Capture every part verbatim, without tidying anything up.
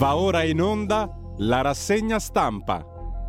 Va ora in onda la rassegna stampa.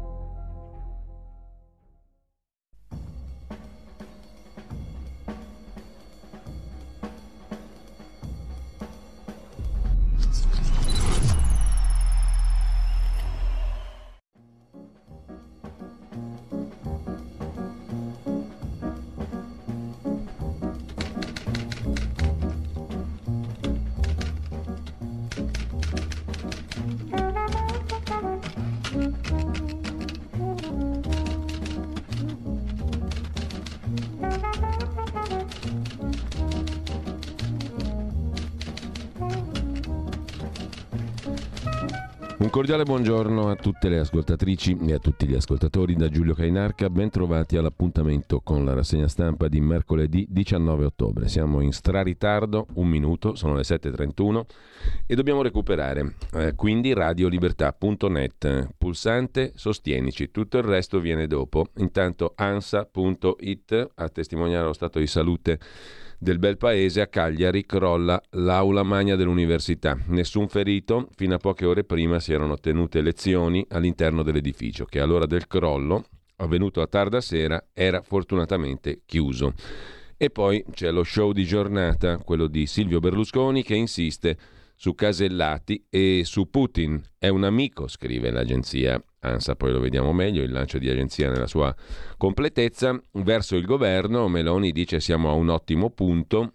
Un cordiale buongiorno a tutte le ascoltatrici e a tutti gli ascoltatori da Giulio Cainarca, ben trovati all'appuntamento con la rassegna stampa di mercoledì diciannove ottobre. Siamo in straritardo, un minuto, sono le sette e trentuno e dobbiamo recuperare, eh, quindi radiolibertà punto net, pulsante sostienici, tutto il resto viene dopo. Intanto ansa punto it, a testimoniare lo stato di salute del bel paese, a Cagliari crolla l'aula magna dell'università. Nessun ferito, fino a poche ore prima si erano tenute lezioni all'interno dell'edificio, che all'ora del crollo, avvenuto a tarda sera, era fortunatamente chiuso. E poi c'è lo show di giornata, quello di Silvio Berlusconi, che insiste su Casellati e su Putin. È un amico, scrive l'agenzia ANSA, poi lo vediamo meglio, il lancio di agenzia nella sua completezza. Verso il governo, Meloni dice siamo a un ottimo punto.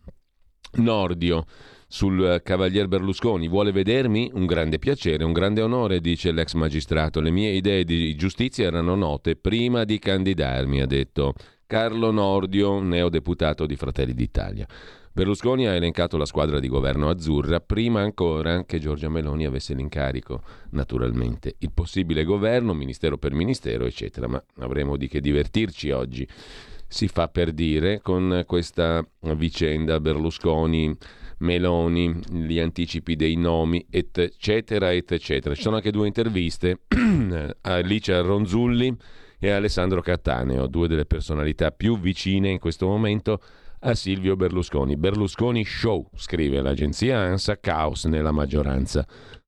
Nordio sul cavalier Berlusconi: vuole vedermi? Un grande piacere, un grande onore, dice l'ex magistrato. Le mie idee di giustizia erano note prima di candidarmi, ha detto Carlo Nordio, neodeputato di Fratelli d'Italia. Berlusconi ha elencato la squadra di governo azzurra prima ancora che Giorgia Meloni avesse l'incarico, naturalmente. Il possibile governo, ministero per ministero, eccetera. Ma avremo di che divertirci oggi, si fa per dire, con questa vicenda Berlusconi, Meloni, gli anticipi dei nomi, eccetera, eccetera. Ci sono anche due interviste a Alicia Ronzulli e a Alessandro Cattaneo, due delle personalità più vicine in questo momento a Silvio Berlusconi. Berlusconi show, scrive l'agenzia ANSA, caos nella maggioranza.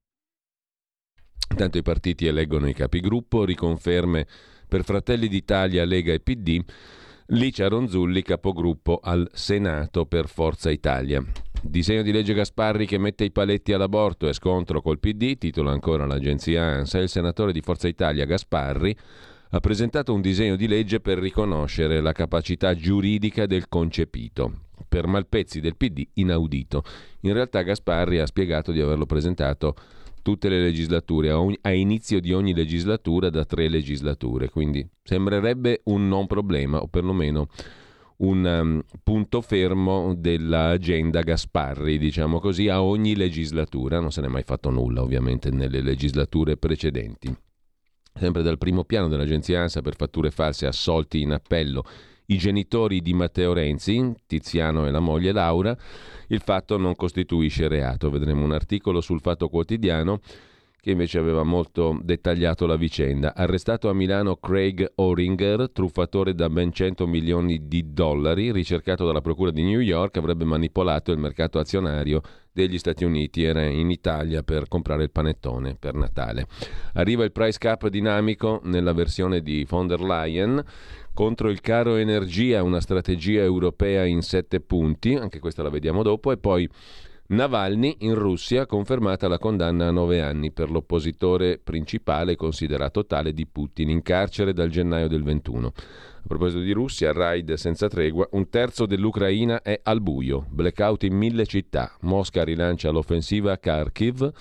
Intanto i partiti eleggono i capigruppo, riconferme per Fratelli d'Italia, Lega e P D, Licia Ronzulli capogruppo al Senato per Forza Italia. Disegno di legge Gasparri che mette i paletti all'aborto e scontro col P D, titola ancora l'agenzia ANSA. Il senatore di Forza Italia Gasparri ha presentato un disegno di legge per riconoscere la capacità giuridica del concepito. Per Malpezzi del P D inaudito. In realtà Gasparri ha spiegato di averlo presentato tutte le legislature, a, ogni, a inizio di ogni legislatura da tre legislature, quindi sembrerebbe un non problema o perlomeno un um, punto fermo dell'agenda Gasparri, diciamo così, a ogni legislatura. Non se n'è mai fatto nulla ovviamente nelle legislature precedenti. Sempre dal primo piano dell'agenzia ANSA, per fatture false assolti in appello i genitori di Matteo Renzi, Tiziano e la moglie Laura. Il fatto non costituisce reato. Vedremo un articolo sul Fatto Quotidiano che invece aveva molto dettagliato la vicenda. Arrestato a Milano Craig Oringer, truffatore da ben cento milioni di dollari, ricercato dalla procura di New York, avrebbe manipolato il mercato azionario degli Stati Uniti, era in Italia per comprare il panettone per Natale. Arriva il price cap dinamico nella versione di von der Leyen contro il caro energia, una strategia europea in sette punti, anche questa la vediamo dopo, e poi Navalny in Russia, confermata la condanna a nove anni per l'oppositore principale considerato tale di Putin, in carcere dal gennaio del ventuno. A proposito di Russia, raid senza tregua, un terzo dell'Ucraina è al buio, blackout in mille città, Mosca rilancia l'offensiva a Kharkiv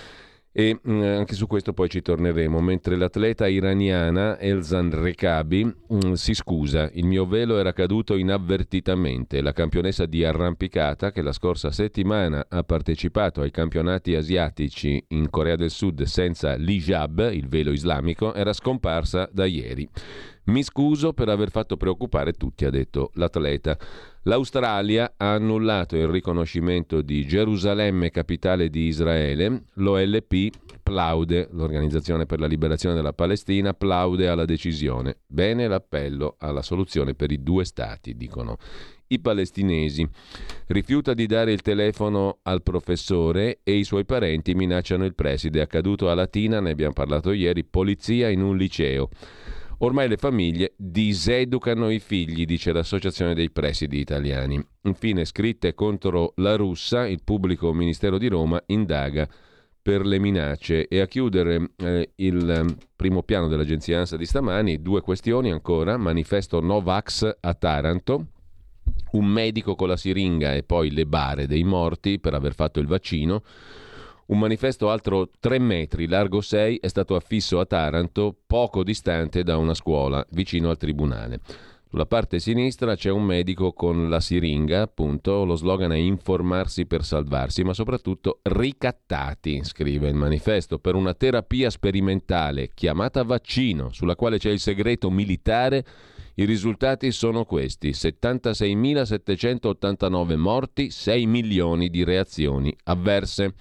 e mh, anche su questo poi ci torneremo, mentre l'atleta iraniana Elzan Rekabi mh, si scusa, il mio velo era caduto inavvertitamente. La campionessa di arrampicata che la scorsa settimana ha partecipato ai campionati asiatici in Corea del Sud senza l'hijab, il velo islamico, era scomparsa da ieri. Mi scuso per aver fatto preoccupare tutti, ha detto l'atleta. L'Australia ha annullato il riconoscimento di Gerusalemme capitale di Israele. L'O L P plaude, l'Organizzazione per la Liberazione della Palestina, plaude alla decisione. Bene l'appello alla soluzione per i due stati, dicono i palestinesi. Rifiuta di dare il telefono al professore e i suoi parenti minacciano il preside. È accaduto a Latina, ne abbiamo parlato ieri, polizia in un liceo. Ormai le famiglie diseducano i figli, dice l'Associazione dei Presidi Italiani. Infine, scritte contro la Russa, il pubblico ministero di Roma indaga per le minacce. E a chiudere eh, il primo piano dell'agenzia ANSA di stamani, due questioni ancora. Manifesto Novax a Taranto, un medico con la siringa e poi le bare dei morti per aver fatto il vaccino. Un manifesto altro tre metri, largo sei, è stato affisso a Taranto, poco distante da una scuola, vicino al tribunale. Sulla parte sinistra c'è un medico con la siringa, appunto, lo slogan è informarsi per salvarsi, ma soprattutto ricattati, scrive il manifesto, per una terapia sperimentale chiamata vaccino, sulla quale c'è il segreto militare. I risultati sono questi: settantaseimilasettecentottantanove morti, sei milioni di reazioni avverse.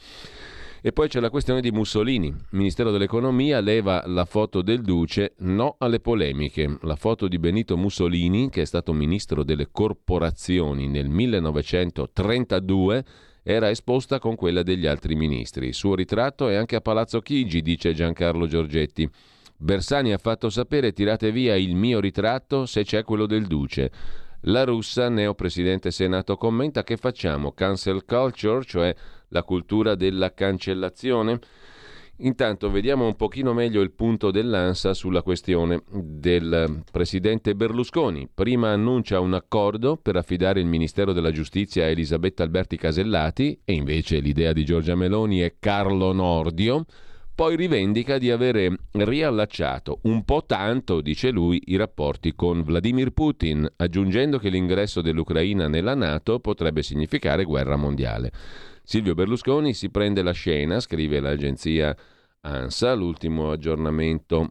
E poi c'è la questione di Mussolini. Il Ministero dell'Economia leva la foto del Duce, no alle polemiche. La foto di Benito Mussolini, che è stato ministro delle corporazioni nel millenovecentotrentadue, era esposta con quella degli altri ministri. Il suo ritratto è anche a Palazzo Chigi, dice Giancarlo Giorgetti. Bersani ha fatto sapere: tirate via il mio ritratto se c'è quello del Duce. La Russa, neopresidente Senato, commenta: che facciamo? Cancel culture, cioè la cultura della cancellazione? Intanto vediamo un pochino meglio il punto dell'ANSA sulla questione del presidente Berlusconi. Prima annuncia un accordo per affidare il Ministero della Giustizia a Elisabetta Alberti Casellati, e invece l'idea di Giorgia Meloni è Carlo Nordio. Poi rivendica di avere riallacciato un po' tanto, dice lui, i rapporti con Vladimir Putin, aggiungendo che l'ingresso dell'Ucraina nella NATO potrebbe significare guerra mondiale. Silvio Berlusconi si prende la scena, scrive l'agenzia ANSA, l'ultimo aggiornamento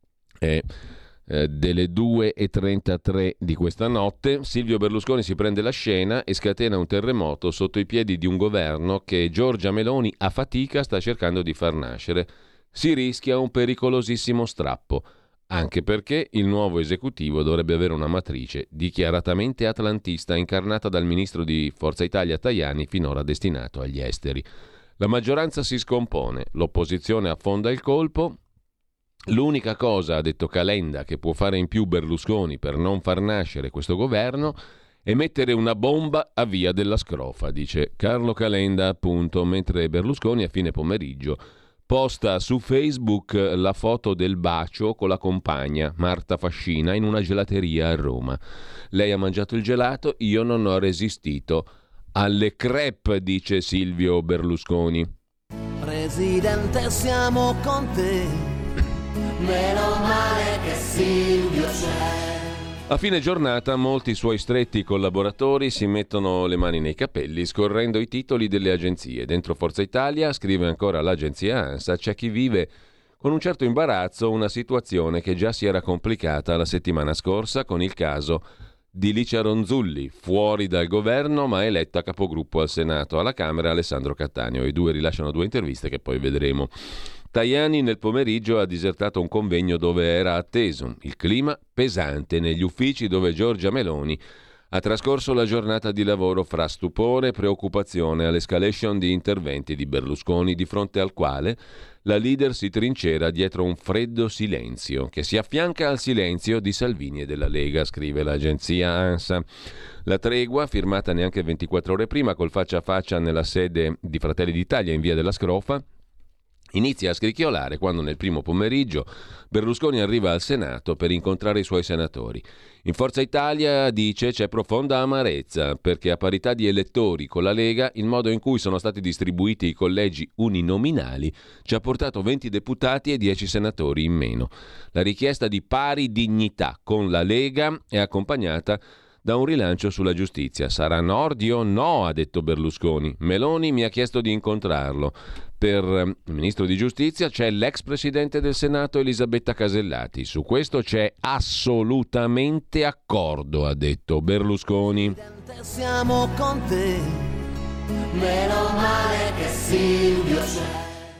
è eh, delle due e trentatré di questa notte. Silvio Berlusconi si prende la scena e scatena un terremoto sotto i piedi di un governo che Giorgia Meloni a fatica sta cercando di far nascere. Si rischia un pericolosissimo strappo, anche perché il nuovo esecutivo dovrebbe avere una matrice dichiaratamente atlantista incarnata dal ministro di Forza Italia Tajani, finora destinato agli esteri. La maggioranza si scompone, l'opposizione affonda il colpo. L'unica cosa, ha detto Calenda, che può fare in più Berlusconi per non far nascere questo governo è mettere una bomba a Via della Scrofa, dice Carlo Calenda, appunto, mentre Berlusconi a fine pomeriggio posta su Facebook la foto del bacio con la compagna Marta Fascina in una gelateria a Roma. Lei ha mangiato il gelato, io non ho resistito alle crepe, dice Silvio Berlusconi. Presidente, siamo con te, meno male che Silvio c'è. A fine giornata molti suoi stretti collaboratori si mettono le mani nei capelli scorrendo i titoli delle agenzie. Dentro Forza Italia, scrive ancora l'agenzia ANSA, c'è chi vive con un certo imbarazzo una situazione che già si era complicata la settimana scorsa con il caso di Licia Ronzulli, fuori dal governo ma eletta capogruppo al Senato. Alla Camera Alessandro Cattaneo. I due rilasciano due interviste che poi vedremo. Tajani nel pomeriggio ha disertato un convegno dove era atteso. Il clima pesante negli uffici dove Giorgia Meloni ha trascorso la giornata di lavoro fra stupore e preoccupazione all'escalation di interventi di Berlusconi, di fronte al quale la leader si trincera dietro un freddo silenzio che si affianca al silenzio di Salvini e della Lega, scrive l'agenzia ANSA. La tregua, firmata neanche ventiquattro ore prima col faccia a faccia nella sede di Fratelli d'Italia in Via della Scrofa, inizia a scricchiolare quando nel primo pomeriggio Berlusconi arriva al Senato per incontrare i suoi senatori. In Forza Italia, dice, c'è profonda amarezza perché a parità di elettori con la Lega il modo in cui sono stati distribuiti i collegi uninominali ci ha portato venti deputati e dieci senatori in meno. La richiesta di pari dignità con la Lega è accompagnata da un rilancio sulla giustizia. Sarà Nordio? No, ha detto Berlusconi. Meloni mi ha chiesto di incontrarlo. Per il ministro di giustizia c'è l'ex presidente del Senato Elisabetta Casellati. Su questo c'è assolutamente accordo, ha detto Berlusconi. Siamo con te, meno male che Silvio c'è.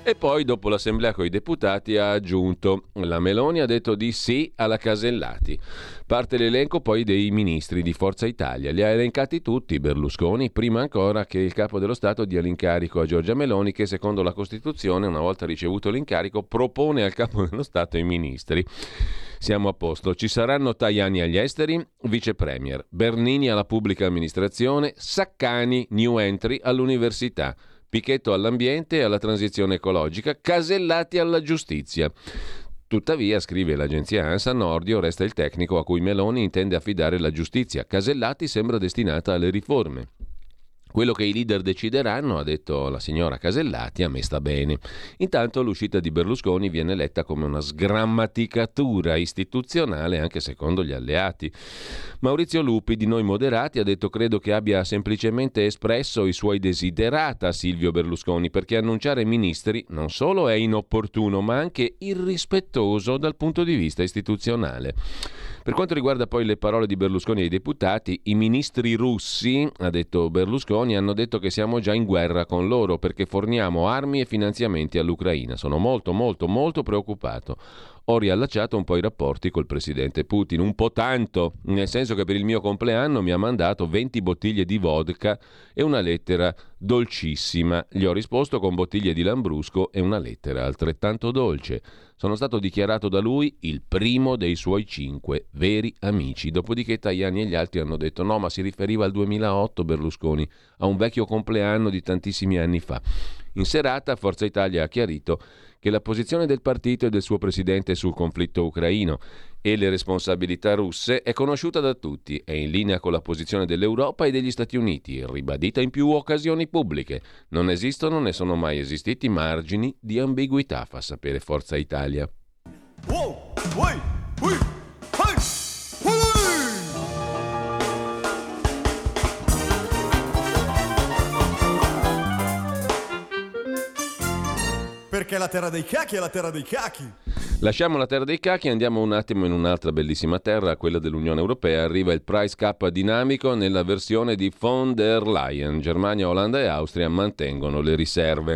E poi, dopo l'assemblea con i deputati, ha aggiunto: la Meloni ha detto di sì alla Casellati. Parte l'elenco poi dei ministri di Forza Italia. Li ha elencati tutti Berlusconi, prima ancora che il capo dello Stato dia l'incarico a Giorgia Meloni, che secondo la Costituzione, una volta ricevuto l'incarico, propone al capo dello Stato i ministri. Siamo a posto. Ci saranno Tajani agli esteri, vice premier, Bernini alla pubblica amministrazione, Saccani, new entry, all'università, Pichetto all'ambiente e alla transizione ecologica, Casellati alla giustizia. Tuttavia, scrive l'agenzia ANSA, Nordio resta il tecnico a cui Meloni intende affidare la giustizia. Casellati sembra destinata alle riforme. Quello che i leader decideranno, ha detto la signora Casellati, a me sta bene. Intanto l'uscita di Berlusconi viene letta come una sgrammaticatura istituzionale anche secondo gli alleati. Maurizio Lupi, di Noi Moderati, ha detto: credo che abbia semplicemente espresso i suoi desiderata Silvio Berlusconi, perché annunciare ministri non solo è inopportuno ma anche irrispettoso dal punto di vista istituzionale. Per quanto riguarda poi le parole di Berlusconi ai deputati, i ministri russi, ha detto Berlusconi, hanno detto che siamo già in guerra con loro perché forniamo armi e finanziamenti all'Ucraina. Sono molto molto molto preoccupato. Ho riallacciato un po' i rapporti col presidente Putin, un po' tanto, nel senso che per il mio compleanno mi ha mandato venti bottiglie di vodka e una lettera dolcissima. Gli ho risposto con bottiglie di Lambrusco e una lettera altrettanto dolce. Sono stato dichiarato da lui il primo dei suoi cinque veri amici. Dopodiché Tajani e gli altri hanno detto: no, ma si riferiva al duemilaotto Berlusconi, a un vecchio compleanno di tantissimi anni fa. In serata Forza Italia ha chiarito che la posizione del partito e del suo presidente sul conflitto ucraino e le responsabilità russe è conosciuta da tutti, è in linea con la posizione dell'Europa e degli Stati Uniti, ribadita in più occasioni pubbliche. Non esistono, né sono mai esistiti margini di ambiguità, fa sapere Forza Italia. Wow, wey, wey, hey, perché la terra dei cachi è la terra dei cachi. Lasciamo la terra dei cachi e andiamo un attimo in un'altra bellissima terra, quella dell'Unione Europea. Arriva il price cap dinamico nella versione di von der Leyen. Germania, Olanda e Austria mantengono le riserve.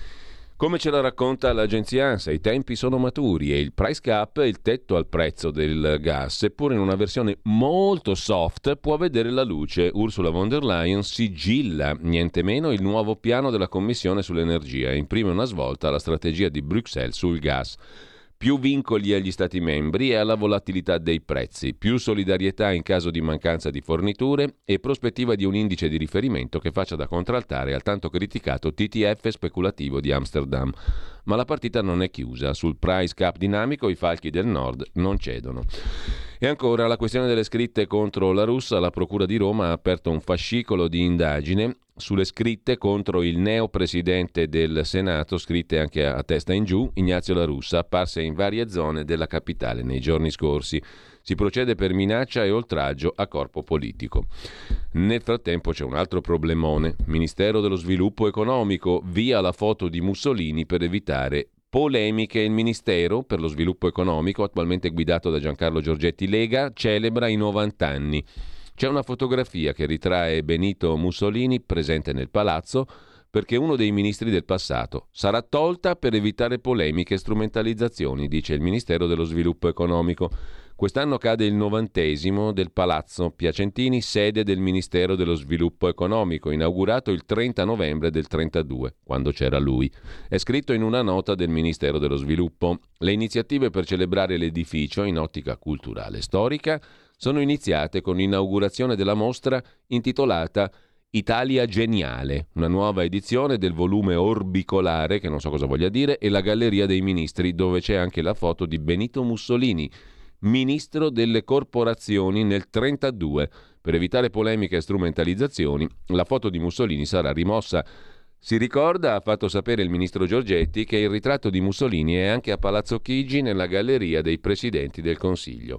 Come ce la racconta l'agenzia ANSA, i tempi sono maturi e il price cap, il tetto al prezzo del gas, seppur in una versione molto soft, può vedere la luce. Ursula von der Leyen sigilla niente meno il nuovo piano della Commissione sull'energia e imprime una svolta alla strategia di Bruxelles sul gas. Più vincoli agli Stati membri e alla volatilità dei prezzi, più solidarietà in caso di mancanza di forniture e prospettiva di un indice di riferimento che faccia da contraltare al tanto criticato T T F speculativo di Amsterdam. Ma la partita non è chiusa. Sul price cap dinamico i falchi del nord non cedono. E ancora la questione delle scritte contro la Russa. La Procura di Roma ha aperto un fascicolo di indagine sulle scritte contro il neopresidente del Senato, scritte anche a testa in giù, Ignazio La Russa, apparse in varie zone della capitale nei giorni scorsi. Si procede per minaccia e oltraggio a corpo politico. Nel frattempo c'è un altro problemone. Ministero dello Sviluppo Economico, via la foto di Mussolini per evitare polemiche. Il Ministero per lo Sviluppo Economico, attualmente guidato da Giancarlo Giorgetti Lega, celebra i novanta anni. C'è una fotografia che ritrae Benito Mussolini presente nel palazzo perché uno dei ministri del passato sarà tolta per evitare polemiche e strumentalizzazioni, dice il Ministero dello Sviluppo Economico. Quest'anno cade il novantesimo del Palazzo Piacentini, sede del Ministero dello Sviluppo Economico, inaugurato il trenta novembre del trentadue, quando c'era lui. È scritto in una nota del Ministero dello Sviluppo. Le iniziative per celebrare l'edificio in ottica culturale e storica sono iniziate con l'inaugurazione della mostra intitolata Italia Geniale, una nuova edizione del volume orbicolare, che non so cosa voglia dire, e la Galleria dei Ministri, dove c'è anche la foto di Benito Mussolini, ministro delle corporazioni nel trentadue. Per evitare polemiche e strumentalizzazioni, la foto di Mussolini sarà rimossa. Si ricorda, ha fatto sapere il ministro Giorgetti, che il ritratto di Mussolini è anche a Palazzo Chigi nella Galleria dei Presidenti del Consiglio.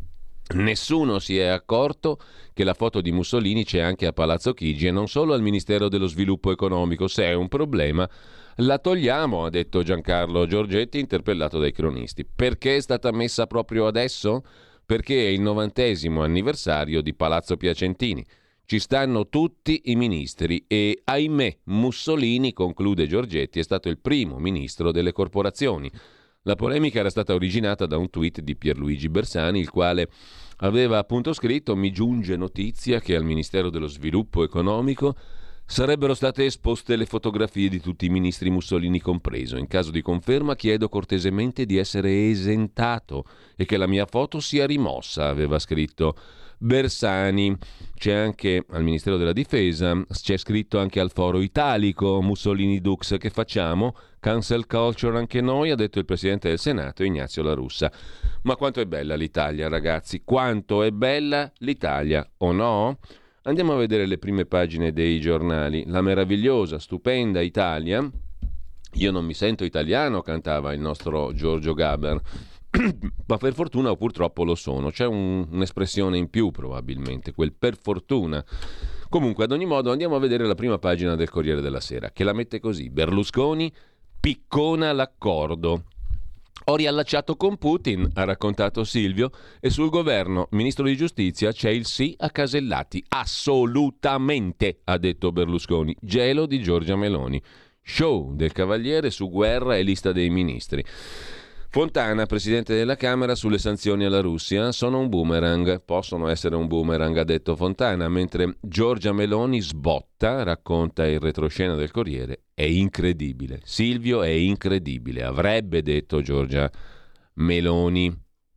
Nessuno si è accorto che la foto di Mussolini c'è anche a Palazzo Chigi e non solo al Ministero dello Sviluppo Economico. Se è un problema, la togliamo, ha detto Giancarlo Giorgetti, interpellato dai cronisti. Perché è stata messa proprio adesso? Perché è il novantesimo anniversario di Palazzo Piacentini. Ci stanno tutti i ministri e, ahimè, Mussolini, conclude Giorgetti, è stato il primo ministro delle corporazioni. La polemica era stata originata da un tweet di Pierluigi Bersani, il quale aveva appunto scritto: mi giunge notizia che al Ministero dello Sviluppo Economico sarebbero state esposte le fotografie di tutti i ministri, Mussolini compreso. In caso di conferma chiedo cortesemente di essere esentato e che la mia foto sia rimossa, aveva scritto Bersani. C'è anche al Ministero della Difesa, c'è scritto anche al foro italico: Mussolini Dux, che facciamo? Cancel culture anche noi, ha detto il Presidente del Senato Ignazio La Russa. Ma quanto è bella l'Italia, ragazzi, quanto è bella l'Italia, o no? Andiamo a vedere le prime pagine dei giornali. La meravigliosa, stupenda Italia. Io non mi sento italiano, cantava il nostro Giorgio Gaber, ma per fortuna o purtroppo lo sono. C'è un, un'espressione in più probabilmente, quel per fortuna. Comunque, ad ogni modo, andiamo a vedere la prima pagina del Corriere della Sera, che la mette così: Berlusconi piccona l'accordo. Ho riallacciato con Putin, ha raccontato Silvio, e sul governo, ministro di giustizia, c'è il sì a Casellati. Assolutamente, ha detto Berlusconi. Gelo di Giorgia Meloni. Show del Cavaliere su guerra e lista dei ministri. Fontana, presidente della Camera, sulle sanzioni alla Russia. Sono un boomerang, possono essere un boomerang, ha detto Fontana, mentre Giorgia Meloni sbotta, racconta il retroscena del Corriere. È incredibile. Silvio, è incredibile, avrebbe detto Giorgia Meloni.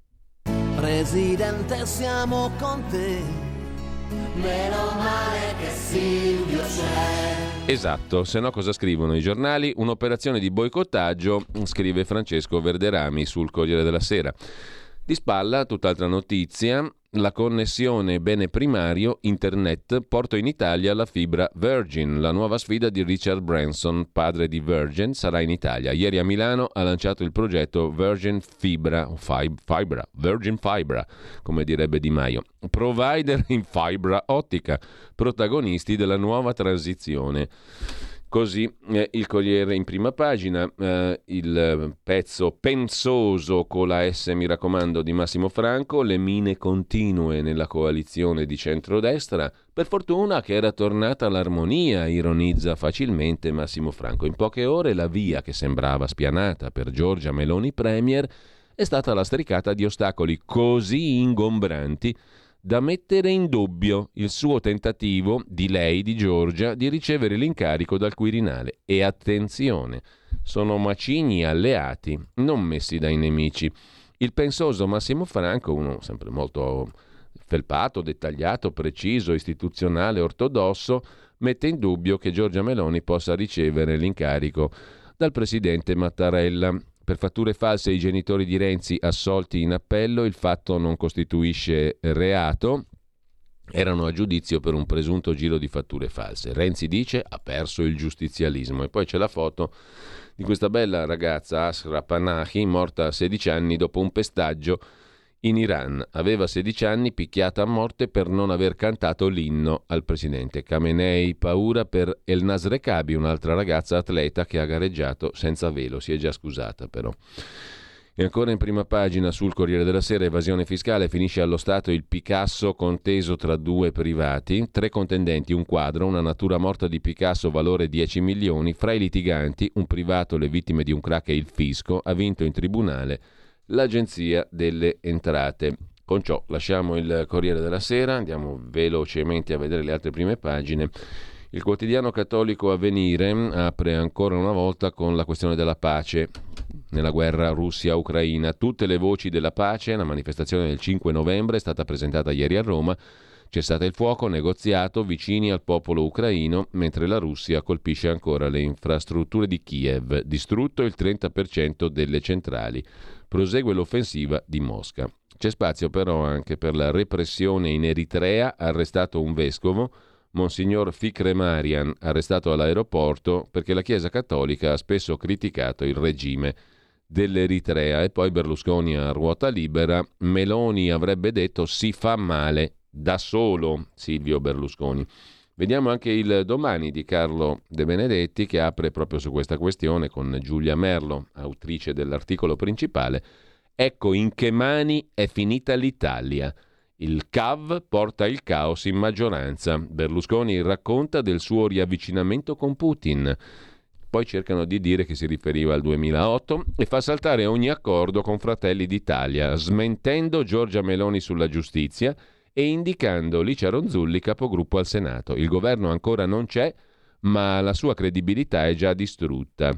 Presidente, siamo con te, meno male che Silvio c'è. Esatto, se no cosa scrivono i giornali? Un'operazione di boicottaggio, scrive Francesco Verderami sul Corriere della Sera. Di spalla, tutt'altra notizia, la connessione bene primario, internet, porta in Italia la fibra Virgin. La nuova sfida di Richard Branson, padre di Virgin, sarà in Italia. Ieri a Milano ha lanciato il progetto Virgin Fibra, Fib, Fibra, Virgin Fibra, come direbbe Di Maio. Provider in fibra ottica, protagonisti della nuova transizione. Così eh, il Corriere in prima pagina, eh, il pezzo pensoso con la S, mi raccomando, di Massimo Franco, le mine continue nella coalizione di centrodestra, per fortuna che era tornata l'armonia, ironizza facilmente Massimo Franco. In poche ore la via che sembrava spianata per Giorgia Meloni Premier è stata lastricata di ostacoli così ingombranti da mettere in dubbio il suo tentativo, di lei, di Giorgia, di ricevere l'incarico dal Quirinale. E attenzione, sono macigni alleati, non messi dai nemici. Il pensoso Massimo Franco, uno sempre molto felpato, dettagliato, preciso, istituzionale, ortodosso, mette in dubbio che Giorgia Meloni possa ricevere l'incarico dal presidente Mattarella. Per fatture false i genitori di Renzi assolti in appello, il fatto non costituisce reato, erano a giudizio per un presunto giro di fatture false. Renzi dice ha perso il giustizialismo. E poi c'è la foto di questa bella ragazza, Asra Panahi, morta a sedici anni dopo un pestaggio in Iran. Aveva sedici anni, picchiata a morte per non aver cantato l'inno al presidente Khamenei. Paura per Elnaz Rekabi, un'altra ragazza atleta che ha gareggiato senza velo, si è già scusata però. E ancora in prima pagina sul Corriere della Sera, evasione fiscale, finisce allo Stato il Picasso conteso tra due privati, tre contendenti, un quadro, una natura morta di Picasso valore dieci milioni, fra i litiganti un privato, le vittime di un crack e il fisco, ha vinto in tribunale l'Agenzia delle Entrate. Con ciò lasciamo il Corriere della Sera, andiamo velocemente a vedere le altre prime pagine. Il quotidiano cattolico Avvenire apre ancora una volta con la questione della pace nella guerra Russia-Ucraina. Tutte le voci della pace, la manifestazione del cinque novembre è stata presentata ieri a Roma, cessate il fuoco, negoziato, vicini al popolo ucraino, mentre la Russia colpisce ancora le infrastrutture di Kiev, distrutto il trenta per cento delle centrali. Prosegue l'offensiva di Mosca. C'è spazio però anche per la repressione in Eritrea, arrestato un vescovo, Monsignor Fikre Marian, arrestato all'aeroporto perché la Chiesa Cattolica ha spesso criticato il regime dell'Eritrea. E poi Berlusconi a ruota libera, Meloni avrebbe detto si fa male da solo, Silvio Berlusconi. Vediamo anche il Domani di Carlo De Benedetti, che apre proprio su questa questione con Giulia Merlo, autrice dell'articolo principale. Ecco in che mani è finita l'Italia. Il C A V porta il caos in maggioranza. Berlusconi racconta del suo riavvicinamento con Putin. Poi cercano di dire che si riferiva al duemilaotto e fa saltare ogni accordo con Fratelli d'Italia, smentendo Giorgia Meloni sulla giustizia e indicando Licia Ronzulli capogruppo al Senato. Il governo ancora non c'è, ma la sua credibilità è già distrutta.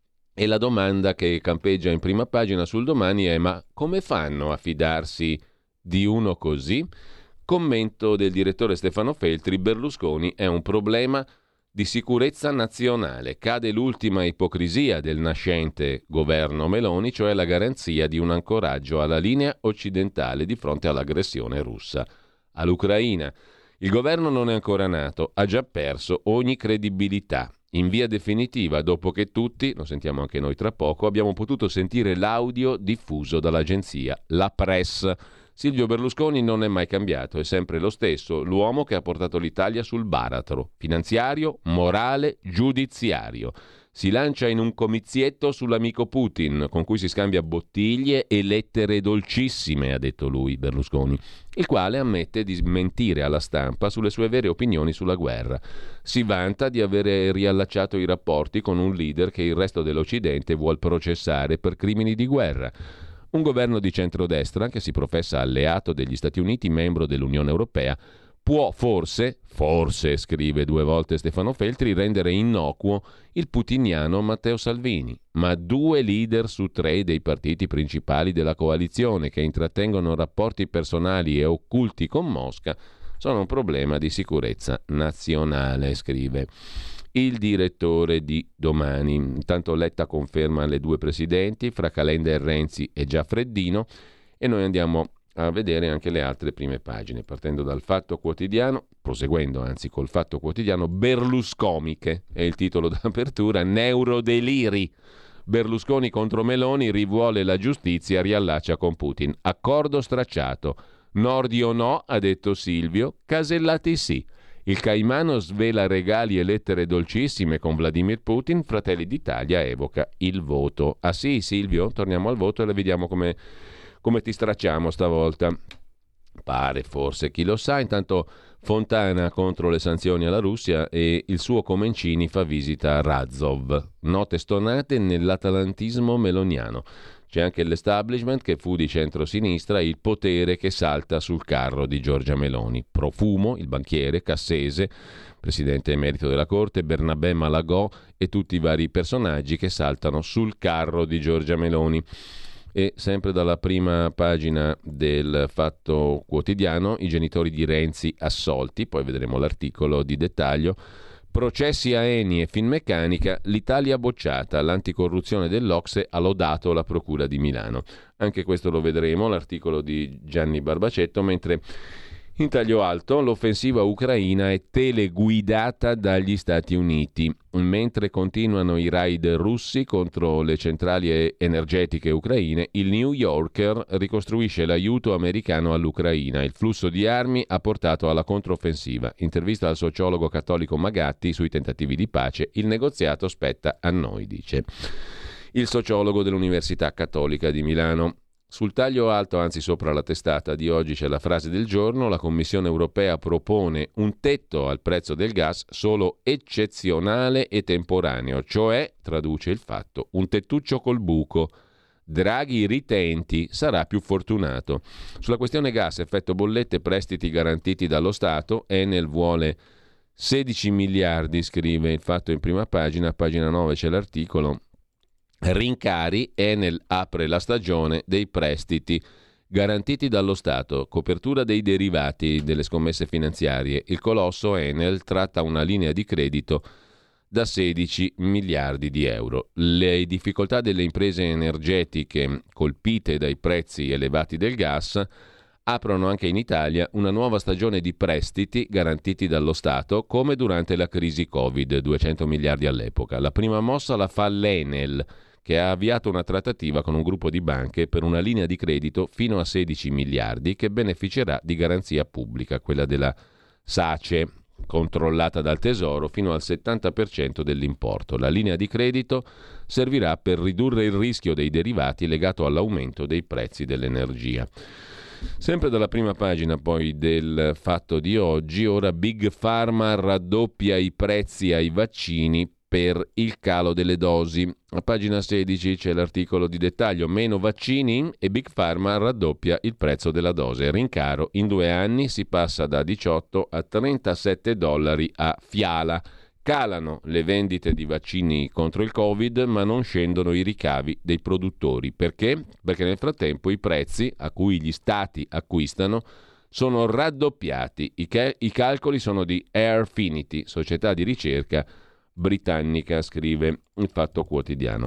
E la domanda che campeggia in prima pagina sul Domani è: ma come fanno a fidarsi di uno così? Commento del direttore Stefano Feltri: Berlusconi è un problema di sicurezza nazionale. Cade l'ultima ipocrisia del nascente governo Meloni, cioè la garanzia di un ancoraggio alla linea occidentale di fronte all'aggressione russa all'Ucraina. Il governo non è ancora nato, ha già perso ogni credibilità. In via definitiva, dopo che tutti, lo sentiamo anche noi tra poco, abbiamo potuto sentire l'audio diffuso dall'agenzia La Presse. Silvio Berlusconi non è mai cambiato, è sempre lo stesso, l'uomo che ha portato l'Italia sul baratro, finanziario, morale, giudiziario. Si lancia in un comizietto sull'amico Putin, con cui si scambia bottiglie e lettere dolcissime, ha detto lui, Berlusconi, il quale ammette di mentire alla stampa sulle sue vere opinioni sulla guerra. Si vanta di avere riallacciato i rapporti con un leader che il resto dell'Occidente vuol processare per crimini di guerra. Un governo di centrodestra, che si professa alleato degli Stati Uniti, membro dell'Unione Europea, può forse, forse, scrive due volte Stefano Feltri, rendere innocuo il putiniano Matteo Salvini. Ma due leader su tre dei partiti principali della coalizione che intrattengono rapporti personali e occulti con Mosca sono un problema di sicurezza nazionale, scrive il direttore di Domani. Intanto Letta conferma le due presidenti, fra Calenda e Renzi è già freddino, e noi andiamo a vedere anche le altre prime pagine, partendo dal Fatto Quotidiano, proseguendo anzi col Fatto Quotidiano. Berluscomiche è il titolo d'apertura, neurodeliri. Berlusconi contro Meloni, rivuole la giustizia, riallaccia con Putin. Accordo stracciato. Nordi o no, ha detto Silvio, Casellati sì. Il Caimano svela regali e lettere dolcissime con Vladimir Putin, Fratelli d'Italia evoca il voto. Ah sì, Silvio, torniamo al voto e le vediamo come, come ti stracciamo stavolta. Pare forse, chi lo sa. Intanto Fontana contro le sanzioni alla Russia e il suo Comencini fa visita a Razov. Note stonate nell'atalantismo meloniano. C'è anche l'establishment che fu di centrosinistra, il potere che salta sul carro di Giorgia Meloni. Profumo, il banchiere, Cassese, presidente emerito della Corte, Bernabé Malagò e tutti i vari personaggi che saltano sul carro di Giorgia Meloni. E sempre dalla prima pagina del Fatto Quotidiano, i genitori di Renzi assolti, poi vedremo l'articolo di dettaglio. Processi a Eni e Finmeccanica, l'Italia bocciata, l'anticorruzione dell'Ocse ha lodato la Procura di Milano. Anche questo lo vedremo, l'articolo di Gianni Barbacetto, mentre in taglio alto l'offensiva ucraina è teleguidata dagli Stati Uniti. Mentre continuano i raid russi contro le centrali energetiche ucraine, il New Yorker ricostruisce l'aiuto americano all'Ucraina. Il flusso di armi ha portato alla controffensiva. Intervista al sociologo cattolico Magatti sui tentativi di pace. Il negoziato spetta a noi, dice il sociologo dell'Università Cattolica di Milano. Sul taglio alto, anzi sopra la testata di oggi, c'è la frase del giorno: la Commissione europea propone un tetto al prezzo del gas solo eccezionale e temporaneo, cioè, traduce il fatto, un tettuccio col buco. Draghi ritenti, sarà più fortunato. Sulla questione gas, effetto bollette, prestiti garantiti dallo Stato, Enel vuole sedici miliardi, scrive il Fatto in prima pagina, a pagina nove c'è l'articolo. Rincari, Enel apre la stagione dei prestiti garantiti dallo Stato, copertura dei derivati delle scommesse finanziarie. Il colosso Enel tratta una linea di credito da sedici miliardi di euro. Le difficoltà delle imprese energetiche colpite dai prezzi elevati del gas aprono anche in Italia una nuova stagione di prestiti garantiti dallo Stato, come durante la crisi Covid, duecento miliardi all'epoca. La prima mossa la fa l'Enel, che ha avviato una trattativa con un gruppo di banche per una linea di credito fino a sedici miliardi che beneficerà di garanzia pubblica, quella della SACE, controllata dal Tesoro, fino al settanta per cento dell'importo. La linea di credito servirà per ridurre il rischio dei derivati legato all'aumento dei prezzi dell'energia. Sempre dalla prima pagina poi del Fatto di oggi, ora Big Pharma raddoppia i prezzi ai vaccini per il calo delle dosi. A pagina sedici c'è l'articolo di dettaglio, meno vaccini e Big Pharma raddoppia il prezzo della dose. Rincaro, in due anni si passa da diciotto a trentasette dollari a fiala. Calano le vendite di vaccini contro il Covid, ma non scendono i ricavi dei produttori. Perché? Perché nel frattempo i prezzi a cui gli stati acquistano sono raddoppiati. I, ca- i calcoli sono di Airfinity, società di ricerca britannica, scrive il Fatto Quotidiano.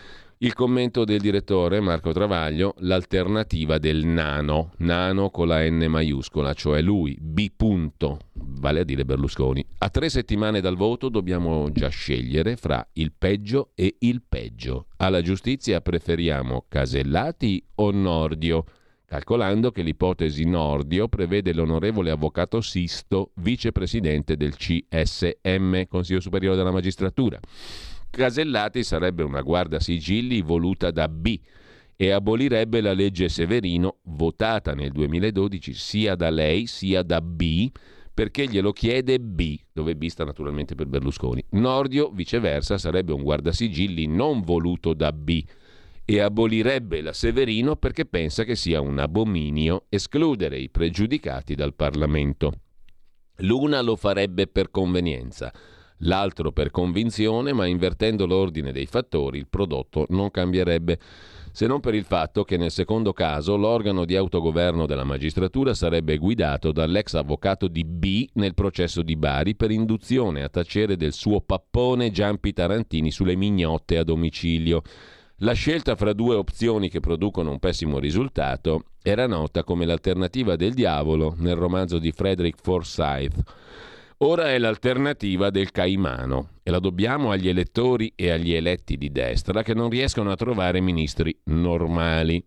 Il commento del direttore Marco Travaglio, l'alternativa del nano, nano con la N maiuscola, cioè lui, B punto, vale a dire Berlusconi. A tre settimane dal voto dobbiamo già scegliere fra il peggio e il peggio. Alla giustizia preferiamo Casellati o Nordio? Calcolando che l'ipotesi Nordio prevede l'onorevole avvocato Sisto, vicepresidente del C S M, Consiglio Superiore della Magistratura. Casellati sarebbe una guardasigilli voluta da B e abolirebbe la legge Severino, votata nel duemiladodici sia da lei sia da B, perché glielo chiede B, dove B sta naturalmente per Berlusconi. Nordio, viceversa, sarebbe un guardasigilli non voluto da B e abolirebbe la Severino perché pensa che sia un abominio escludere i pregiudicati dal Parlamento. L'una lo farebbe per convenienza, l'altro per convinzione, ma invertendo l'ordine dei fattori il prodotto non cambierebbe, se non per il fatto che nel secondo caso l'organo di autogoverno della magistratura sarebbe guidato dall'ex avvocato di B nel processo di Bari per induzione a tacere del suo pappone Giampi Tarantini sulle mignotte a domicilio. La scelta fra due opzioni che producono un pessimo risultato era nota come l'alternativa del diavolo nel romanzo di Frederick Forsyth. Ora è l'alternativa del Caimano e la dobbiamo agli elettori e agli eletti di destra che non riescono a trovare ministri normali.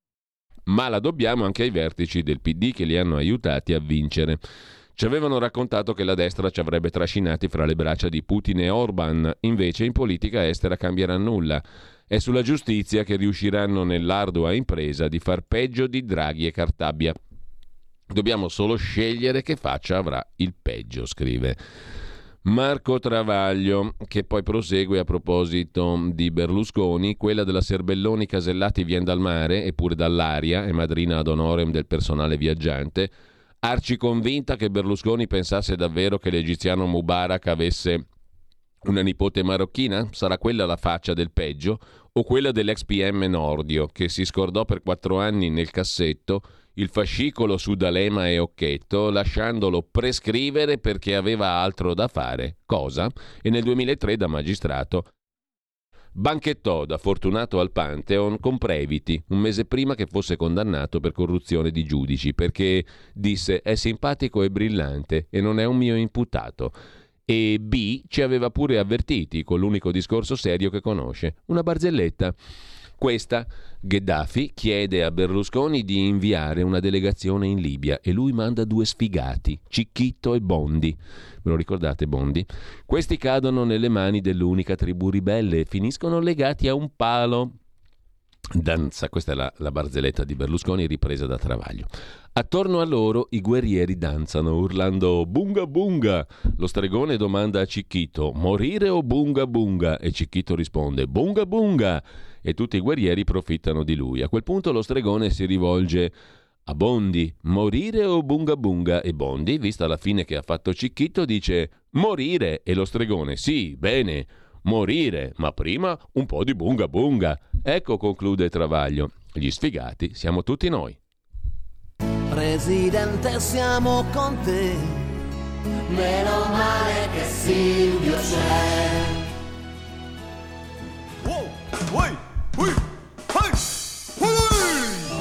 Ma la dobbiamo anche ai vertici del P D che li hanno aiutati a vincere. Ci avevano raccontato che la destra ci avrebbe trascinati fra le braccia di Putin e Orban, invece in politica estera cambierà nulla. È sulla giustizia che riusciranno nell'ardua impresa di far peggio di Draghi e Cartabia. Dobbiamo solo scegliere che faccia avrà il peggio, scrive Marco Travaglio, che poi prosegue a proposito di Berlusconi. Quella della Serbelloni Casellati vien dal mare, eppure dall'aria, è madrina ad honorem del personale viaggiante, arci convinta che Berlusconi pensasse davvero che l'egiziano Mubarak avesse una nipote marocchina? Sarà quella la faccia del peggio? O quella dell'ex P M Nordio, che si scordò per quattro anni nel cassetto il fascicolo su D'Alema e Occhetto, lasciandolo prescrivere perché aveva altro da fare? Cosa? E nel duemilatré da magistrato banchettò da Fortunato al Pantheon con Previti, un mese prima che fosse condannato per corruzione di giudici, perché disse è simpatico e brillante e non è un mio imputato. E B ci aveva pure avvertiti con l'unico discorso serio che conosce, una barzelletta. Questa, Gheddafi chiede a Berlusconi di inviare una delegazione in Libia e lui manda due sfigati, Cicchitto e Bondi. Me lo ricordate Bondi? Questi cadono nelle mani dell'unica tribù ribelle e finiscono legati a un palo. Danza, questa è la, la barzelletta di Berlusconi ripresa da Travaglio. Attorno a loro i guerrieri danzano urlando bunga bunga. Lo stregone domanda a Cicchito morire o bunga bunga e Cicchito risponde bunga bunga e tutti i guerrieri profittano di lui. A quel punto lo stregone si rivolge a Bondi morire o bunga bunga e Bondi, vista la fine che ha fatto Cicchito, dice morire e lo stregone sì, bene, morire, ma prima un po' di bunga bunga. Ecco, conclude Travaglio, gli sfigati siamo tutti noi. Presidente, siamo con te, meno male che Silvio c'è. Wow, uy, uy, uy, uy.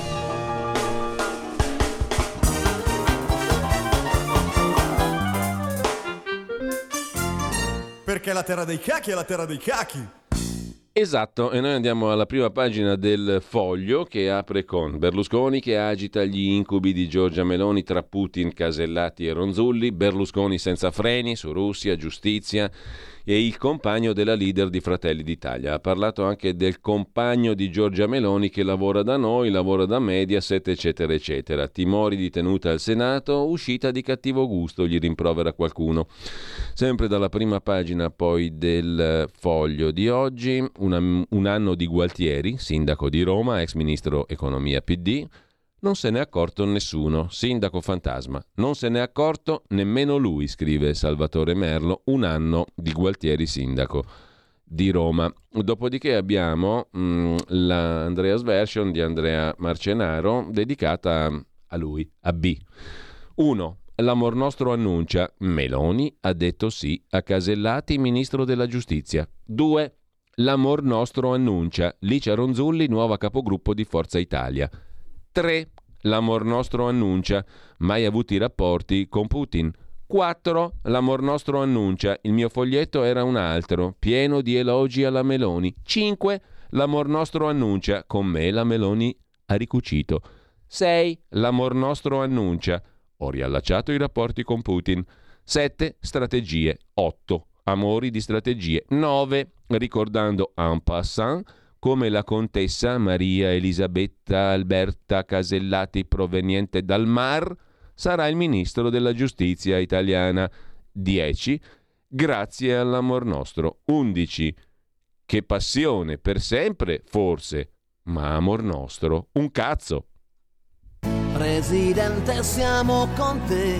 Perché la terra dei cachi è la terra dei cachi. Esatto, e noi andiamo alla prima pagina del Foglio che apre con Berlusconi che agita gli incubi di Giorgia Meloni tra Putin, Casellati e Ronzulli, Berlusconi senza freni su Russia, giustizia, e il compagno della leader di Fratelli d'Italia. Ha parlato anche del compagno di Giorgia Meloni che lavora da noi, lavora da Mediaset, eccetera, eccetera. Timori di tenuta al Senato, uscita di cattivo gusto, gli rimprovera qualcuno. Sempre dalla prima pagina poi del Foglio di oggi, una, un anno di Gualtieri, sindaco di Roma, ex ministro economia P D. Non se n'è accorto nessuno, sindaco fantasma. Non se n'è accorto nemmeno lui, scrive Salvatore Merlo, un anno di Gualtieri sindaco di Roma. Dopodiché abbiamo mh, la Andrea's Version di Andrea Marcenaro, dedicata a lui, a B. uno. L'amor nostro annuncia. Meloni ha detto sì a Casellati, ministro della giustizia. due. L'amor nostro annuncia. Licia Ronzulli, nuova capogruppo di Forza Italia. tre. L'amor nostro annuncia. Mai avuti rapporti con Putin. quattro. L'amor nostro annuncia. Il mio foglietto era un altro, pieno di elogi alla Meloni. cinque. L'amor nostro annuncia. Con me la Meloni ha ricucito. sei. L'amor nostro annuncia. Ho riallacciato i rapporti con Putin. sette. Strategie. otto. Amori di strategie. nove. Ricordando en passant come la contessa Maria Elisabetta Alberta Casellati, proveniente dal Mar, sarà il ministro della giustizia italiana. dieci. Grazie all'amor nostro. undici. Che passione, per sempre, forse, ma amor nostro, un cazzo. Presidente, siamo con te,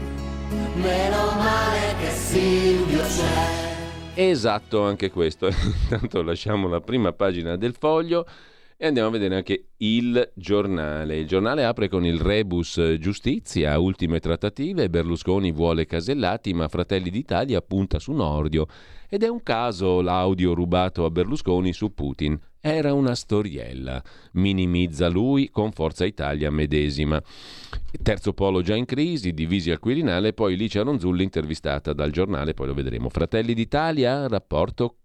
meno male che Silvio c'è. Esatto, anche questo. Intanto lasciamo la prima pagina del Foglio e andiamo a vedere anche il Giornale. Il Giornale apre con il rebus giustizia, ultime trattative, Berlusconi vuole Casellati ma Fratelli d'Italia punta su Nordio ed è un caso l'audio rubato a Berlusconi su Putin. Era una storiella, minimizza lui con Forza Italia medesima. Terzo polo già in crisi, divisi al Quirinale, poi Licia Ronzulli intervistata dal Giornale, poi lo vedremo. Fratelli d'Italia, rapporto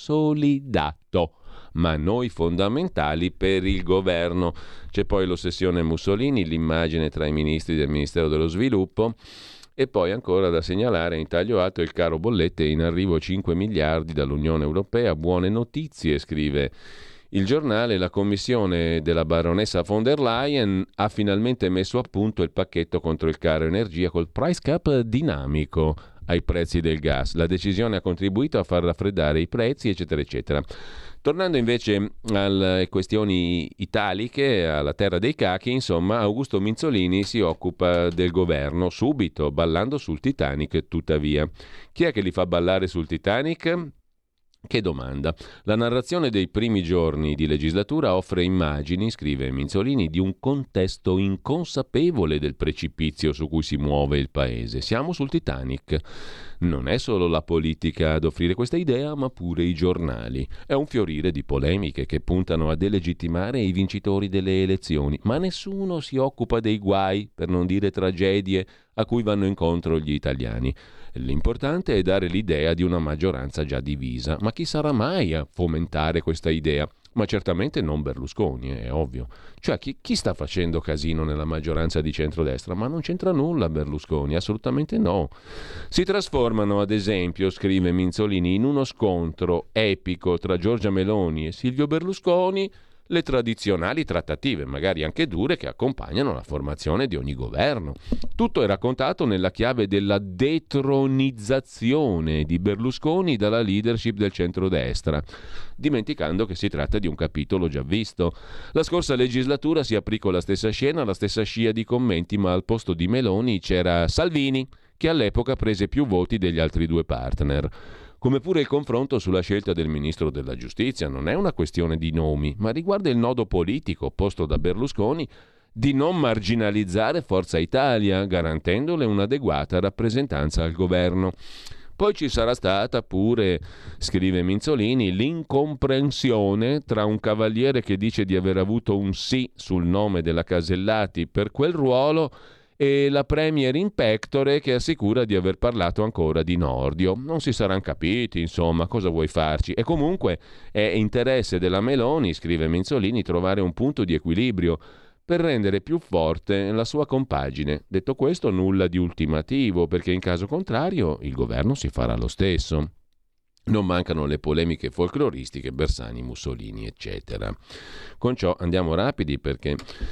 consolidato, ma noi fondamentali per il governo. C'è poi l'ossessione Mussolini, l'immagine tra i ministri del Ministero dello Sviluppo. E poi ancora da segnalare in taglio alto il caro bollette, in arrivo cinque miliardi dall'Unione Europea, buone notizie, scrive il Giornale. La commissione della baronessa von der Leyen ha finalmente messo a punto il pacchetto contro il caro energia col price cap dinamico ai prezzi del gas. La decisione ha contribuito a far raffreddare i prezzi, eccetera, eccetera. Tornando invece alle questioni italiche, alla terra dei cachi, insomma, Augusto Minzolini si occupa del governo subito, ballando sul Titanic tuttavia. Chi è che li fa ballare sul Titanic? Che domanda. La narrazione dei primi giorni di legislatura offre immagini, scrive Minzolini, di un contesto inconsapevole del precipizio su cui si muove il paese. Siamo sul Titanic. Non è solo la politica ad offrire questa idea, ma pure i giornali. È un fiorire di polemiche che puntano a delegittimare i vincitori delle elezioni, ma nessuno si occupa dei guai, per non dire tragedie, a cui vanno incontro gli italiani. L'importante è dare l'idea di una maggioranza già divisa, ma chi sarà mai a fomentare questa idea? Ma certamente non Berlusconi, è ovvio. Cioè, chi, chi sta facendo casino nella maggioranza di centrodestra? Ma non c'entra nulla Berlusconi, assolutamente no. Si trasformano, ad esempio, scrive Minzolini, in uno scontro epico tra Giorgia Meloni e Silvio Berlusconi, le tradizionali trattative, magari anche dure, che accompagnano la formazione di ogni governo. Tutto è raccontato nella chiave della detronizzazione di Berlusconi dalla leadership del centrodestra, dimenticando che si tratta di un capitolo già visto. La scorsa legislatura si aprì con la stessa scena, la stessa scia di commenti, ma al posto di Meloni c'era Salvini, che all'epoca prese più voti degli altri due partner. Come pure il confronto sulla scelta del ministro della giustizia non è una questione di nomi, ma riguarda il nodo politico posto da Berlusconi di non marginalizzare Forza Italia, garantendole un'adeguata rappresentanza al governo. Poi ci sarà stata pure, scrive Minzolini, l'incomprensione tra un cavaliere che dice di aver avuto un sì sul nome della Casellati per quel ruolo e la premier in pectore che assicura di aver parlato ancora di Nordio. Non si saranno capiti, insomma, cosa vuoi farci? E comunque è interesse della Meloni, scrive Minzolini, trovare un punto di equilibrio per rendere più forte la sua compagine. Detto questo, nulla di ultimativo, perché in caso contrario il governo si farà lo stesso. Non mancano le polemiche folcloristiche, Bersani, Mussolini, eccetera. Con ciò andiamo rapidi perché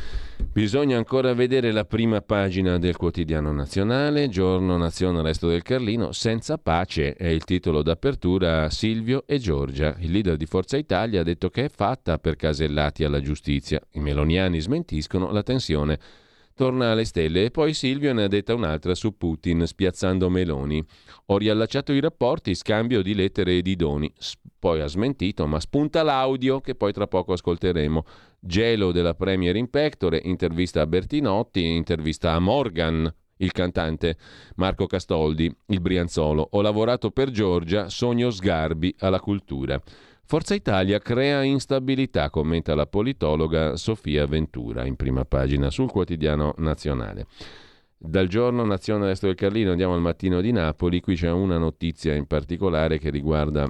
bisogna ancora vedere la prima pagina del quotidiano nazionale, Giorno, Nazione, Resto del Carlino. Senza pace è il titolo d'apertura. Silvio e Giorgia. Il leader di Forza Italia ha detto che è fatta per Casellati alla giustizia. I meloniani smentiscono, la tensione torna alle stelle. E poi Silvio ne ha detta un'altra su Putin, spiazzando Meloni. Ho riallacciato i rapporti, scambio di lettere e di doni. Poi ha smentito, ma spunta l'audio che poi tra poco ascolteremo. Gelo della Premier in pectore, intervista a Bertinotti, intervista a Morgan, il cantante Marco Castoldi, il Brianzolo. Ho lavorato per Giorgia, sogno Sgarbi alla cultura. Forza Italia crea instabilità, commenta la politologa Sofia Ventura in prima pagina sul quotidiano nazionale. Dal Giorno, Nazione, Resto del Carlino andiamo al Mattino di Napoli. Qui c'è una notizia in particolare che riguarda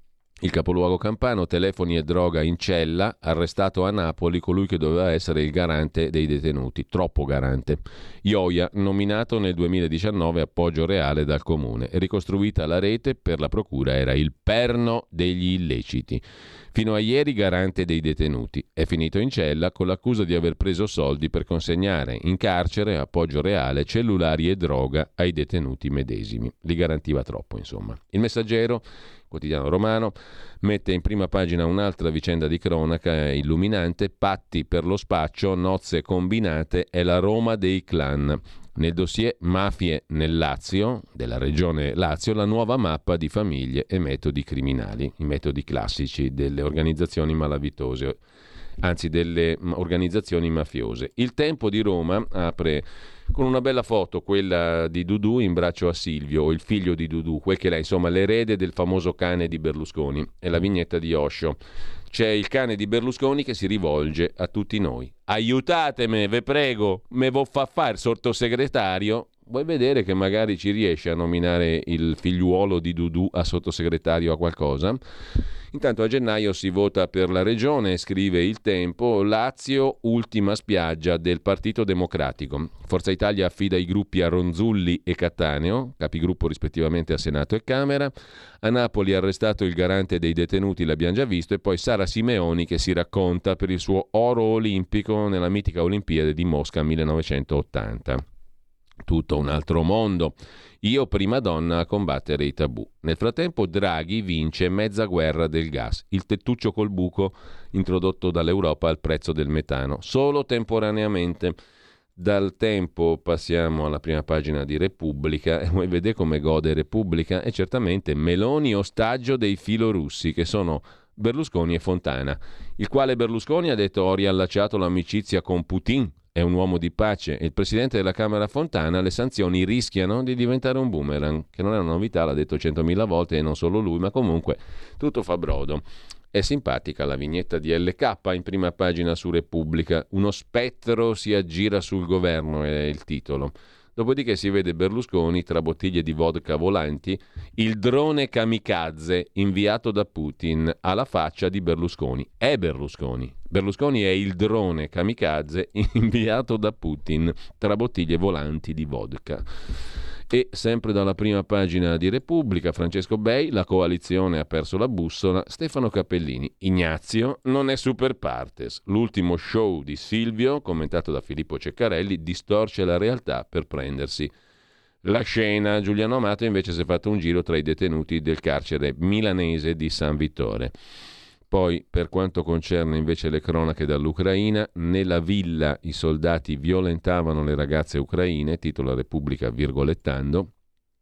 il capoluogo campano. Telefoni e droga in cella, arrestato a Napoli colui che doveva essere il garante dei detenuti, troppo garante. Ioia, nominato nel duemiladiciannove a Poggio Reale dal comune. Ricostruita la rete, per la procura era il perno degli illeciti. Fino a ieri garante dei detenuti. È finito in cella con l'accusa di aver preso soldi per consegnare in carcere a Poggio Reale cellulari e droga ai detenuti medesimi. Li garantiva troppo, insomma. Il Messaggero, quotidiano romano, mette in prima pagina un'altra vicenda di cronaca illuminante. Patti per lo spaccio, nozze combinate, è la Roma dei clan. Nel dossier Mafie nel Lazio, della regione Lazio, la nuova mappa di famiglie e metodi criminali, i metodi classici delle organizzazioni malavitose, anzi delle organizzazioni mafiose. Il Tempo di Roma apre con una bella foto, quella di Dudu in braccio a Silvio, o il figlio di Dudu, quel che è, insomma, l'erede del famoso cane di Berlusconi, e la vignetta di Osho. C'è il cane di Berlusconi che si rivolge a tutti noi. Aiutatemi, ve prego, me vo fa fare il sottosegretario. Vuoi vedere che magari ci riesce a nominare il figliuolo di Dudu a sottosegretario a qualcosa? Intanto a gennaio si vota per la regione, scrive il Tempo. Lazio, ultima spiaggia del Partito Democratico. Forza Italia affida i gruppi a Ronzulli e Cattaneo, capigruppo rispettivamente a Senato e Camera. A Napoli arrestato il garante dei detenuti, l'abbiamo già visto, e poi Sara Simeoni che si racconta per il suo oro olimpico nella mitica Olimpiade di Mosca millenovecentottanta. Tutto un altro mondo. Io prima donna a combattere i tabù. Nel frattempo Draghi vince mezza guerra del gas, il tettuccio col buco introdotto dall'Europa al prezzo del metano, solo temporaneamente. Dal Tempo passiamo alla prima pagina di Repubblica e vuoi vedere come gode Repubblica? E certamente Meloni ostaggio dei filorussi che sono Berlusconi e Fontana, il quale Berlusconi ha detto ho riallacciato l'amicizia con Putin. È un uomo di pace e il presidente della Camera Fontana, le sanzioni rischiano di diventare un boomerang, che non è una novità, l'ha detto centomila volte e non solo lui, ma comunque tutto fa brodo. È simpatica la vignetta di L K in prima pagina su Repubblica. Uno spettro si aggira sul governo è il titolo. Dopodiché si vede Berlusconi tra bottiglie di vodka volanti, il drone kamikaze inviato da Putin alla faccia di Berlusconi. È Berlusconi. Berlusconi è il drone kamikaze inviato da Putin tra bottiglie volanti di vodka. E sempre dalla prima pagina di Repubblica, Francesco Bei, la coalizione ha perso la bussola, Stefano Cappellini, Ignazio non è super partes, l'ultimo show di Silvio, commentato da Filippo Ceccarelli, distorce la realtà per prendersi la scena. Giuliano Amato invece si è fatto un giro tra i detenuti del carcere milanese di San Vittore. Poi, per quanto concerne invece le cronache dall'Ucraina, nella villa i soldati violentavano le ragazze ucraine, titola Repubblica virgolettando,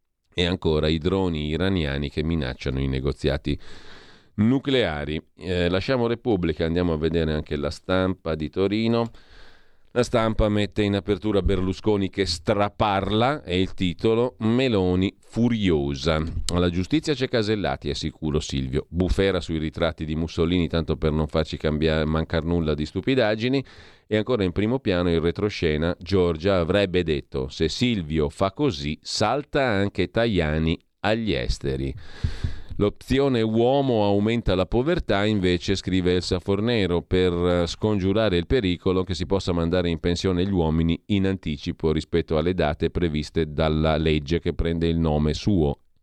e ancora i droni iraniani che minacciano i negoziati nucleari. Eh, lasciamo Repubblica, andiamo a vedere anche La Stampa di Torino. La Stampa mette in apertura Berlusconi che straparla, è il titolo, Meloni furiosa. Alla giustizia c'è Casellati, è sicuro Silvio. Bufera sui ritratti di Mussolini, tanto per non farci cambiare, mancar nulla di stupidaggini. E ancora in primo piano il retroscena, Giorgia avrebbe detto, se Silvio fa così, salta anche Tajani agli esteri. L'opzione uomo aumenta la povertà, invece, scrive Elsa Fornero, per scongiurare il pericolo che si possa mandare in pensione gli uomini in anticipo rispetto alle date previste dalla legge che prende il nome suo,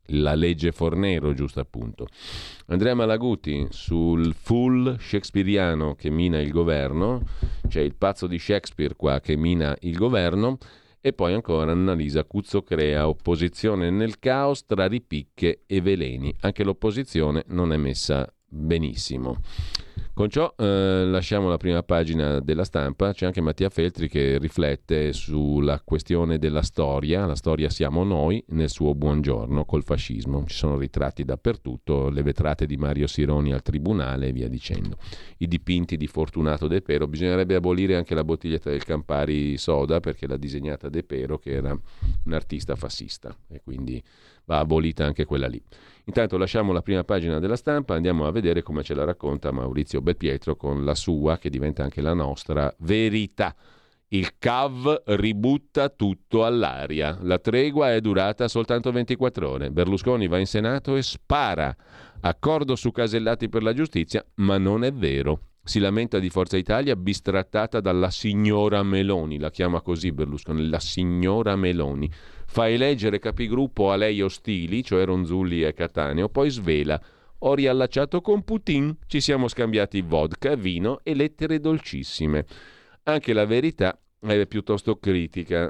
la legge Fornero, giusto appunto. Andrea Malaguti sul full shakespeariano che mina il governo, c'è il pazzo di Shakespeare qua che mina il governo, e poi ancora Annalisa Cuzzo crea opposizione nel caos tra ripicche e veleni. Anche l'opposizione non è messa benissimo. Con ciò eh, lasciamo la prima pagina della Stampa. C'è anche Mattia Feltri che riflette sulla questione della storia. La storia siamo noi nel suo buongiorno col fascismo. Ci sono ritratti dappertutto, le vetrate di Mario Sironi al tribunale e via dicendo. I dipinti di Fortunato De Pero. Bisognerebbe abolire anche la bottiglietta del Campari soda perché l'ha disegnata De Pero, che era un artista fascista, e quindi va abolita anche quella lì. Intanto lasciamo la prima pagina della Stampa, andiamo a vedere come ce la racconta Maurizio Belpietro con la sua, che diventa anche la nostra, verità. Il C A V ributta tutto all'aria. La tregua è durata soltanto ventiquattro ore. Berlusconi va in Senato e spara. Accordo su casellati per la giustizia, ma non è vero. Si lamenta di Forza Italia bistrattata dalla signora Meloni, la chiama così Berlusconi, la signora Meloni. Fa eleggere capigruppo a lei ostili, cioè Ronzulli e Cattaneo, poi svela: ho riallacciato con Putin, ci siamo scambiati vodka, vino e lettere dolcissime. Anche La Verità è piuttosto critica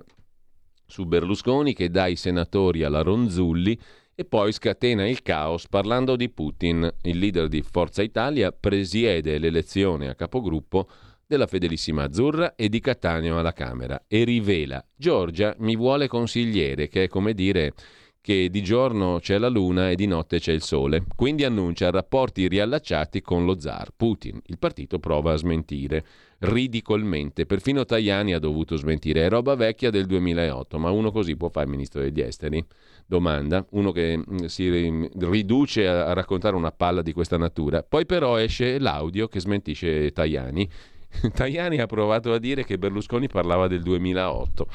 su Berlusconi, che dà i senatori alla Ronzulli e poi scatena il caos parlando di Putin. Il leader di Forza Italia presiede l'elezione a capogruppo della fedelissima Azzurra e di Cattaneo alla Camera e rivela: Giorgia mi vuole consigliere, che è come dire che di giorno c'è la luna e di notte c'è il sole. Quindi annuncia rapporti riallacciati con lo zar Putin. Il partito prova a smentire ridicolmente, perfino Tajani ha dovuto smentire. È roba vecchia del duemilaotto, ma uno così può fare ministro degli esteri? Domanda, uno che si riduce a raccontare una palla di questa natura. Poi però esce l'audio che smentisce Tajani. Tajani ha provato a dire che Berlusconi parlava del duemilaotto.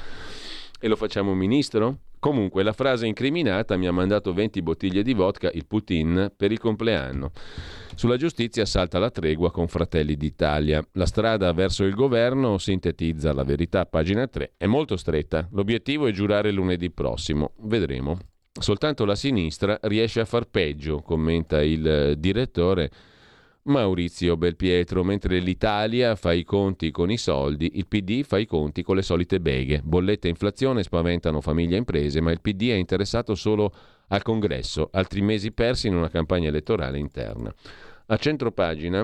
E lo facciamo ministro? Comunque la frase incriminata: mi ha mandato venti bottiglie di vodka, il Putin, per il compleanno. Sulla giustizia salta la tregua con Fratelli d'Italia. La strada verso il governo, sintetizza La Verità, pagina tre, è molto stretta. L'obiettivo è giurare lunedì prossimo. Vedremo. Soltanto la sinistra riesce a far peggio, commenta il direttore Maurizio Belpietro. Mentre l'Italia fa i conti con i soldi, il P D fa i conti con le solite beghe. Bollette e inflazione spaventano famiglie e imprese, ma il P D è interessato solo al congresso, altri mesi persi in una campagna elettorale interna. A centropagina,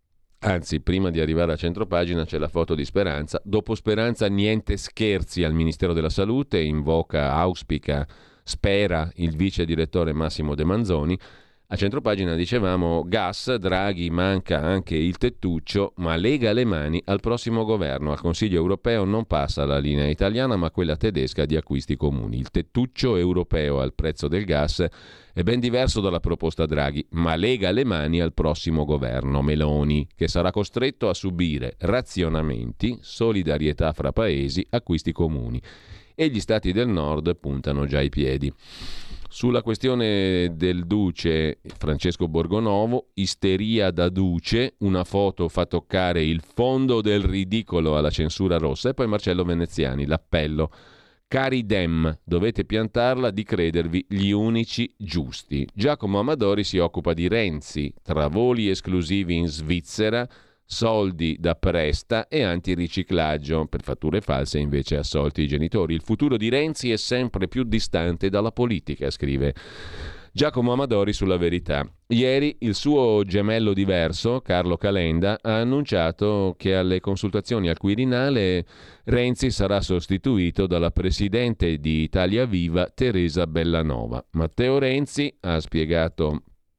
anzi prima di arrivare a centropagina, c'è la foto di Speranza. Dopo Speranza niente scherzi al Ministero della Salute, invoca, auspica, spera il vice direttore Massimo De Manzoni. A centropagina dicevamo gas, Draghi, manca anche il tettuccio, ma lega le mani al prossimo governo. Al Consiglio europeo non passa la linea italiana ma quella tedesca di acquisti comuni. Il tettuccio europeo al prezzo del gas è ben diverso dalla proposta Draghi, ma lega le mani al prossimo governo Meloni, che sarà costretto a subire razionamenti, solidarietà fra paesi, acquisti comuni. E gli stati del nord puntano già i piedi. Sulla questione del duce Francesco Borgonovo, isteria da duce, una foto fa toccare il fondo del ridicolo alla censura rossa. E poi Marcello Veneziani, l'appello: cari Dem, dovete piantarla di credervi gli unici giusti. Giacomo Amadori si occupa di Renzi, tra voli esclusivi in Svizzera, soldi da presta e antiriciclaggio. Per fatture false invece assolti i genitori. Il futuro di Renzi è sempre più distante dalla politica, scrive Giacomo Amadori sulla Verità. Ieri il suo gemello diverso, Carlo Calenda, ha annunciato che alle consultazioni al Quirinale Renzi sarà sostituito dalla presidente di Italia Viva Teresa Bellanova. Matteo Renzi, ha spiegato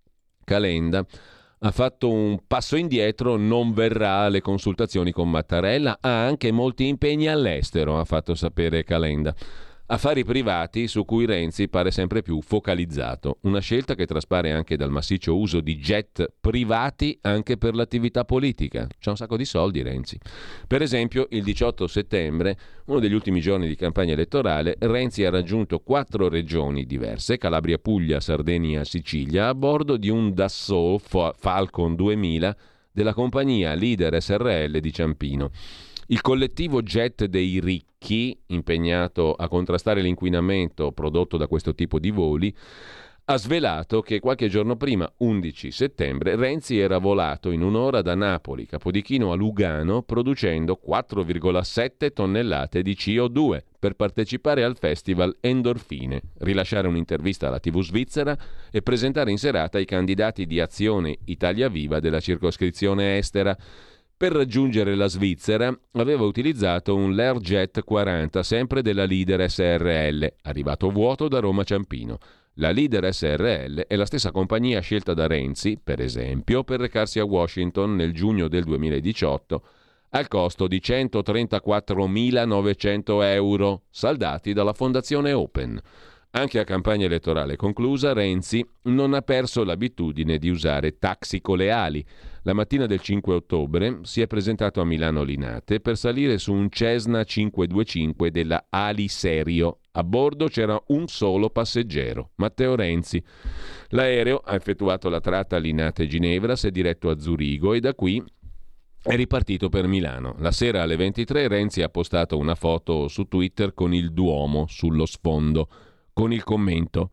Calenda, ha fatto un passo indietro, non verrà alle consultazioni con Mattarella, ha anche molti impegni all'estero, ha fatto sapere Calenda. Affari privati su cui Renzi pare sempre più focalizzato, una scelta che traspare anche dal massiccio uso di jet privati anche per l'attività politica. C'ha un sacco di soldi Renzi. Per esempio il diciotto settembre, uno degli ultimi giorni di campagna elettorale, Renzi ha raggiunto quattro regioni diverse, Calabria, Puglia, Sardegna, Sicilia, a bordo di un Dassault Falcon duemila della compagnia Leader S R L di Ciampino. Il collettivo Jet dei ricchi, impegnato a contrastare l'inquinamento prodotto da questo tipo di voli, ha svelato che qualche giorno prima, undici settembre, Renzi era volato in un'ora da Napoli, Capodichino a Lugano, producendo quattro virgola sette tonnellate di C O due per partecipare al festival Endorfine, rilasciare un'intervista alla tivù svizzera e presentare in serata i candidati di Azione Italia Viva della circoscrizione estera. Per raggiungere la Svizzera aveva utilizzato un Learjet quaranta, sempre della Leader S R L, arrivato vuoto da Roma Ciampino. La Leader S R L è la stessa compagnia scelta da Renzi, per esempio, per recarsi a Washington nel giugno del duemiladiciotto al costo di centotrentaquattromilanovecento euro, saldati dalla Fondazione Open. Anche a campagna elettorale conclusa, Renzi non ha perso l'abitudine di usare taxi con le ali. La mattina del cinque ottobre si è presentato a Milano Linate per salire su un Cessna cinquecentoventicinque della Ali Serio. A bordo c'era un solo passeggero, Matteo Renzi. L'aereo ha effettuato la tratta Linate-Ginevra, si è diretto a Zurigo e da qui è ripartito per Milano. La sera alle ventitré Renzi ha postato una foto su Twitter con il Duomo sullo sfondo, con il commento: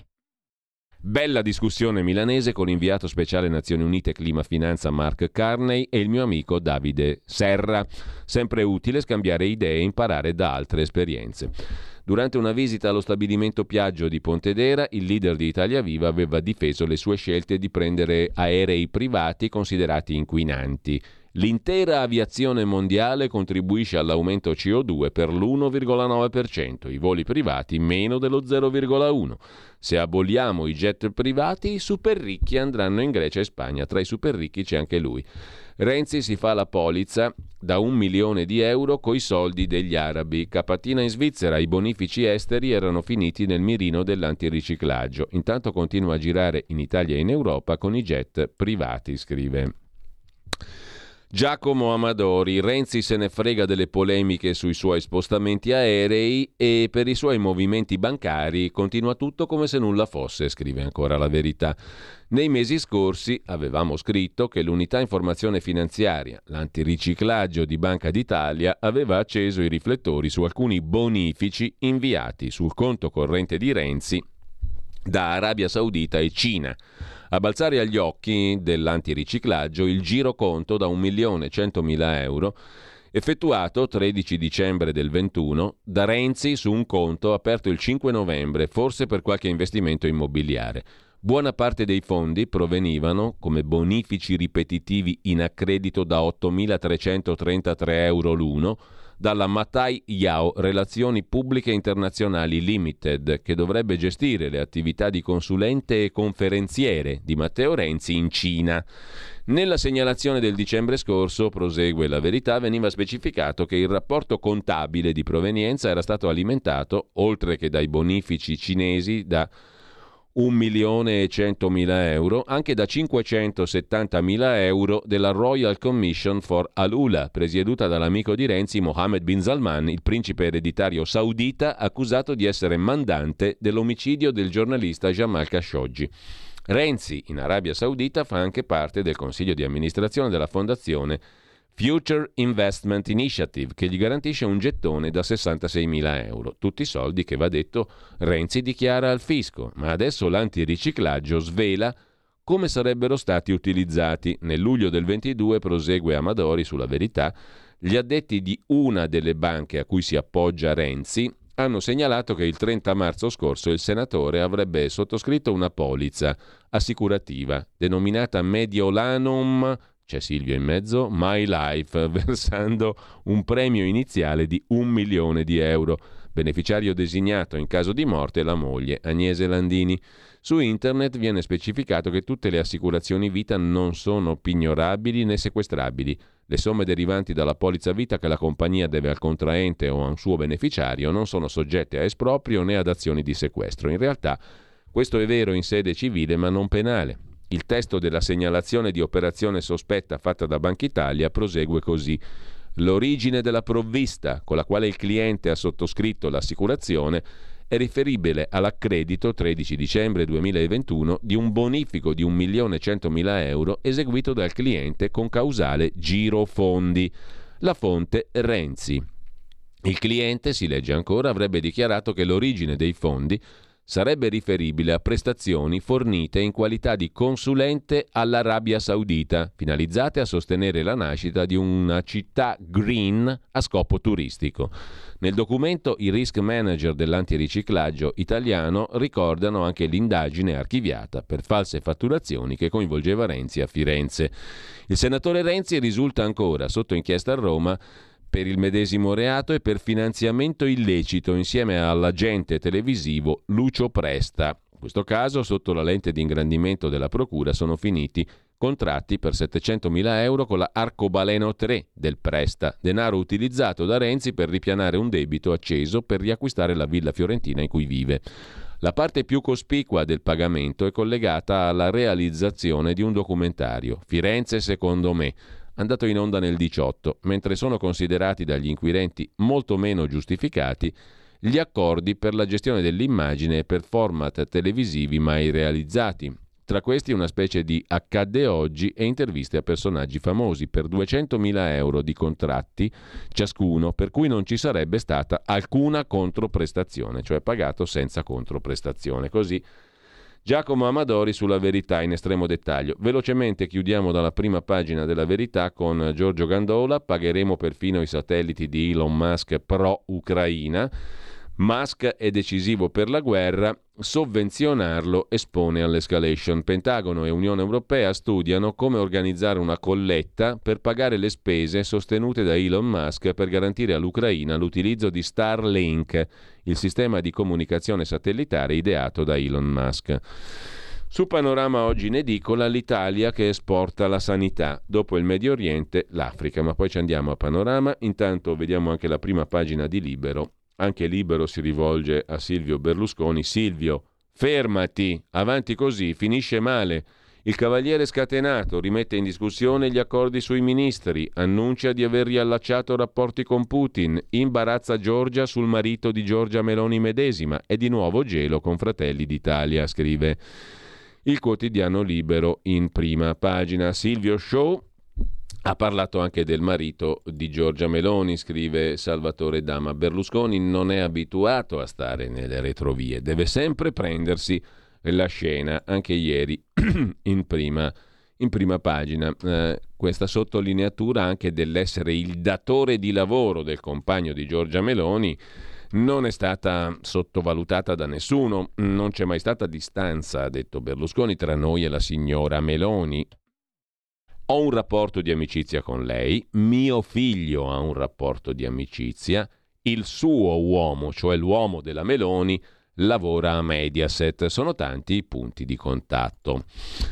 bella discussione milanese con l'inviato speciale Nazioni Unite Clima Finanza Mark Carney e il mio amico Davide Serra. Sempre utile scambiare idee e imparare da altre esperienze. Durante una visita allo stabilimento Piaggio di Pontedera, il leader di Italia Viva aveva difeso le sue scelte di prendere aerei privati considerati inquinanti. L'intera aviazione mondiale contribuisce all'aumento C O due per l'uno virgola nove per cento, i voli privati meno dello zero virgola uno. Se aboliamo i jet privati, i super ricchi andranno in Grecia e Spagna. Tra i super ricchi c'è anche lui. Renzi si fa la polizza da un milione di euro coi soldi degli arabi. Capatina in Svizzera, i bonifici esteri erano finiti nel mirino dell'antiriciclaggio. Intanto continua a girare in Italia e in Europa con i jet privati, scrive Giacomo Amadori. Renzi se ne frega delle polemiche sui suoi spostamenti aerei e per i suoi movimenti bancari continua tutto come se nulla fosse, scrive ancora La Verità. Nei mesi scorsi avevamo scritto che l'unità informazione finanziaria, l'antiriciclaggio di Banca d'Italia, aveva acceso i riflettori su alcuni bonifici inviati sul conto corrente di Renzi da Arabia Saudita e Cina. A balzare agli occhi dell'antiriciclaggio il giroconto da un milione centomila euro effettuato tredici dicembre del ventuno da Renzi su un conto aperto il cinque novembre, forse per qualche investimento immobiliare. Buona parte dei fondi provenivano, come bonifici ripetitivi in accredito da ottomilatrecentotrentatré euro l'uno, dalla Matai Yao Relazioni Pubbliche Internazionali Limited, che dovrebbe gestire le attività di consulente e conferenziere di Matteo Renzi in Cina. Nella segnalazione del dicembre scorso, prosegue La Verità, veniva specificato che il rapporto contabile di provenienza era stato alimentato, oltre che dai bonifici cinesi, da un milione e centomila euro, anche da cinquecentosettantamila euro della Royal Commission for Al-Ula, presieduta dall'amico di Renzi Mohammed bin Salman, il principe ereditario saudita accusato di essere mandante dell'omicidio del giornalista Jamal Khashoggi. Renzi, in Arabia Saudita, fa anche parte del consiglio di amministrazione della fondazione Future Investment Initiative, che gli garantisce un gettone da sessantaseimila euro. Tutti soldi che, va detto, Renzi dichiara al fisco, ma adesso l'antiriciclaggio svela come sarebbero stati utilizzati. Nel luglio del ventidue, prosegue Amadori sulla Verità, gli addetti di una delle banche a cui si appoggia Renzi hanno segnalato che il trenta marzo scorso il senatore avrebbe sottoscritto una polizza assicurativa denominata Mediolanum, c'è Silvio in mezzo, My Life, versando un premio iniziale di un milione di euro. Beneficiario designato in caso di morte la moglie, Agnese Landini. Su internet viene specificato che tutte le assicurazioni vita non sono pignorabili né sequestrabili. Le somme derivanti dalla polizza vita che la compagnia deve al contraente o a un suo beneficiario non sono soggette a esproprio né ad azioni di sequestro. In realtà questo è vero in sede civile ma non penale. Il testo della segnalazione di operazione sospetta fatta da Banca Italia prosegue così. L'origine della provvista con la quale il cliente ha sottoscritto l'assicurazione è riferibile all'accredito tredici dicembre duemilaventuno di un bonifico di un milione centomila euro eseguito dal cliente con causale giro fondi. La fonte Renzi. Il cliente, si legge ancora, avrebbe dichiarato che l'origine dei fondi sarebbe riferibile a prestazioni fornite in qualità di consulente all'Arabia Saudita, finalizzate a sostenere la nascita di una città green a scopo turistico. Nel documento i risk manager dell'antiriciclaggio italiano ricordano anche l'indagine archiviata per false fatturazioni che coinvolgeva Renzi a Firenze. Il senatore Renzi risulta ancora sotto inchiesta a Roma per il medesimo reato e per finanziamento illecito insieme all'agente televisivo Lucio Presta. In questo caso, sotto la lente di ingrandimento della procura, sono finiti contratti per settecentomila euro con la Arcobaleno tre del Presta, denaro utilizzato da Renzi per ripianare un debito acceso per riacquistare la villa fiorentina in cui vive. La parte più cospicua del pagamento è collegata alla realizzazione di un documentario, Firenze secondo me, andato in onda nel diciotto, mentre sono considerati dagli inquirenti molto meno giustificati gli accordi per la gestione dell'immagine e per format televisivi mai realizzati. Tra questi una specie di accadde oggi e interviste a personaggi famosi per duecentomila euro di contratti ciascuno, per cui non ci sarebbe stata alcuna controprestazione, cioè pagato senza controprestazione. Così Giacomo Amadori sulla Verità in estremo dettaglio. Velocemente chiudiamo dalla prima pagina della Verità con Giorgio Gandola. Pagheremo perfino i satelliti di Elon Musk pro-Ucraina. Musk è decisivo per la guerra, sovvenzionarlo espone all'escalation. Pentagono e Unione Europea studiano come organizzare una colletta per pagare le spese sostenute da Elon Musk per garantire all'Ucraina l'utilizzo di Starlink, il sistema di comunicazione satellitare ideato da Elon Musk. Su Panorama oggi in edicola l'Italia che esporta la sanità, dopo il Medio Oriente l'Africa, ma poi ci andiamo a Panorama. Intanto vediamo anche la prima pagina di Libero. Anche Libero si rivolge a Silvio Berlusconi. Silvio, fermati, avanti così, finisce male. Il cavaliere scatenato rimette in discussione gli accordi sui ministri, annuncia di aver riallacciato rapporti con Putin, imbarazza Giorgia sul marito di Giorgia Meloni medesima e di nuovo gelo con Fratelli d'Italia, scrive il quotidiano Libero in prima pagina. Silvio Show ha parlato anche del marito di Giorgia Meloni, scrive Salvatore Dama. Berlusconi non è abituato a stare nelle retrovie, deve sempre prendersi la scena, anche ieri in prima, in prima pagina. Eh, questa sottolineatura anche dell'essere il datore di lavoro del compagno di Giorgia Meloni non è stata sottovalutata da nessuno. Non c'è mai stata distanza, ha detto Berlusconi, tra noi e la signora Meloni. Ho un rapporto di amicizia con lei, mio figlio ha un rapporto di amicizia, il suo uomo, cioè l'uomo della Meloni, lavora a Mediaset. Sono tanti i punti di contatto.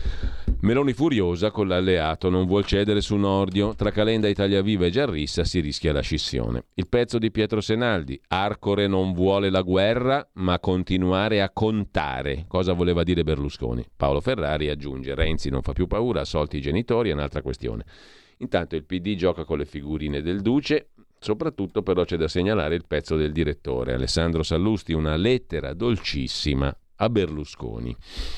Meloni furiosa con l'alleato, non vuol cedere su Nordio. Tra Calenda, Italia Viva e Giarrissa si rischia la scissione. Il pezzo di Pietro Senaldi. Arcore non vuole la guerra, ma continuare a contare. Cosa voleva dire Berlusconi? Paolo Ferrari aggiunge: Renzi non fa più paura, assolti i genitori, è un'altra questione. Intanto il P D gioca con le figurine del Duce. Soprattutto però c'è da segnalare il pezzo del direttore Alessandro Sallusti, una lettera dolcissima a Berlusconi.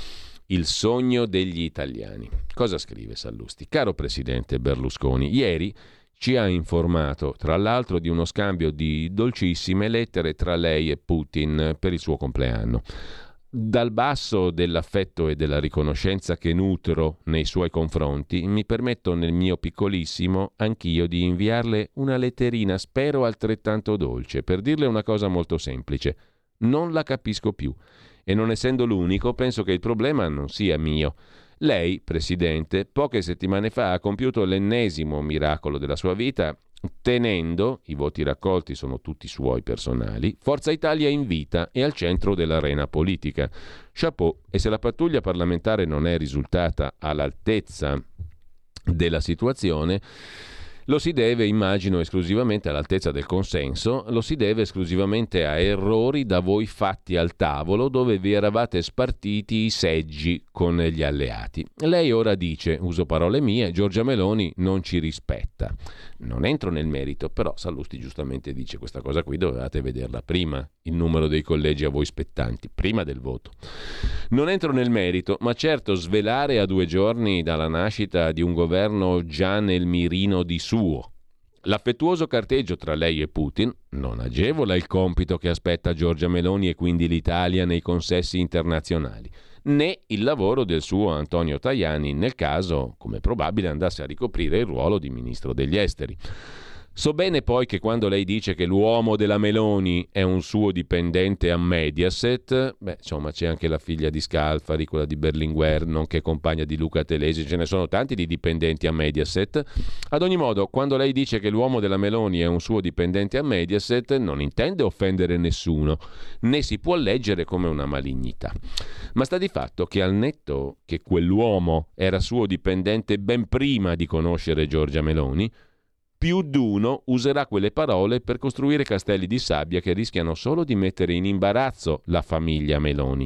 Il sogno degli italiani. Cosa scrive Sallusti? Caro presidente Berlusconi, ieri ci ha informato, tra l'altro, di uno scambio di dolcissime lettere tra lei e Putin per il suo compleanno. Dal basso dell'affetto e della riconoscenza che nutro nei suoi confronti, mi permetto nel mio piccolissimo anch'io di inviarle una letterina, spero altrettanto dolce, per dirle una cosa molto semplice. Non la capisco più. E non essendo l'unico, penso che il problema non sia mio. Lei, Presidente, poche settimane fa ha compiuto l'ennesimo miracolo della sua vita, tenendo, i voti raccolti sono tutti suoi personali, Forza Italia in vita e al centro dell'arena politica. Chapeau. E se la pattuglia parlamentare non è risultata all'altezza della situazione, lo si deve, immagino, esclusivamente all'altezza del consenso, lo si deve esclusivamente a errori da voi fatti al tavolo dove vi eravate spartiti i seggi con gli alleati. Lei ora dice, uso parole mie, Giorgia Meloni non ci rispetta. Non entro nel merito, però Sallusti giustamente dice questa cosa qui dovevate vederla prima, il numero dei collegi a voi spettanti, prima del voto. Non entro nel merito, ma certo svelare a due giorni dalla nascita di un governo già nel mirino di suo, L'affettuoso carteggio tra lei e Putin non agevola il compito che aspetta Giorgia Meloni e quindi l'Italia nei consessi internazionali, né il lavoro del suo Antonio Tajani nel caso, come probabile, andasse a ricoprire il ruolo di ministro degli esteri. So bene poi che quando lei dice che l'uomo della Meloni è un suo dipendente a Mediaset, beh, insomma, c'è anche la figlia di Scalfari, quella di Berlinguer, nonché compagna di Luca Telesi, ce ne sono tanti di dipendenti a Mediaset. Ad ogni modo, quando lei dice che l'uomo della Meloni è un suo dipendente a Mediaset, non intende offendere nessuno, né si può leggere come una malignità. Ma sta di fatto che al netto che quell'uomo era suo dipendente ben prima di conoscere Giorgia Meloni, più d'uno userà quelle parole per costruire castelli di sabbia che rischiano solo di mettere in imbarazzo la famiglia Meloni.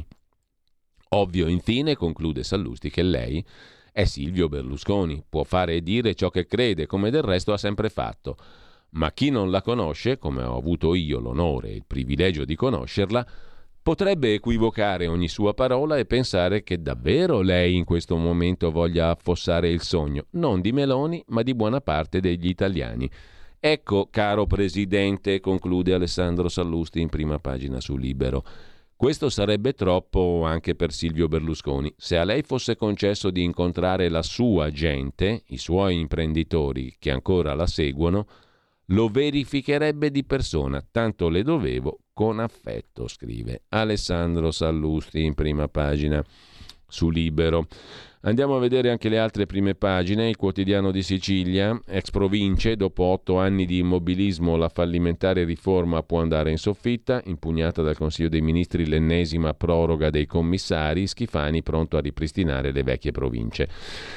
Ovvio, infine, conclude Sallusti, che lei è Silvio Berlusconi, può fare e dire ciò che crede, come del resto ha sempre fatto. Ma chi non la conosce, come ho avuto io l'onore e il privilegio di conoscerla, potrebbe equivocare ogni sua parola e pensare che davvero lei in questo momento voglia affossare il sogno, non di Meloni, ma di buona parte degli italiani. Ecco, caro Presidente, conclude Alessandro Sallusti in prima pagina su Libero, questo sarebbe troppo anche per Silvio Berlusconi. Se a lei fosse concesso di incontrare la sua gente, i suoi imprenditori che ancora la seguono, lo verificherebbe di persona, tanto le dovevo con affetto, scrive Alessandro Sallusti in prima pagina su Libero. Andiamo a vedere anche le altre prime pagine. Il Quotidiano di Sicilia, ex province, dopo otto anni di immobilismo la fallimentare riforma può andare in soffitta, impugnata dal Consiglio dei Ministri l'ennesima proroga dei commissari, Schifani pronto a ripristinare le vecchie province.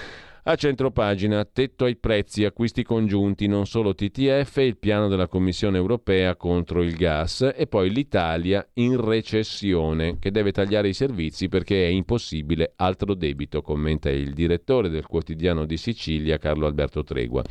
A centropagina, tetto ai prezzi, acquisti congiunti, non solo T T F, il piano della Commissione europea contro il gas e poi l'Italia in recessione che deve tagliare i servizi perché è impossibile altro debito, commenta il direttore del Quotidiano di Sicilia, Carlo Alberto Tregua.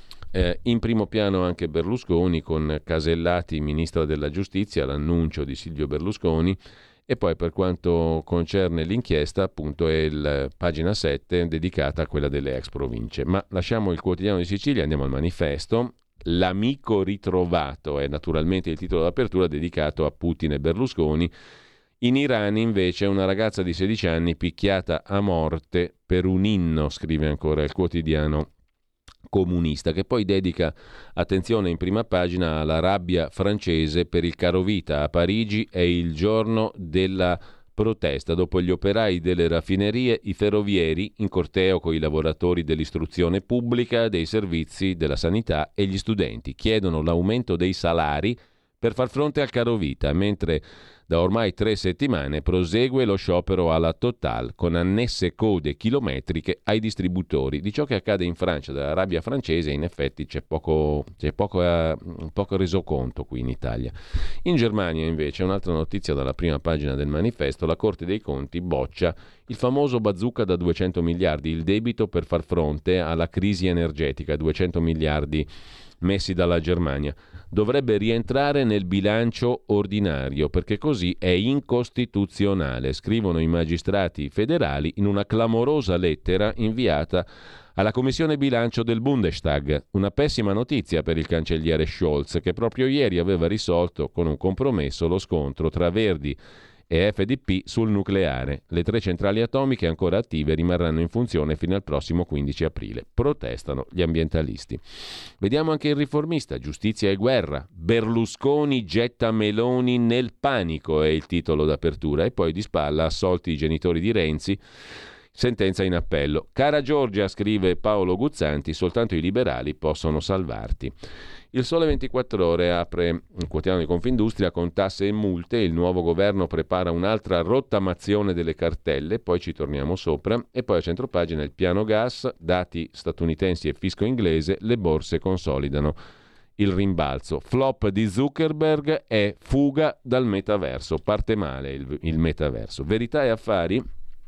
Eh, in primo piano anche Berlusconi con Casellati, ministro della giustizia, l'annuncio di Silvio Berlusconi. E poi per quanto concerne l'inchiesta, appunto, è il pagina sette dedicata a quella delle ex province. Ma lasciamo il Quotidiano di Sicilia, andiamo al Manifesto. L'amico ritrovato è naturalmente il titolo d'apertura dedicato a Putin e Berlusconi. In Iran invece una ragazza di sedici anni picchiata a morte per un inno, scrive ancora il quotidiano comunista, che poi dedica attenzione in prima pagina alla rabbia francese per il carovita. A Parigi è il giorno della protesta. Dopo gli operai delle raffinerie, i ferrovieri in corteo con i lavoratori dell'istruzione pubblica, dei servizi, della sanità e gli studenti chiedono l'aumento dei salari per far fronte al carovita, mentre da ormai tre settimane prosegue lo sciopero alla Total con annesse code chilometriche ai distributori. Di ciò che accade in Francia, della rabbia francese, in effetti c'è poco, c'è poco, eh, poco resoconto qui in Italia. In Germania invece, un'altra notizia dalla prima pagina del Manifesto, la Corte dei Conti boccia il famoso bazooka da duecento miliardi, il debito per far fronte alla crisi energetica, duecento miliardi messi dalla Germania. Dovrebbe rientrare nel bilancio ordinario perché così è incostituzionale, scrivono i magistrati federali in una clamorosa lettera inviata alla Commissione Bilancio del Bundestag. Una pessima notizia per il cancelliere Scholz, che proprio ieri aveva risolto con un compromesso lo scontro tra Verdi e F D P sul nucleare. Le tre centrali atomiche ancora attive rimarranno in funzione fino al prossimo quindici aprile. Protestano gli ambientalisti. Vediamo anche il Riformista, giustizia e guerra. Berlusconi getta Meloni nel panico è il titolo d'apertura e poi di spalla assolti i genitori di Renzi. Sentenza in appello. Cara Giorgia, scrive Paolo Guzzanti, soltanto i liberali possono salvarti. Il Sole ventiquattro Ore apre un quotidiano di Confindustria con tasse e multe. Il nuovo governo prepara un'altra rottamazione delle cartelle, poi ci torniamo sopra. E poi a centropagina il piano gas, dati statunitensi e fisco inglese, le borse consolidano il rimbalzo. Flop di Zuckerberg è fuga dal metaverso. Parte male il, il metaverso. Verità e affari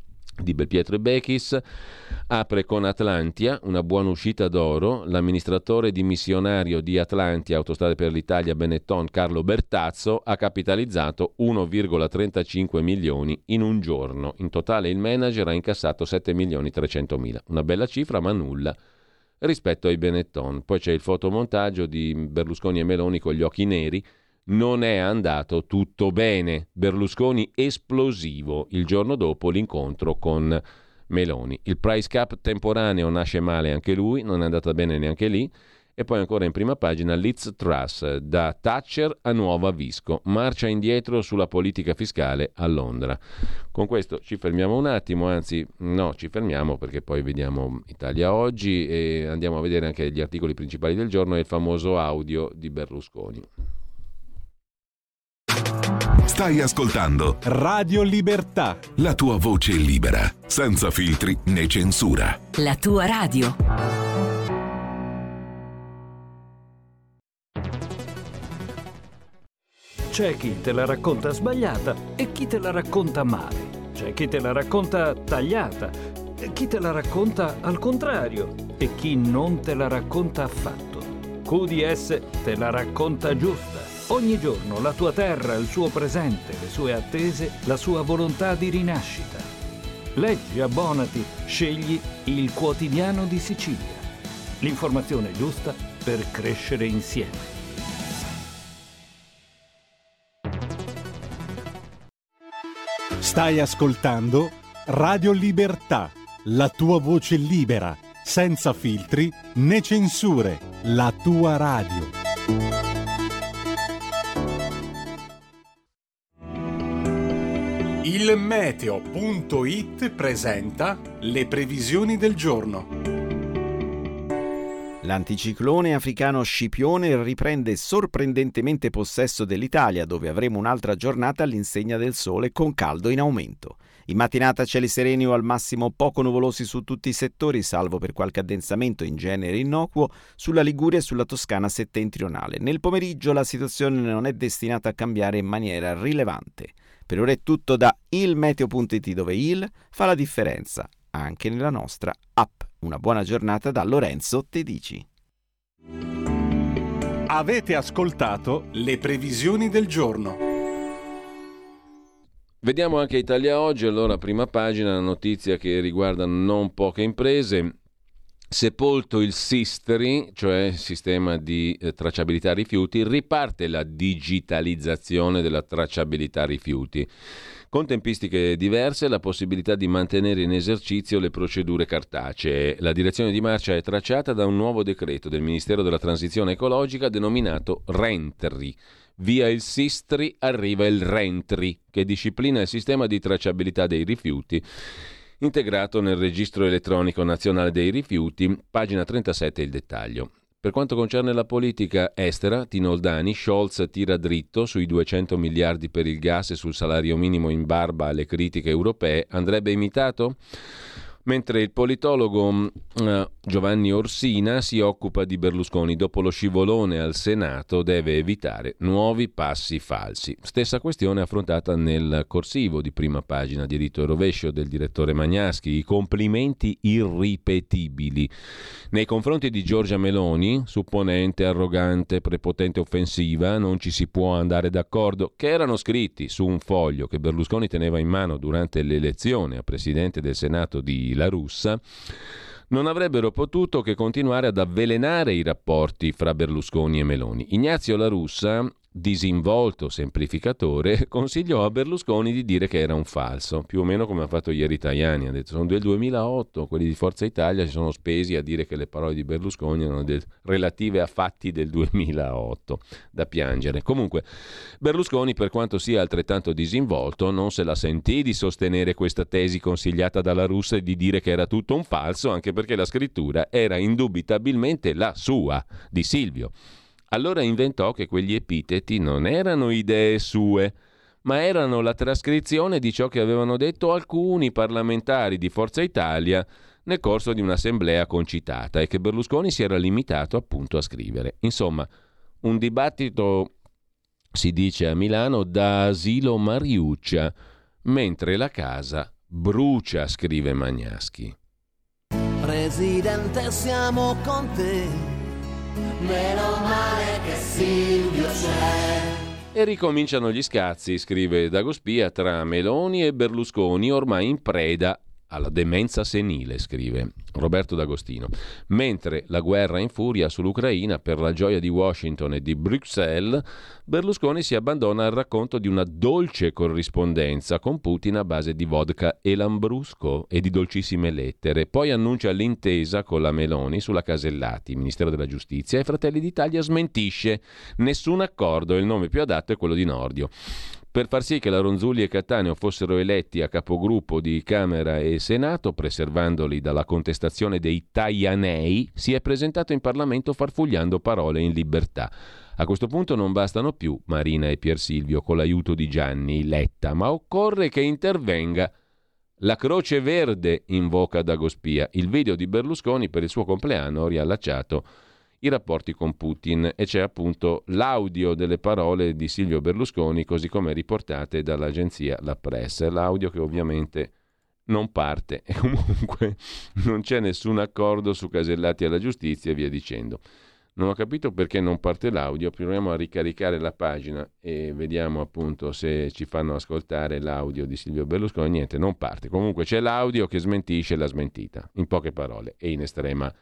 di Belpietro e Bechis apre con Atlantia, una buona uscita d'oro. L'amministratore dimissionario di Atlantia Autostrade per l'Italia Benetton, Carlo Bertazzo, ha capitalizzato uno virgola trentacinque milioni in un giorno. In totale il manager ha incassato sette milioni trecentomila. Una bella cifra, ma nulla rispetto ai Benetton. Poi c'è il fotomontaggio di Berlusconi e Meloni con gli occhi neri. Non è andato tutto bene. Berlusconi esplosivo il giorno dopo l'incontro con Meloni. Il price cap temporaneo nasce male anche lui, non è andata bene neanche lì. E poi ancora in prima pagina Liz Truss, da Thatcher a nuova Visco, marcia indietro sulla politica fiscale a Londra. Con questo ci fermiamo un attimo, anzi no, ci fermiamo perché poi vediamo Italia Oggi e andiamo a vedere anche gli articoli principali del giorno e il famoso audio di Berlusconi. Stai ascoltando Radio Libertà, la tua voce libera, senza filtri né censura. La tua radio. C'è chi te la racconta sbagliata e chi te la racconta male. C'è chi te la racconta tagliata e chi te la racconta al contrario e chi non te la racconta affatto. Q D S te la racconta giusta. Ogni giorno la tua terra, il suo presente, le sue attese, la sua volontà di rinascita. Leggi, abbonati, scegli il Quotidiano di Sicilia. L'informazione giusta per crescere insieme. stai ascoltando Radio Libertà, la tua voce libera, senza filtri né censure, la tua radio. Il meteo punto it presenta le previsioni del giorno. L'anticiclone africano Scipione riprende sorprendentemente possesso dell'Italia, dove avremo un'altra giornata all'insegna del sole con caldo in aumento. In mattinata cieli sereni o al massimo poco nuvolosi su tutti i settori, salvo per qualche addensamento in genere innocuo sulla Liguria e sulla Toscana settentrionale. Nel pomeriggio la situazione non è destinata a cambiare in maniera rilevante. Per ora è tutto da il meteo punto it, dove il fa la differenza anche nella nostra app. Una buona giornata da Lorenzo Tedici. Avete ascoltato le previsioni del giorno. Vediamo anche Italia Oggi, allora prima pagina, notizia che riguarda non poche imprese. Sepolto il Sistri, cioè il sistema di eh, tracciabilità rifiuti, riparte la digitalizzazione della tracciabilità rifiuti. Con tempistiche diverse, la possibilità di mantenere in esercizio le procedure cartacee. La direzione di marcia è tracciata da un nuovo decreto del Ministero della Transizione Ecologica denominato Rentri. Via il Sistri arriva il Rentri, che disciplina il sistema di tracciabilità dei rifiuti, integrato nel Registro Elettronico Nazionale dei Rifiuti, pagina trentasette il dettaglio. Per quanto concerne la politica estera, Tino Oldani, Scholz tira dritto sui duecento miliardi per il gas e sul salario minimo in barba alle critiche europee, andrebbe imitato? Mentre il politologo uh, Giovanni Orsina si occupa di Berlusconi, dopo lo scivolone al Senato deve evitare nuovi passi falsi. Stessa questione affrontata nel corsivo di prima pagina di Diritto e Rovescio del direttore Magnaschi, i complimenti irripetibili nei confronti di Giorgia Meloni, supponente, arrogante, prepotente, offensiva, non ci si può andare d'accordo, che erano scritti su un foglio che Berlusconi teneva in mano durante l'elezione a presidente del Senato di La Russa, non avrebbero potuto che continuare ad avvelenare i rapporti fra Berlusconi e Meloni. Ignazio La Russa, disinvolto semplificatore, consigliò a Berlusconi di dire che era un falso, più o meno come ha fatto ieri Tajani. Ha detto: sono del duemilaotto, quelli di Forza Italia si sono spesi a dire che le parole di Berlusconi erano del, relative a fatti del duemilaotto, da piangere. Comunque Berlusconi, per quanto sia altrettanto disinvolto, non se la sentì di sostenere questa tesi consigliata dalla Russa e di dire che era tutto un falso, anche perché la scrittura era indubitabilmente la sua, di Silvio. Allora inventò che quegli epiteti non erano idee sue, ma erano la trascrizione di ciò che avevano detto alcuni parlamentari di Forza Italia nel corso di un'assemblea concitata e che Berlusconi si era limitato appunto a scrivere. Insomma, un dibattito, si dice a Milano, da asilo Mariuccia, mentre la casa brucia, scrive Magnaschi. Presidente, siamo con te. Meno male che Silvio c'è. E ricominciano gli scazzi, scrive Dagospia, tra Meloni e Berlusconi, ormai in preda alla demenza senile, scrive Roberto D'Agostino. Mentre la guerra infuria sull'Ucraina, per la gioia di Washington e di Bruxelles, Berlusconi si abbandona al racconto di una dolce corrispondenza con Putin a base di vodka e lambrusco e di dolcissime lettere. Poi annuncia l'intesa con la Meloni sulla Casellati, Ministero della Giustizia, e Fratelli d'Italia smentisce nessun accordo, il nome più adatto è quello di Nordio. Per far sì che la Ronzulli e Cattaneo fossero eletti a capogruppo di Camera e Senato, preservandoli dalla contestazione dei Taianei, si è presentato in Parlamento farfugliando parole in libertà. A questo punto non bastano più Marina e Pier Silvio con l'aiuto di Gianni Letta, ma occorre che intervenga la Croce Verde, invoca Dagospia. Il video di Berlusconi per il suo compleanno ha riallacciato i rapporti con Putin e c'è appunto l'audio delle parole di Silvio Berlusconi così come riportate dall'agenzia La Presse, l'audio che ovviamente non parte e comunque non c'è nessun accordo su Casellati alla giustizia e via dicendo. Non ho capito perché non parte l'audio, proviamo a ricaricare la pagina e vediamo appunto se ci fanno ascoltare l'audio di Silvio Berlusconi. Niente, non parte. Comunque c'è l'audio che smentisce la smentita, in poche parole e in estrema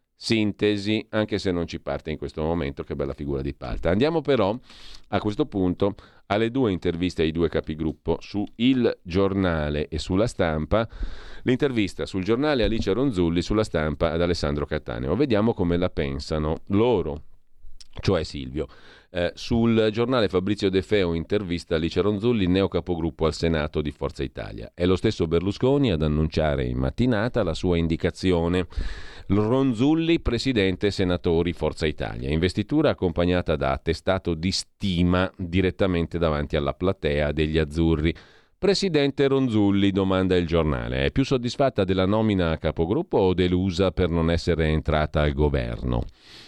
sintesi, anche se non ci parte in questo momento. Che bella figura di Palta. Andiamo però a questo punto alle due interviste ai due capigruppo su Il Giornale e sulla Stampa. L'intervista sul Giornale Alice Ronzulli, sulla Stampa ad Alessandro Cattaneo. Vediamo come la pensano loro, cioè Silvio. Eh, sul Giornale Fabrizio De Feo intervista Alice Ronzulli, neo capogruppo al Senato di Forza Italia. È lo stesso Berlusconi ad annunciare in mattinata la sua indicazione. Ronzulli, presidente senatori Forza Italia, investitura accompagnata da attestato di stima direttamente davanti alla platea degli azzurri. Presidente Ronzulli, domanda il Giornale, è più soddisfatta della nomina a capogruppo o delusa per non essere entrata al governo?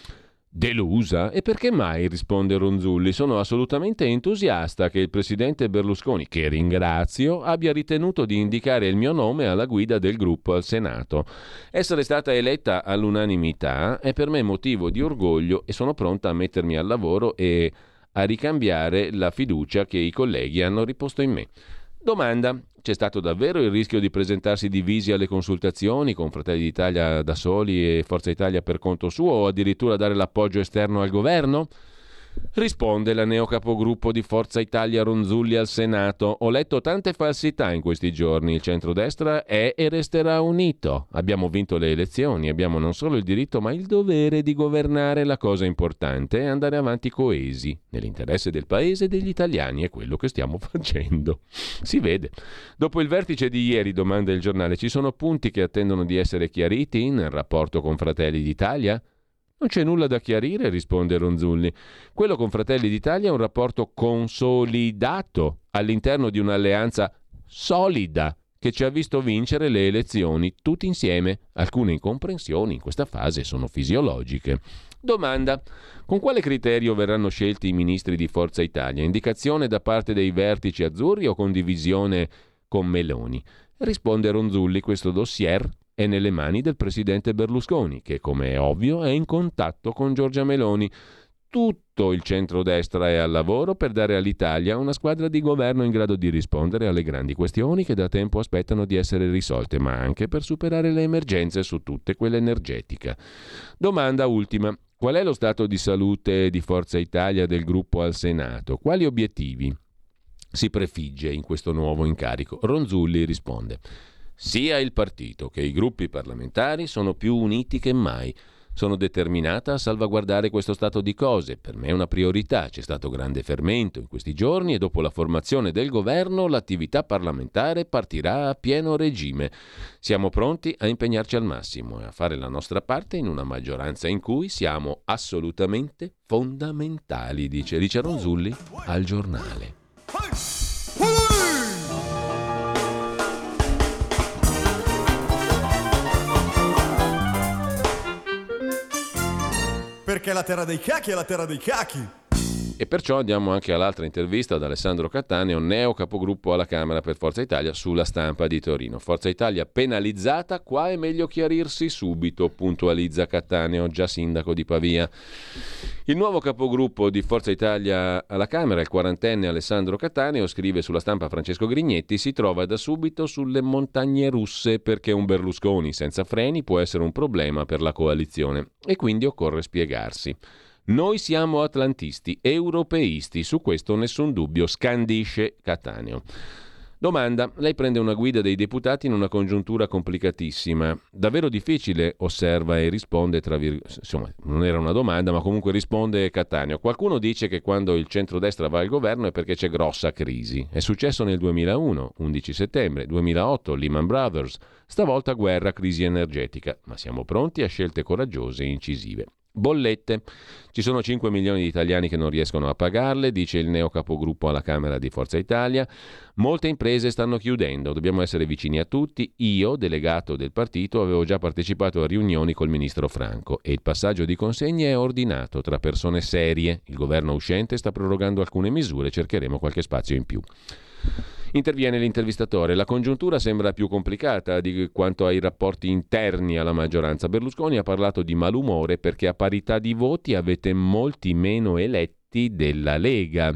Delusa? E perché mai? Risponde Ronzulli. Sono assolutamente entusiasta che il presidente Berlusconi, che ringrazio, abbia ritenuto di indicare il mio nome alla guida del gruppo al Senato. Essere stata eletta all'unanimità è per me motivo di orgoglio e sono pronta a mettermi al lavoro e a ricambiare la fiducia che i colleghi hanno riposto in me. Domanda: c'è stato davvero il rischio di presentarsi divisi alle consultazioni con Fratelli d'Italia da soli e Forza Italia per conto suo o addirittura dare l'appoggio esterno al governo? Risponde la neo capogruppo di Forza Italia Ronzulli al Senato. Ho letto tante falsità in questi giorni. Il centrodestra è e resterà unito. Abbiamo vinto le elezioni, abbiamo non solo il diritto ma il dovere di governare. La cosa importante è andare avanti coesi, nell'interesse del paese e degli italiani. È quello che stiamo facendo. Si vede. Dopo il vertice di ieri, domanda il Giornale, ci sono punti che attendono di essere chiariti nel rapporto con Fratelli d'Italia? Non c'è nulla da chiarire, risponde Ronzulli. Quello con Fratelli d'Italia è un rapporto consolidato all'interno di un'alleanza solida che ci ha visto vincere le elezioni tutti insieme. Alcune incomprensioni in questa fase sono fisiologiche. Domanda: con quale criterio verranno scelti i ministri di Forza Italia? Indicazione da parte dei vertici azzurri o condivisione con Meloni? Risponde Ronzulli: questo dossier è nelle mani del presidente Berlusconi, che come è ovvio è in contatto con Giorgia Meloni. Tutto il centrodestra è al lavoro per dare all'Italia una squadra di governo in grado di rispondere alle grandi questioni che da tempo aspettano di essere risolte, ma anche per superare le emergenze, su tutte quella energetica. Domanda ultima: qual è lo stato di salute di Forza Italia del gruppo al Senato? Quali obiettivi si prefigge in questo nuovo incarico? Ronzulli risponde: sia il partito che i gruppi parlamentari sono più uniti che mai. Sono determinata a salvaguardare questo stato di cose. Per me è una priorità. C'è stato grande fermento in questi giorni e dopo la formazione del governo l'attività parlamentare partirà a pieno regime. Siamo pronti a impegnarci al massimo e a fare la nostra parte in una maggioranza in cui siamo assolutamente fondamentali, dice Alice Ronzulli al Giornale. Perché la terra dei cachi è la terra dei cachi. E perciò andiamo anche all'altra intervista ad Alessandro Cattaneo, neo capogruppo alla Camera per Forza Italia, sulla Stampa di Torino. Forza Italia penalizzata, qua è meglio chiarirsi subito, puntualizza Cattaneo, già sindaco di Pavia. Il nuovo capogruppo di Forza Italia alla Camera, il quarantenne Alessandro Cattaneo, scrive sulla Stampa Francesco Grignetti, si trova da subito sulle montagne russe perché un Berlusconi senza freni può essere un problema per la coalizione e quindi occorre spiegarsi. Noi siamo atlantisti, europeisti, su questo nessun dubbio, scandisce Cattaneo. Domanda, lei prende una guida dei deputati in una congiuntura complicatissima. Davvero difficile, osserva e risponde, tra vir... insomma, non era una domanda, ma comunque risponde Cattaneo. Qualcuno dice che quando il centrodestra va al governo è perché c'è grossa crisi. È successo nel duemilauno, undici settembre, duemilaotto, Lehman Brothers, stavolta guerra, crisi energetica, ma siamo pronti a scelte coraggiose e incisive. Bollette. Ci sono cinque milioni di italiani che non riescono a pagarle, dice il neo capogruppo alla Camera di Forza Italia. Molte imprese stanno chiudendo, dobbiamo essere vicini a tutti. Io, delegato del partito, avevo già partecipato a riunioni col ministro Franco e il passaggio di consegne è ordinato tra persone serie. Il governo uscente sta prorogando alcune misure, cercheremo qualche spazio in più. Interviene l'intervistatore. La congiuntura sembra più complicata di quanto ai rapporti interni alla maggioranza. Berlusconi ha parlato di malumore perché a parità di voti avete molti meno eletti della Lega.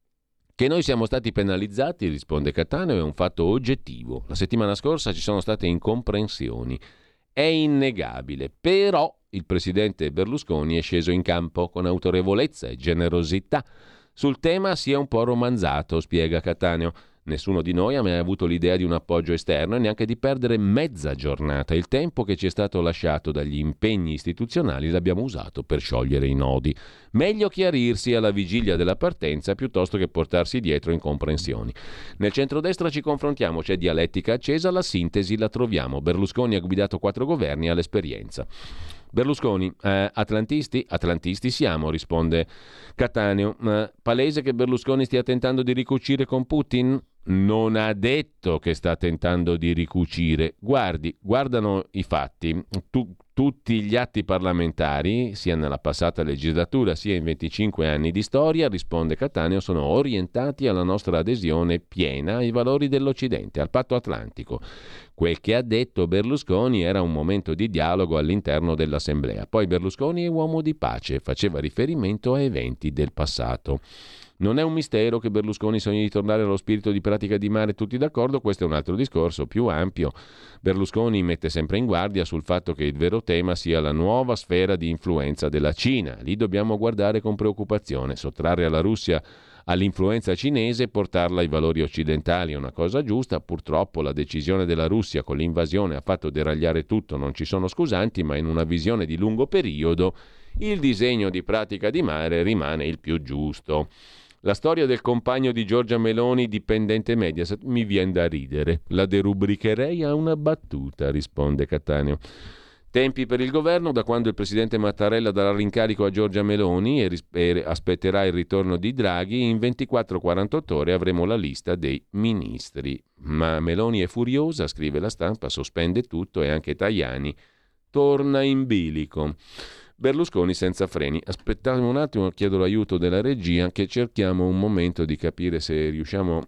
Che noi siamo stati penalizzati, risponde Cattaneo, è un fatto oggettivo. La settimana scorsa ci sono state incomprensioni. È innegabile, però il presidente Berlusconi è sceso in campo con autorevolezza e generosità. Sul tema si è un po' romanzato, spiega Cattaneo. Nessuno di noi ha mai avuto l'idea di un appoggio esterno e neanche di perdere mezza giornata. Il tempo che ci è stato lasciato dagli impegni istituzionali l'abbiamo usato per sciogliere i nodi. Meglio chiarirsi alla vigilia della partenza piuttosto che portarsi dietro incomprensioni. Nel centrodestra ci confrontiamo, c'è dialettica accesa, la sintesi la troviamo. Berlusconi ha guidato quattro governi all'esperienza. Berlusconi, eh, atlantisti? Atlantisti siamo, risponde Cattaneo. Eh, palese che Berlusconi stia tentando di ricucire con Putin? Non ha detto che sta tentando di ricucire. Guardi, guardano i fatti. Tu, tutti gli atti parlamentari, sia nella passata legislatura sia in venticinque anni di storia, risponde Cattaneo, sono orientati alla nostra adesione piena ai valori dell'Occidente, al patto atlantico. Quel che ha detto Berlusconi era un momento di dialogo all'interno dell'Assemblea. Poi Berlusconi è uomo di pace, faceva riferimento a eventi del passato. Non è un mistero che Berlusconi sogni di tornare allo spirito di Pratica di Mare, tutti d'accordo, questo è un altro discorso più ampio. Berlusconi mette sempre in guardia sul fatto che il vero tema sia la nuova sfera di influenza della Cina. Lì dobbiamo guardare con preoccupazione. Sottrarre alla Russia all'influenza cinese e portarla ai valori occidentali è una cosa giusta. Purtroppo la decisione della Russia con l'invasione ha fatto deragliare tutto, non ci sono scusanti, ma in una visione di lungo periodo il disegno di Pratica di Mare rimane il più giusto. La storia del compagno di Giorgia Meloni, dipendente Mediaset, mi viene da ridere. La derubricherei a una battuta, risponde Cattaneo. Tempi per il governo, da quando il presidente Mattarella darà l'incarico a Giorgia Meloni e, ris- e aspetterà il ritorno di Draghi, in ventiquattro quarantotto ore avremo la lista dei ministri. Ma Meloni è furiosa, scrive la Stampa, sospende tutto e anche Tajani torna in bilico. Berlusconi senza freni. Aspettate un attimo, chiedo l'aiuto della regia, che cerchiamo un momento di capire se riusciamo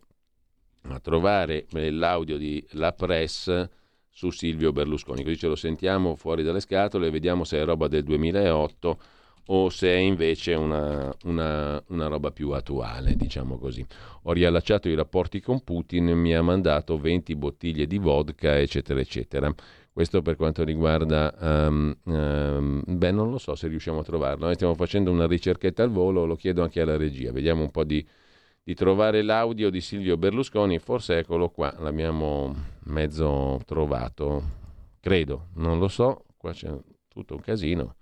a trovare l'audio di La Press su Silvio Berlusconi, così ce lo sentiamo fuori dalle scatole e vediamo se è roba del duemilaotto o se è invece una, una, una roba più attuale, diciamo così. Ho riallacciato i rapporti con Putin, mi ha mandato venti bottiglie di vodka, eccetera, eccetera. Questo per quanto riguarda, um, um, beh, non lo so se riusciamo a trovarlo. Noi stiamo facendo una ricerchetta al volo, lo chiedo anche alla regia. Vediamo un po' di, di trovare l'audio di Silvio Berlusconi. Forse eccolo qua, l'abbiamo mezzo trovato, credo, non lo so. Qua c'è tutto un casino.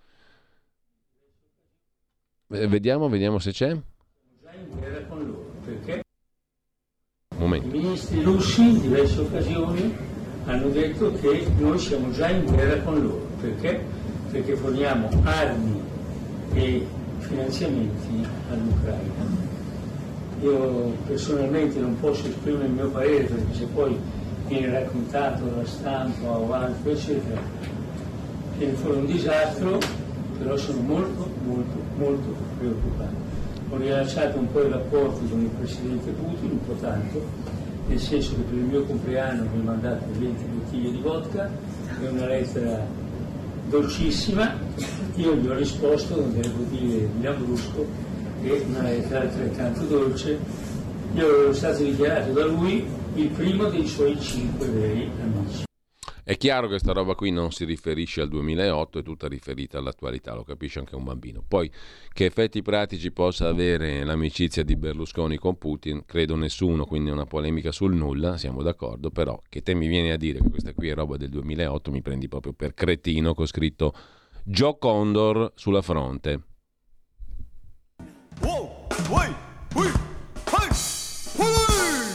Vediamo, vediamo se c'è. Già in guerra con loro, perché Momento. I ministri russi in diverse occasioni hanno detto che noi siamo già in guerra con loro. Perché? Perché forniamo armi e finanziamenti all'Ucraina. Io personalmente non posso esprimere il mio parere perché se poi viene raccontato dalla stampa o altro eccetera viene fuori un disastro, però sono molto molto molto preoccupato. ho rilasciato un po' i rapporti con il presidente Putin, un po' tanto, nel senso che per il mio compleanno mi ha mandato venti bottiglie di vodka e una lettera dolcissima. Io gli ho risposto con delle bottiglie di Lambrusco e una lettera altrettanto dolce. Io ero stato dichiarato da lui il primo dei suoi cinque veri amici. È chiaro che sta roba qui non si riferisce al duemilaotto, è tutta riferita all'attualità, lo capisce anche un bambino. Poi che effetti pratici possa avere l'amicizia di Berlusconi con Putin, credo nessuno, quindi è una polemica sul nulla, siamo d'accordo, però che te mi vieni a dire che questa qui è roba del duemilaotto mi prendi proprio per cretino, che ho scritto Joe Condor sulla fronte. Wow, uy, uy, hey, uy.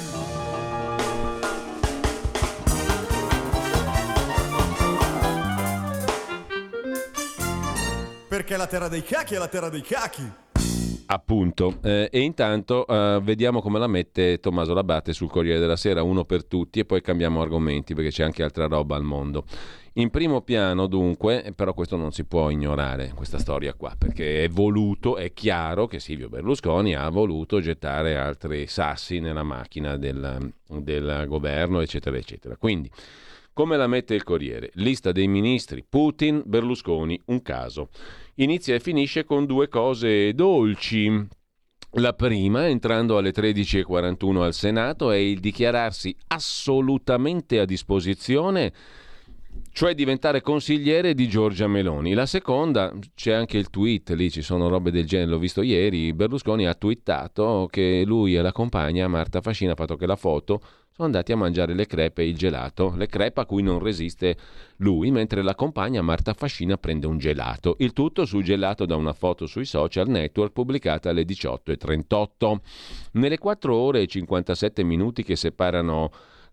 Perché la terra dei cacchi è la terra dei cacchi. Appunto, eh, e intanto eh, vediamo come la mette Tommaso Labate sul Corriere della Sera, uno per tutti, e poi cambiamo argomenti perché c'è anche altra roba al mondo. In primo piano dunque, però questo non si può ignorare, questa storia qua, perché è voluto, è chiaro che Silvio Berlusconi ha voluto gettare altri sassi nella macchina del, del governo, eccetera, eccetera. Quindi, come la mette il Corriere? Lista dei ministri, Putin, Berlusconi, un caso. Inizia e finisce con due cose dolci. La prima, entrando alle tredici e quarantuno al Senato, è il dichiararsi assolutamente a disposizione, cioè diventare consigliere di Giorgia Meloni. La seconda, c'è anche il tweet, lì ci sono robe del genere, l'ho visto ieri, Berlusconi ha twittato che lui e la compagna Marta Fascina, ha fatto che la foto, sono andati a mangiare le crepe e il gelato, le crepe a cui non resiste lui, mentre la compagna Marta Fascina prende un gelato. Il tutto suggelato da una foto sui social network pubblicata alle diciotto e trentotto. Nelle quattro ore e cinquantasette minuti che separano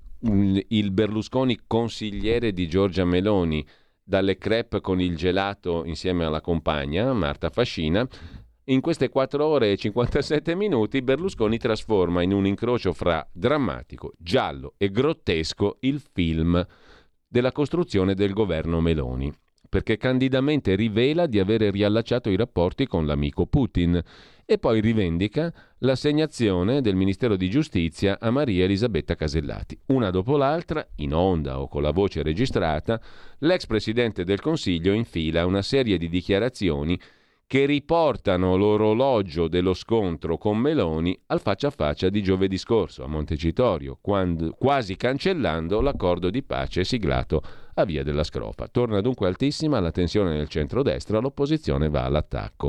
il Berlusconi consigliere di Giorgia Meloni dalle crepe con il gelato insieme alla compagna Marta Fascina, in queste quattro ore e cinquantasette minuti Berlusconi trasforma in un incrocio fra drammatico, giallo e grottesco il film della costruzione del governo Meloni, perché candidamente rivela di avere riallacciato i rapporti con l'amico Putin e poi rivendica l'assegnazione del Ministero di Giustizia a Maria Elisabetta Casellati. Una dopo l'altra, in onda o con la voce registrata, l'ex Presidente del Consiglio infila una serie di dichiarazioni che riportano l'orologio dello scontro con Meloni al faccia a faccia di giovedì scorso a Montecitorio, quando, quasi cancellando l'accordo di pace siglato a Via della Scrofa. Torna dunque altissima la tensione nel centrodestra, l'opposizione va all'attacco.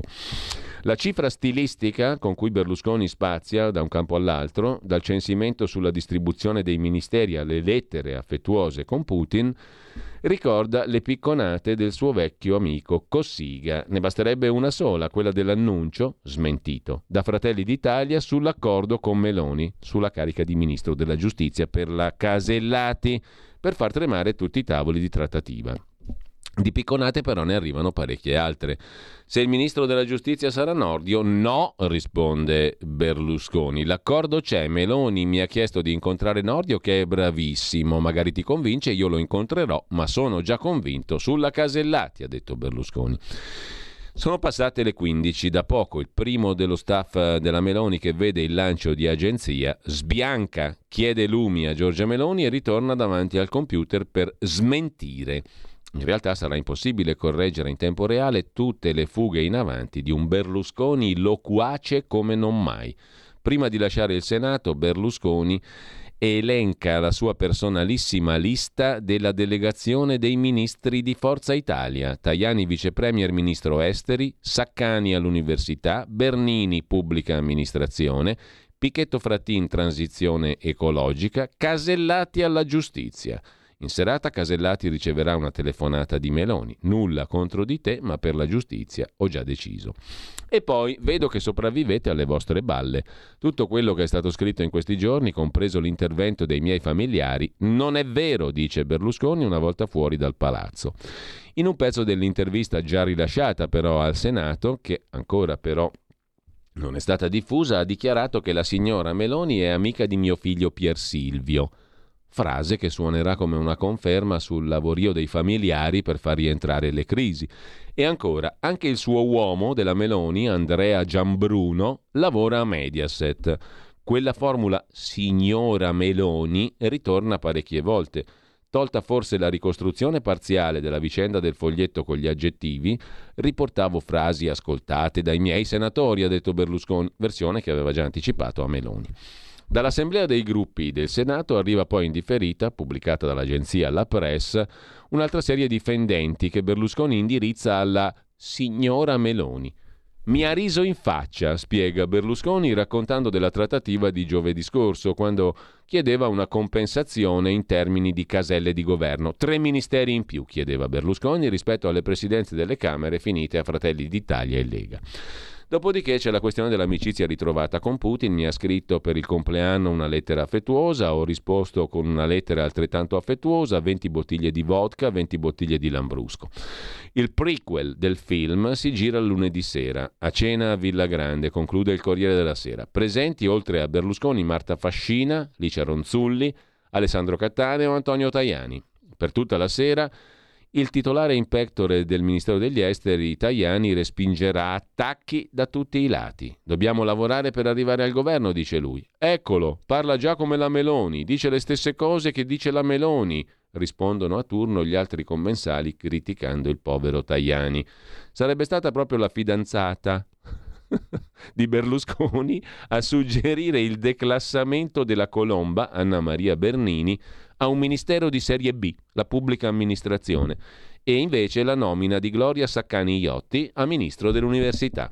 La cifra stilistica con cui Berlusconi spazia da un campo all'altro, dal censimento sulla distribuzione dei ministeri alle lettere affettuose con Putin, ricorda le picconate del suo vecchio amico Cossiga. Ne basterebbe una sola, quella dell'annuncio, smentito, da Fratelli d'Italia sull'accordo con Meloni, sulla carica di ministro della giustizia per la Casellati, per far tremare tutti i tavoli di trattativa. Di picconate però ne arrivano parecchie altre. Se il ministro della giustizia sarà Nordio, no, risponde Berlusconi. L'accordo c'è, Meloni mi ha chiesto di incontrare Nordio che è bravissimo, magari ti convince, io lo incontrerò, ma sono già convinto sulla Casellati, ha detto Berlusconi. Sono passate le quindici, da poco il primo dello staff della Meloni che vede il lancio di agenzia sbianca, chiede lumi a Giorgia Meloni e ritorna davanti al computer per smentire. In realtà sarà impossibile correggere in tempo reale tutte le fughe in avanti di un Berlusconi loquace come non mai. Prima di lasciare il Senato, Berlusconi elenca la sua personalissima lista della delegazione dei ministri di Forza Italia: Tajani vice premier ministro esteri, Saccani all'università, Bernini pubblica amministrazione, Pichetto Fratin transizione ecologica, Casellati alla giustizia. In serata Casellati riceverà una telefonata di Meloni. Nulla contro di te, ma per la giustizia ho già deciso. E poi vedo che sopravvivete alle vostre balle. Tutto quello che è stato scritto in questi giorni, compreso l'intervento dei miei familiari, non è vero, dice Berlusconi una volta fuori dal palazzo. In un pezzo dell'intervista già rilasciata però al Senato, che ancora però non è stata diffusa, ha dichiarato che la signora Meloni è amica di mio figlio Pier Silvio. frase che suonerà come una conferma sul lavorio dei familiari per far rientrare le crisi. E ancora, anche il suo uomo della Meloni, Andrea Giambruno, lavora a Mediaset. Quella formula signora Meloni ritorna parecchie volte. Tolta forse la ricostruzione parziale della vicenda del foglietto con gli aggettivi, riportavo frasi ascoltate dai miei senatori, ha detto Berlusconi, versione che aveva già anticipato a Meloni. Dall'Assemblea dei Gruppi del Senato arriva poi in differita, pubblicata dall'agenzia La Presse, un'altra serie di fendenti che Berlusconi indirizza alla signora Meloni. Mi ha riso in faccia, spiega Berlusconi raccontando della trattativa di giovedì scorso, quando chiedeva una compensazione in termini di caselle di governo. Tre ministeri in più, chiedeva Berlusconi, rispetto alle presidenze delle Camere finite a Fratelli d'Italia e Lega. Dopodiché c'è la questione dell'amicizia ritrovata con Putin. Mi ha scritto per il compleanno una lettera affettuosa, ho risposto con una lettera altrettanto affettuosa, venti bottiglie di vodka, venti bottiglie di Lambrusco. Il prequel del film si gira lunedì sera, a cena a Villa Grande, conclude il Corriere della Sera. Presenti oltre a Berlusconi Marta Fascina, Licia Ronzulli, Alessandro Cattaneo, Antonio Tajani. Per tutta la sera il titolare in pectore del Ministero degli Esteri, Tajani, respingerà attacchi da tutti i lati. Dobbiamo lavorare per arrivare al governo, dice lui. Eccolo, parla già come la Meloni, dice le stesse cose che dice la Meloni, rispondono a turno gli altri commensali criticando il povero Tajani. Sarebbe stata proprio la fidanzata di Berlusconi a suggerire il declassamento della colomba, Anna Maria Bernini, a un ministero di serie B, la pubblica amministrazione, e invece la nomina di Gloria Saccani-Iotti a ministro dell'università.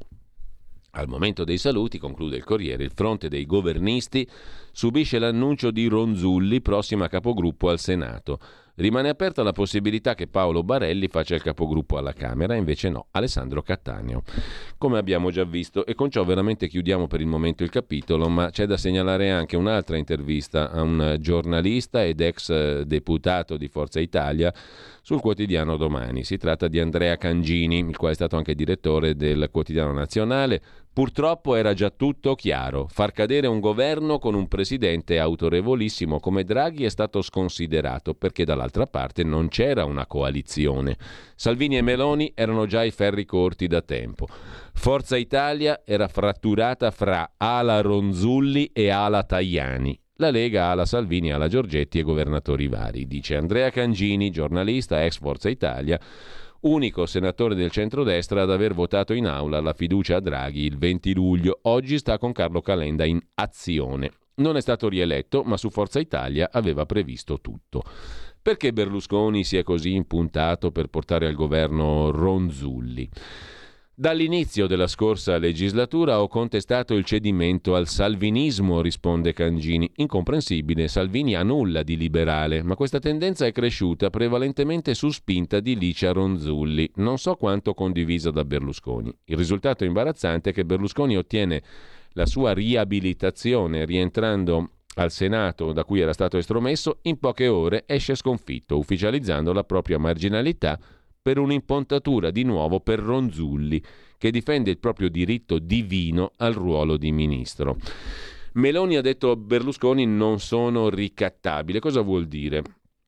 Al momento dei saluti, conclude il Corriere, il fronte dei governisti subisce l'annuncio di Ronzulli, prossima capogruppo al Senato. Rimane aperta la possibilità che Paolo Barelli faccia il capogruppo alla Camera, invece no, Alessandro Cattaneo, come abbiamo già visto. E con ciò veramente chiudiamo per il momento il capitolo, ma c'è da segnalare anche un'altra intervista a un giornalista ed ex deputato di Forza Italia sul quotidiano Domani. Si tratta di Andrea Cangini, il quale è stato anche direttore del Quotidiano Nazionale. Purtroppo era già tutto chiaro. Far cadere un governo con un presidente autorevolissimo come Draghi è stato sconsiderato perché dall'altra parte non c'era una coalizione. Salvini e Meloni erano già ai ferri corti da tempo. Forza Italia era fratturata fra ala Ronzulli e ala Tajani. La Lega ala Salvini, ala Giorgetti e governatori vari, dice Andrea Cangini, giornalista, ex Forza Italia, unico senatore del centrodestra ad aver votato in aula la fiducia a Draghi il venti luglio. Oggi sta con Carlo Calenda in Azione. Non è stato rieletto, ma su Forza Italia aveva previsto tutto. Perché Berlusconi si è così impuntato per portare al governo Ronzulli? Dall'inizio della scorsa legislatura ho contestato il cedimento al salvinismo, risponde Cangini. Incomprensibile, Salvini ha nulla di liberale, ma questa tendenza è cresciuta prevalentemente su spinta di Licia Ronzulli, non so quanto condivisa da Berlusconi. Il risultato imbarazzante è che Berlusconi ottiene la sua riabilitazione rientrando al Senato, da cui era stato estromesso, in poche ore esce sconfitto, ufficializzando la propria marginalità per un'impuntatura di nuovo per Ronzulli, che difende il proprio diritto divino al ruolo di ministro. Meloni ha detto Berlusconi non sono ricattabile. Cosa vuol dire?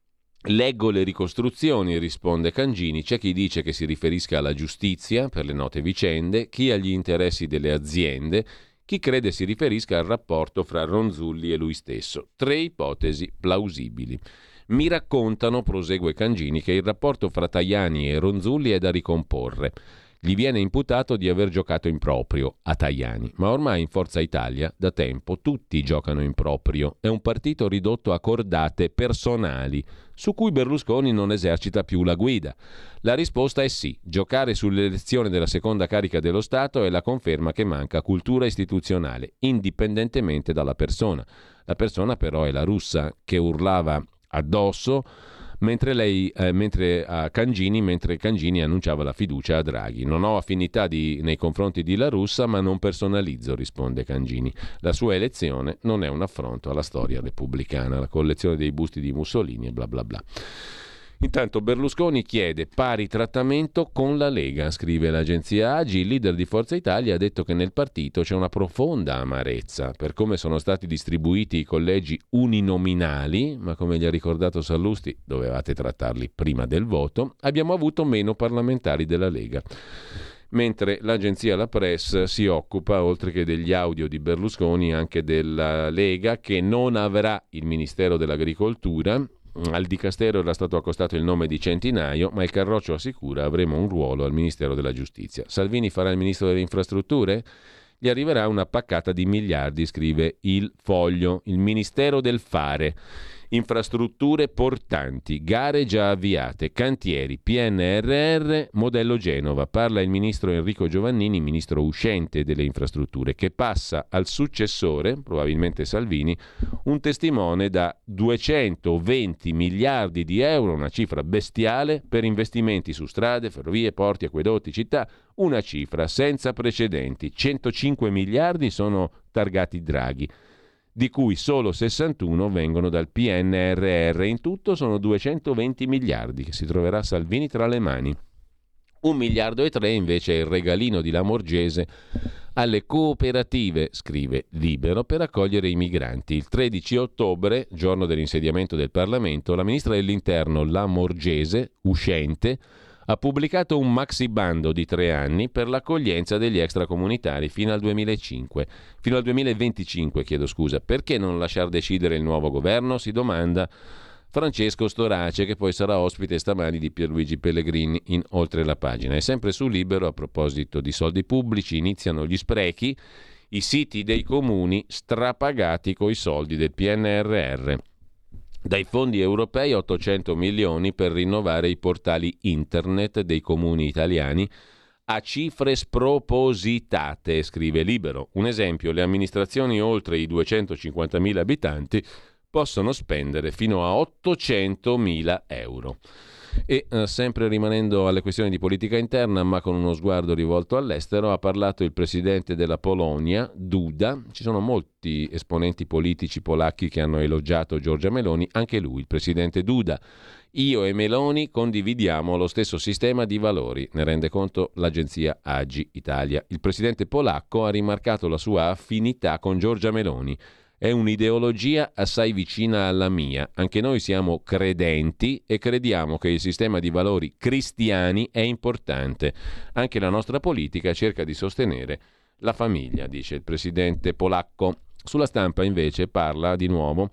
Leggo le ricostruzioni, risponde Cangini. C'è chi dice che si riferisca alla giustizia per le note vicende, chi agli interessi delle aziende, chi crede si riferisca al rapporto fra Ronzulli e lui stesso. Tre ipotesi plausibili. Mi raccontano, prosegue Cangini, che il rapporto fra Tajani e Ronzulli è da ricomporre. Gli viene imputato di aver giocato in proprio a Tajani, ma ormai in Forza Italia da tempo tutti giocano in proprio. È un partito ridotto a cordate personali, su cui Berlusconi non esercita più la guida. La risposta è sì. Giocare sull'elezione della seconda carica dello Stato è la conferma che manca cultura istituzionale, indipendentemente dalla persona. La persona però è la russa, che urlava addosso mentre lei eh, mentre a Cangini mentre Cangini annunciava la fiducia a Draghi. Non ho affinità di, nei confronti di La Russa, ma non personalizzo, risponde Cangini. La sua elezione non è un affronto alla storia repubblicana, la collezione dei busti di Mussolini e bla bla bla. Intanto Berlusconi chiede pari trattamento con la Lega, scrive l'agenzia Agi. Il leader di Forza Italia ha detto che nel partito c'è una profonda amarezza per come sono stati distribuiti i collegi uninominali, ma come gli ha ricordato Sallusti, dovevate trattarli prima del voto, abbiamo avuto meno parlamentari della Lega. Mentre l'agenzia La Press si occupa, oltre che degli audio di Berlusconi, anche della Lega, che non avrà il Ministero dell'Agricoltura. Al dicastero era stato accostato il nome di Centinaio, ma il Carroccio assicura avremo un ruolo al Ministero della Giustizia. Salvini farà il Ministro delle Infrastrutture? Gli arriverà una paccata di miliardi, scrive Il Foglio. Il Ministero del Fare. Infrastrutture portanti, gare già avviate, cantieri, P N R R, modello Genova. Parla il ministro Enrico Giovannini, ministro uscente delle infrastrutture, che passa al successore, probabilmente Salvini, un testimone da duecentoventi miliardi di euro, una cifra bestiale, per investimenti su strade, ferrovie, porti, acquedotti, città, una cifra senza precedenti. centocinque miliardi sono targati Draghi, di cui solo sessantuno vengono dal P N R R. In tutto sono duecentoventi miliardi che si troverà Salvini tra le mani. Un miliardo e tre invece è il regalino di Lamorgese alle cooperative, scrive Libero, per accogliere i migranti. Il tredici ottobre, giorno dell'insediamento del Parlamento, la ministra dell'Interno Lamorgese, uscente, ha pubblicato un maxibando di tre anni per l'accoglienza degli extracomunitari fino al duemilacinque, fino al duemilaventicinque, chiedo scusa. Perché non lasciar decidere il nuovo governo? Si domanda Francesco Storace, che poi sarà ospite stamani di Pierluigi Pellegrini in Oltre la Pagina. E sempre su Libero, a proposito di soldi pubblici, iniziano gli sprechi, i siti dei comuni strapagati coi soldi del P N R R. Dai fondi europei ottocento milioni per rinnovare i portali internet dei comuni italiani a cifre spropositate, scrive Libero. Un esempio, le amministrazioni oltre i duecentocinquantamila abitanti possono spendere fino a ottocentomila euro. E eh, sempre rimanendo alle questioni di politica interna, ma con uno sguardo rivolto all'estero, ha parlato il presidente della Polonia, Duda. Ci sono molti esponenti politici polacchi che hanno elogiato Giorgia Meloni, anche lui, il presidente Duda. Io e Meloni condividiamo lo stesso sistema di valori, ne rende conto l'agenzia Agi Italia. Il presidente polacco ha rimarcato la sua affinità con Giorgia Meloni. È un'ideologia assai vicina alla mia. Anche noi siamo credenti e crediamo che il sistema di valori cristiani è importante. Anche la nostra politica cerca di sostenere la famiglia, dice il presidente polacco. Sulla Stampa invece parla di nuovo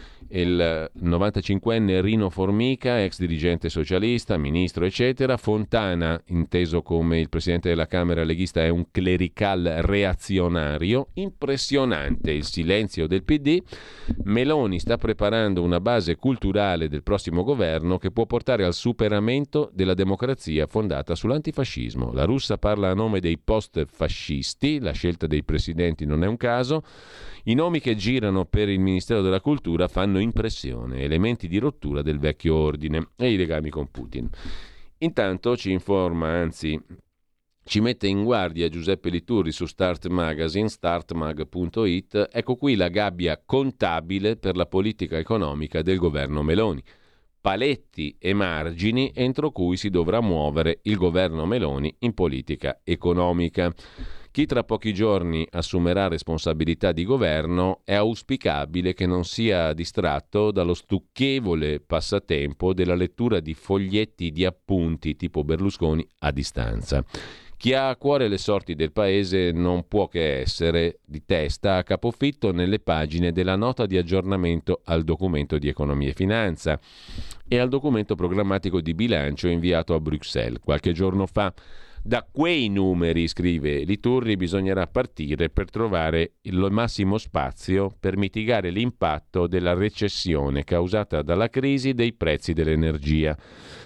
il novantacinquenne Rino Formica, ex dirigente socialista, ministro eccetera. Fontana, inteso come il presidente della Camera leghista, è un clerical reazionario. Impressionante il silenzio del P D. Meloni sta preparando una base culturale del prossimo governo che può portare al superamento della democrazia fondata sull'antifascismo. La russa parla a nome dei post-fascisti, la scelta dei presidenti non è un caso. I nomi che girano per il Ministero della Cultura fanno impressione, elementi di rottura del vecchio ordine e i legami con Putin. Intanto ci informa, anzi ci mette in guardia Giuseppe Liturri su Start Magazine, startmag punto it. Ecco qui la gabbia contabile per la politica economica del governo Meloni. Paletti e margini entro cui si dovrà muovere il governo Meloni in politica economica. Chi tra pochi giorni assumerà responsabilità di governo è auspicabile che non sia distratto dallo stucchevole passatempo della lettura di foglietti di appunti tipo Berlusconi a distanza. Chi ha a cuore le sorti del paese non può che essere di testa a capofitto nelle pagine della nota di aggiornamento al documento di economia e finanza e al documento programmatico di bilancio inviato a Bruxelles qualche giorno fa. Da quei numeri, scrive Liturri, bisognerà partire per trovare il massimo spazio per mitigare l'impatto della recessione causata dalla crisi dei prezzi dell'energia.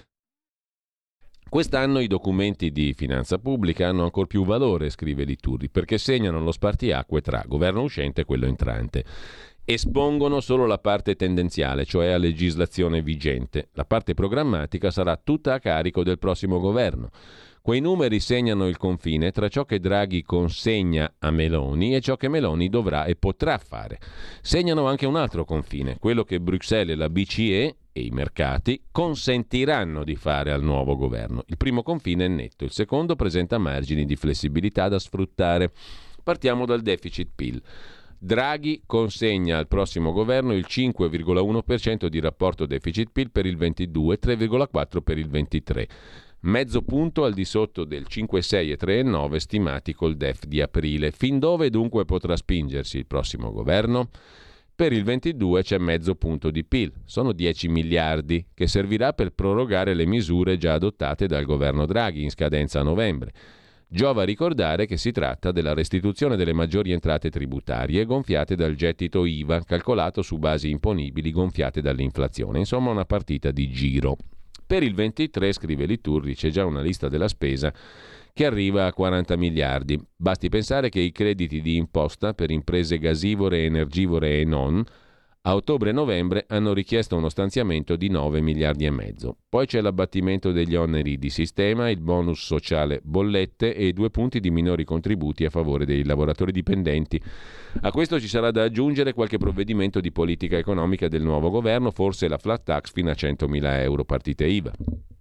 Quest'anno i documenti di finanza pubblica hanno ancor più valore, scrive Liturri, perché segnano lo spartiacque tra governo uscente e quello entrante. Espongono solo la parte tendenziale, cioè a legislazione vigente. La parte programmatica sarà tutta a carico del prossimo governo. Quei numeri segnano il confine tra ciò che Draghi consegna a Meloni e ciò che Meloni dovrà e potrà fare. Segnano anche un altro confine, quello che Bruxelles, la B C E e i mercati consentiranno di fare al nuovo governo. Il primo confine è netto, il secondo presenta margini di flessibilità da sfruttare. Partiamo dal deficit P I L. Draghi consegna al prossimo governo il cinque virgola uno per cento di rapporto deficit-P I L per il ventidue, tre virgola quattro per il ventitré. Mezzo punto al di sotto del cinque virgola sei e tre virgola nove stimati col D E F di aprile. Fin dove dunque potrà spingersi il prossimo governo? Per il ventidue c'è mezzo punto di P I L, sono dieci miliardi, che servirà per prorogare le misure già adottate dal governo Draghi in scadenza a novembre. Giova ricordare che si tratta della restituzione delle maggiori entrate tributarie gonfiate dal gettito I V A, calcolato su basi imponibili gonfiate dall'inflazione. Insomma, una partita di giro. Per il ventitré, scrive Liturri, c'è già una lista della spesa che arriva a quaranta miliardi. Basti pensare che i crediti di imposta per imprese gasivore, energivore e non a ottobre e novembre hanno richiesto uno stanziamento di nove miliardi e mezzo. Poi c'è l'abbattimento degli oneri di sistema, il bonus sociale bollette e due punti di minori contributi a favore dei lavoratori dipendenti. A questo ci sarà da aggiungere qualche provvedimento di politica economica del nuovo governo, forse la flat tax fino a centomila euro partite I V A.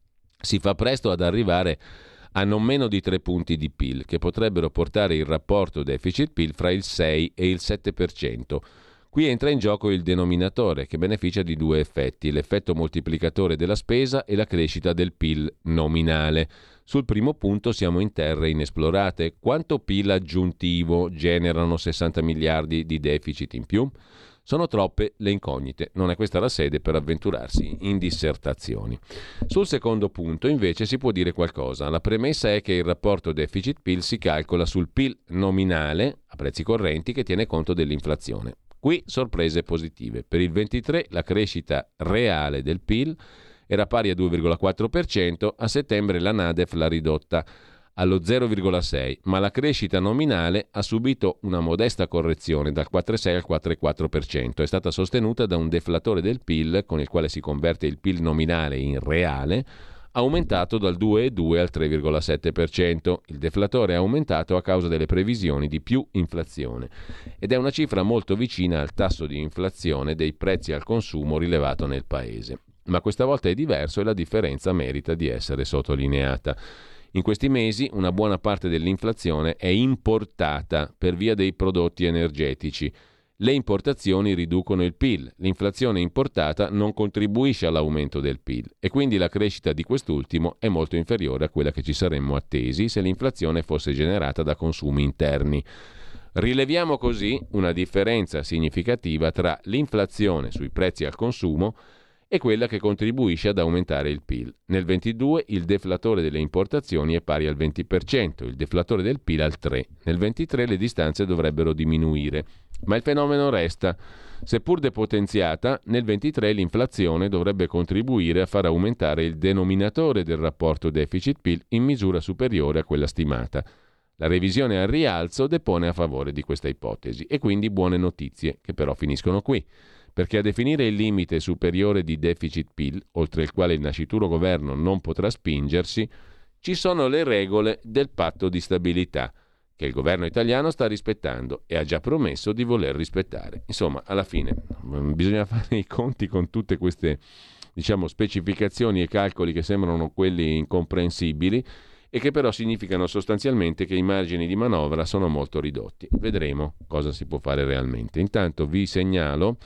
Si fa presto ad arrivare a non meno di tre punti di P I L, che potrebbero portare il rapporto deficit-P I L fra il sei e il sette per cento. Qui entra in gioco il denominatore, che beneficia di due effetti, l'effetto moltiplicatore della spesa e la crescita del P I L nominale. Sul primo punto siamo in terre inesplorate. Quanto P I L aggiuntivo generano sessanta miliardi di deficit in più? Sono troppe le incognite, non è questa la sede per avventurarsi in dissertazioni. Sul secondo punto invece si può dire qualcosa. La premessa è che il rapporto deficit-P I L si calcola sul P I L nominale, a prezzi correnti, che tiene conto dell'inflazione. Qui sorprese positive. Per il ventitré la crescita reale del P I L era pari a due virgola quattro per cento, a settembre la NADEF l'ha ridotta allo zero virgola sei, ma la crescita nominale ha subito una modesta correzione dal quattro virgola sei al quattro virgola quattro per cento. È stata sostenuta da un deflatore del P I L con il quale si converte il P I L nominale in reale, aumentato dal due virgola due al tre virgola sette per cento. Il deflatore è aumentato a causa delle previsioni di più inflazione ed è una cifra molto vicina al tasso di inflazione dei prezzi al consumo rilevato nel paese. Ma questa volta è diverso e la differenza merita di essere sottolineata. In questi mesi una buona parte dell'inflazione è importata per via dei prodotti energetici. Le importazioni riducono il P I L, l'inflazione importata non contribuisce all'aumento del P I L e quindi la crescita di quest'ultimo è molto inferiore a quella che ci saremmo attesi se l'inflazione fosse generata da consumi interni. Rileviamo così una differenza significativa tra l'inflazione sui prezzi al consumo e quella che contribuisce ad aumentare il P I L. Nel ventidue il deflatore delle importazioni è pari al venti per cento, il deflatore del P I L al tre per cento. Nel ventitré le distanze dovrebbero diminuire, ma il fenomeno resta. Seppur depotenziata, nel ventitré l'inflazione dovrebbe contribuire a far aumentare il denominatore del rapporto deficit-P I L in misura superiore a quella stimata. La revisione al rialzo depone a favore di questa ipotesi e quindi buone notizie, che però finiscono qui. Perché a definire il limite superiore di deficit-P I L, oltre il quale il nascituro governo non potrà spingersi, ci sono le regole del patto di stabilità, che il governo italiano sta rispettando e ha già promesso di voler rispettare. Insomma, alla fine bisogna fare i conti con tutte queste, diciamo, specificazioni e calcoli che sembrano quelli incomprensibili e che però significano sostanzialmente che i margini di manovra sono molto ridotti. Vedremo cosa si può fare realmente. Intanto vi segnalo,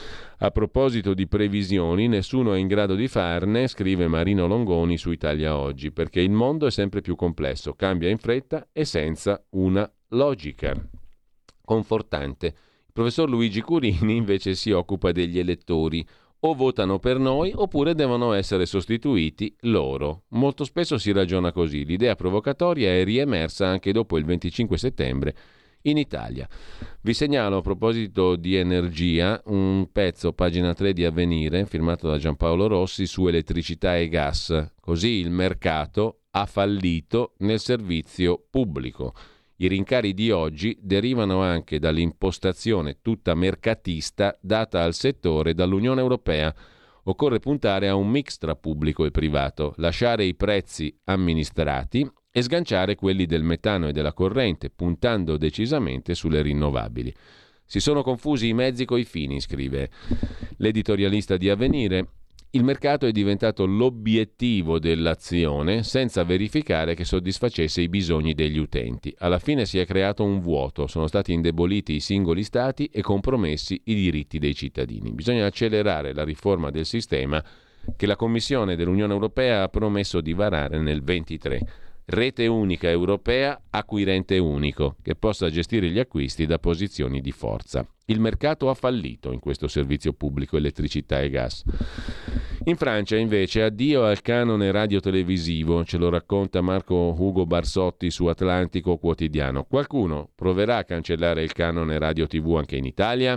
a proposito di previsioni, nessuno è in grado di farne, scrive Marino Longoni su Italia Oggi, perché il mondo è sempre più complesso, cambia in fretta e senza una logica. Confortante. Il professor Luigi Curini invece si occupa degli elettori. O votano per noi oppure devono essere sostituiti loro. Molto spesso si ragiona così. L'idea provocatoria è riemersa anche dopo il venticinque settembre in Italia. Vi segnalo, a proposito di energia, un pezzo, pagina tre di Avvenire, firmato da Giampaolo Rossi, su elettricità e gas. Così il mercato ha fallito nel servizio pubblico. I rincari di oggi derivano anche dall'impostazione tutta mercatista data al settore dall'Unione Europea. Occorre puntare a un mix tra pubblico e privato, lasciare i prezzi amministrati e sganciare quelli del metano e della corrente, puntando decisamente sulle rinnovabili. Si sono confusi i mezzi coi fini, scrive l'editorialista di Avvenire. Il mercato è diventato l'obiettivo dell'azione senza verificare che soddisfacesse i bisogni degli utenti. Alla fine si è creato un vuoto, sono stati indeboliti i singoli stati e compromessi i diritti dei cittadini. Bisogna accelerare la riforma del sistema che la Commissione dell'Unione Europea ha promesso di varare nel ventitré. Rete unica europea, acquirente unico, che possa gestire gli acquisti da posizioni di forza. Il mercato ha fallito in questo servizio pubblico elettricità e gas. In Francia, invece, addio al canone radiotelevisivo, ce lo racconta Marco Ugo Barsotti su Atlantico Quotidiano. Qualcuno proverà a cancellare il canone radio tivù anche in Italia?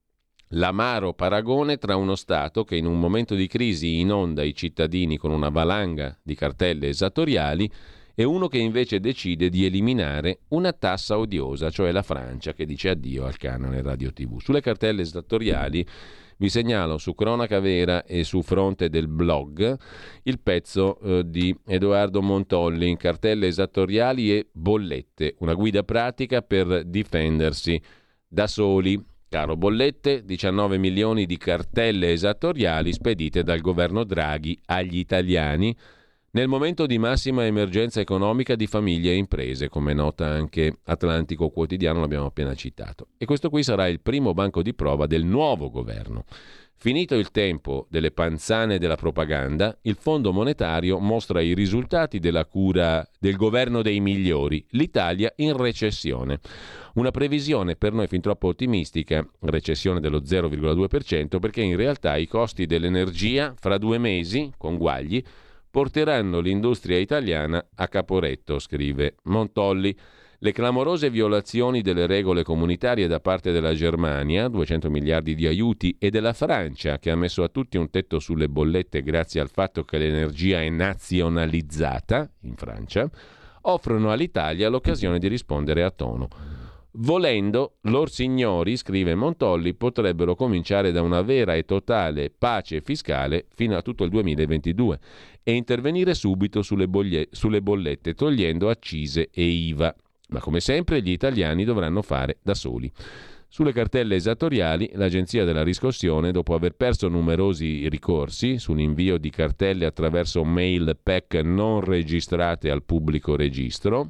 L'amaro paragone tra uno Stato che in un momento di crisi inonda i cittadini con una valanga di cartelle esattoriali e uno che invece decide di eliminare una tassa odiosa, cioè la Francia, che dice addio al canone radio tivù. Sulle cartelle esattoriali vi segnalo su Cronaca Vera e su Fronte del Blog il pezzo eh, di Edoardo Montolli in cartelle esattoriali e bollette, una guida pratica per difendersi da soli. Caro bollette, diciannove milioni di cartelle esattoriali spedite dal governo Draghi agli italiani nel momento di massima emergenza economica di famiglie e imprese, come nota anche Atlantico Quotidiano, l'abbiamo appena citato. E questo qui sarà il primo banco di prova del nuovo governo. Finito il tempo delle panzane della propaganda, il Fondo Monetario mostra i risultati della cura del governo dei migliori, l'Italia in recessione. Una previsione per noi fin troppo ottimistica, recessione dello zero virgola due per cento, perché in realtà i costi dell'energia fra due mesi, con guagli, porteranno l'industria italiana a Caporetto, scrive Montolli. Le clamorose violazioni delle regole comunitarie da parte della Germania, duecento miliardi di aiuti, e della Francia, che ha messo a tutti un tetto sulle bollette grazie al fatto che l'energia è nazionalizzata in Francia, offrono all'Italia l'occasione di rispondere a tono. Volendo, lor signori, scrive Montolli, potrebbero cominciare da una vera e totale pace fiscale fino a tutto il duemilaventidue e intervenire subito sulle, boglie- sulle bollette, togliendo accise e I V A. Ma come sempre gli italiani dovranno fare da soli. Sulle cartelle esattoriali, l'Agenzia della Riscossione, dopo aver perso numerosi ricorsi sull'invio di cartelle attraverso mail P E C non registrate al pubblico registro,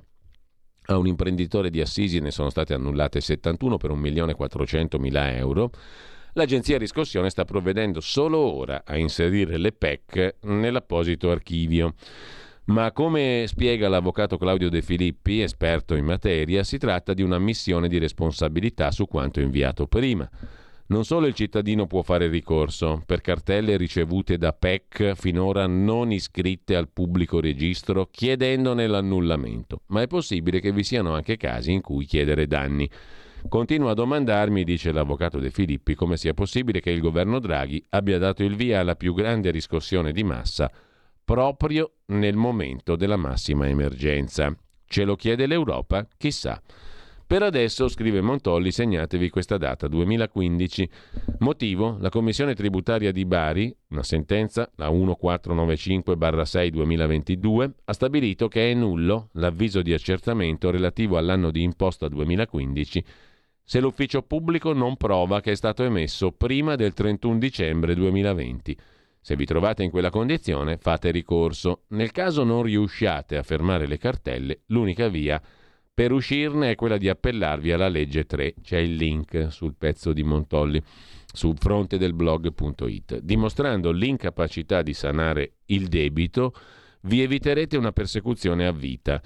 a un imprenditore di Assisi ne sono state annullate settantuno per un milione quattrocentomila euro. L'Agenzia Riscossione sta provvedendo solo ora a inserire le P E C nell'apposito archivio. Ma come spiega l'avvocato Claudio De Filippi, esperto in materia, si tratta di una missione di responsabilità su quanto inviato prima. Non solo il cittadino può fare ricorso per cartelle ricevute da P E C finora non iscritte al pubblico registro chiedendone l'annullamento, ma è possibile che vi siano anche casi in cui chiedere danni. Continuo a domandarmi, dice l'avvocato De Filippi, come sia possibile che il governo Draghi abbia dato il via alla più grande riscossione di massa proprio nel momento della massima emergenza. Ce lo chiede l'Europa? Chissà. Per adesso, scrive Montolli, segnatevi questa data, duemilaquindici. Motivo? La Commissione Tributaria di Bari, una sentenza, la millequattrocentonovantacinque sei duemilaventidue, ha stabilito che è nullo l'avviso di accertamento relativo all'anno di imposta duemilaquindici se l'ufficio pubblico non prova che è stato emesso prima del trentuno dicembre duemilaventi. Se vi trovate in quella condizione, fate ricorso. Nel caso non riusciate a fermare le cartelle, l'unica via per uscirne è quella di appellarvi alla legge tre. C'è il link sul pezzo di Montolli su fronte del blog punto it. Dimostrando l'incapacità di sanare il debito, vi eviterete una persecuzione a vita.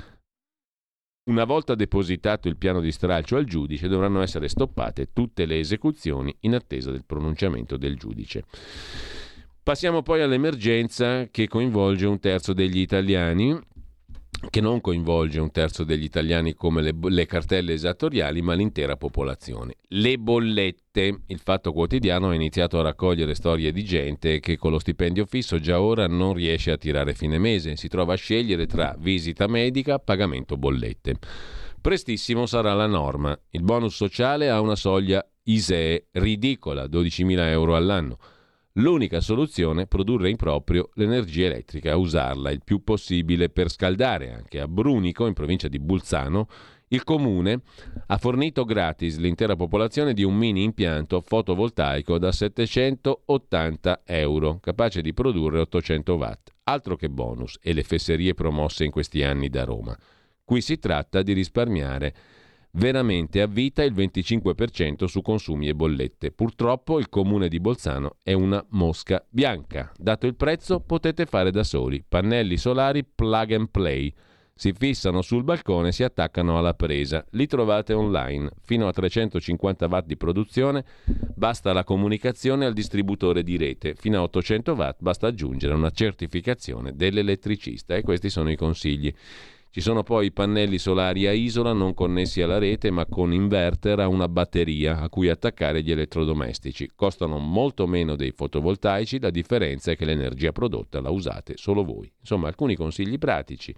Una volta depositato il piano di stralcio al giudice, dovranno essere stoppate tutte le esecuzioni in attesa del pronunciamento del giudice. Passiamo poi all'emergenza che coinvolge un terzo degli italiani, che non coinvolge un terzo degli italiani come le, le cartelle esattoriali, ma l'intera popolazione. Le bollette. Il Fatto Quotidiano ha iniziato a raccogliere storie di gente che con lo stipendio fisso già ora non riesce a tirare fine mese, si trova a scegliere tra visita medica, pagamento bollette. Prestissimo sarà la norma. Il bonus sociale ha una soglia I S E E ridicola, dodicimila euro all'anno. L'unica soluzione è produrre in proprio l'energia elettrica, usarla il più possibile per scaldare. Anche a Brunico, in provincia di Bolzano, il comune ha fornito gratis l'intera popolazione di un mini impianto fotovoltaico da settecentottanta euro, capace di produrre ottocento watt. Altro che bonus e le fesserie promosse in questi anni da Roma. Qui si tratta di risparmiare veramente a vita il venticinque per cento su consumi e bollette. Purtroppo il comune di Bolzano è una mosca bianca. Dato il prezzo, potete fare da soli. Pannelli solari plug and play. Si fissano sul balcone e si attaccano alla presa. Li trovate online. Fino a trecentocinquanta watt di produzione basta la comunicazione al distributore di rete. Fino a ottocento watt basta aggiungere una certificazione dell'elettricista. E questi sono i consigli. Ci sono poi i pannelli solari a isola non connessi alla rete ma con inverter a una batteria a cui attaccare gli elettrodomestici. Costano molto meno dei fotovoltaici, la differenza è che l'energia prodotta la usate solo voi. Insomma, alcuni consigli pratici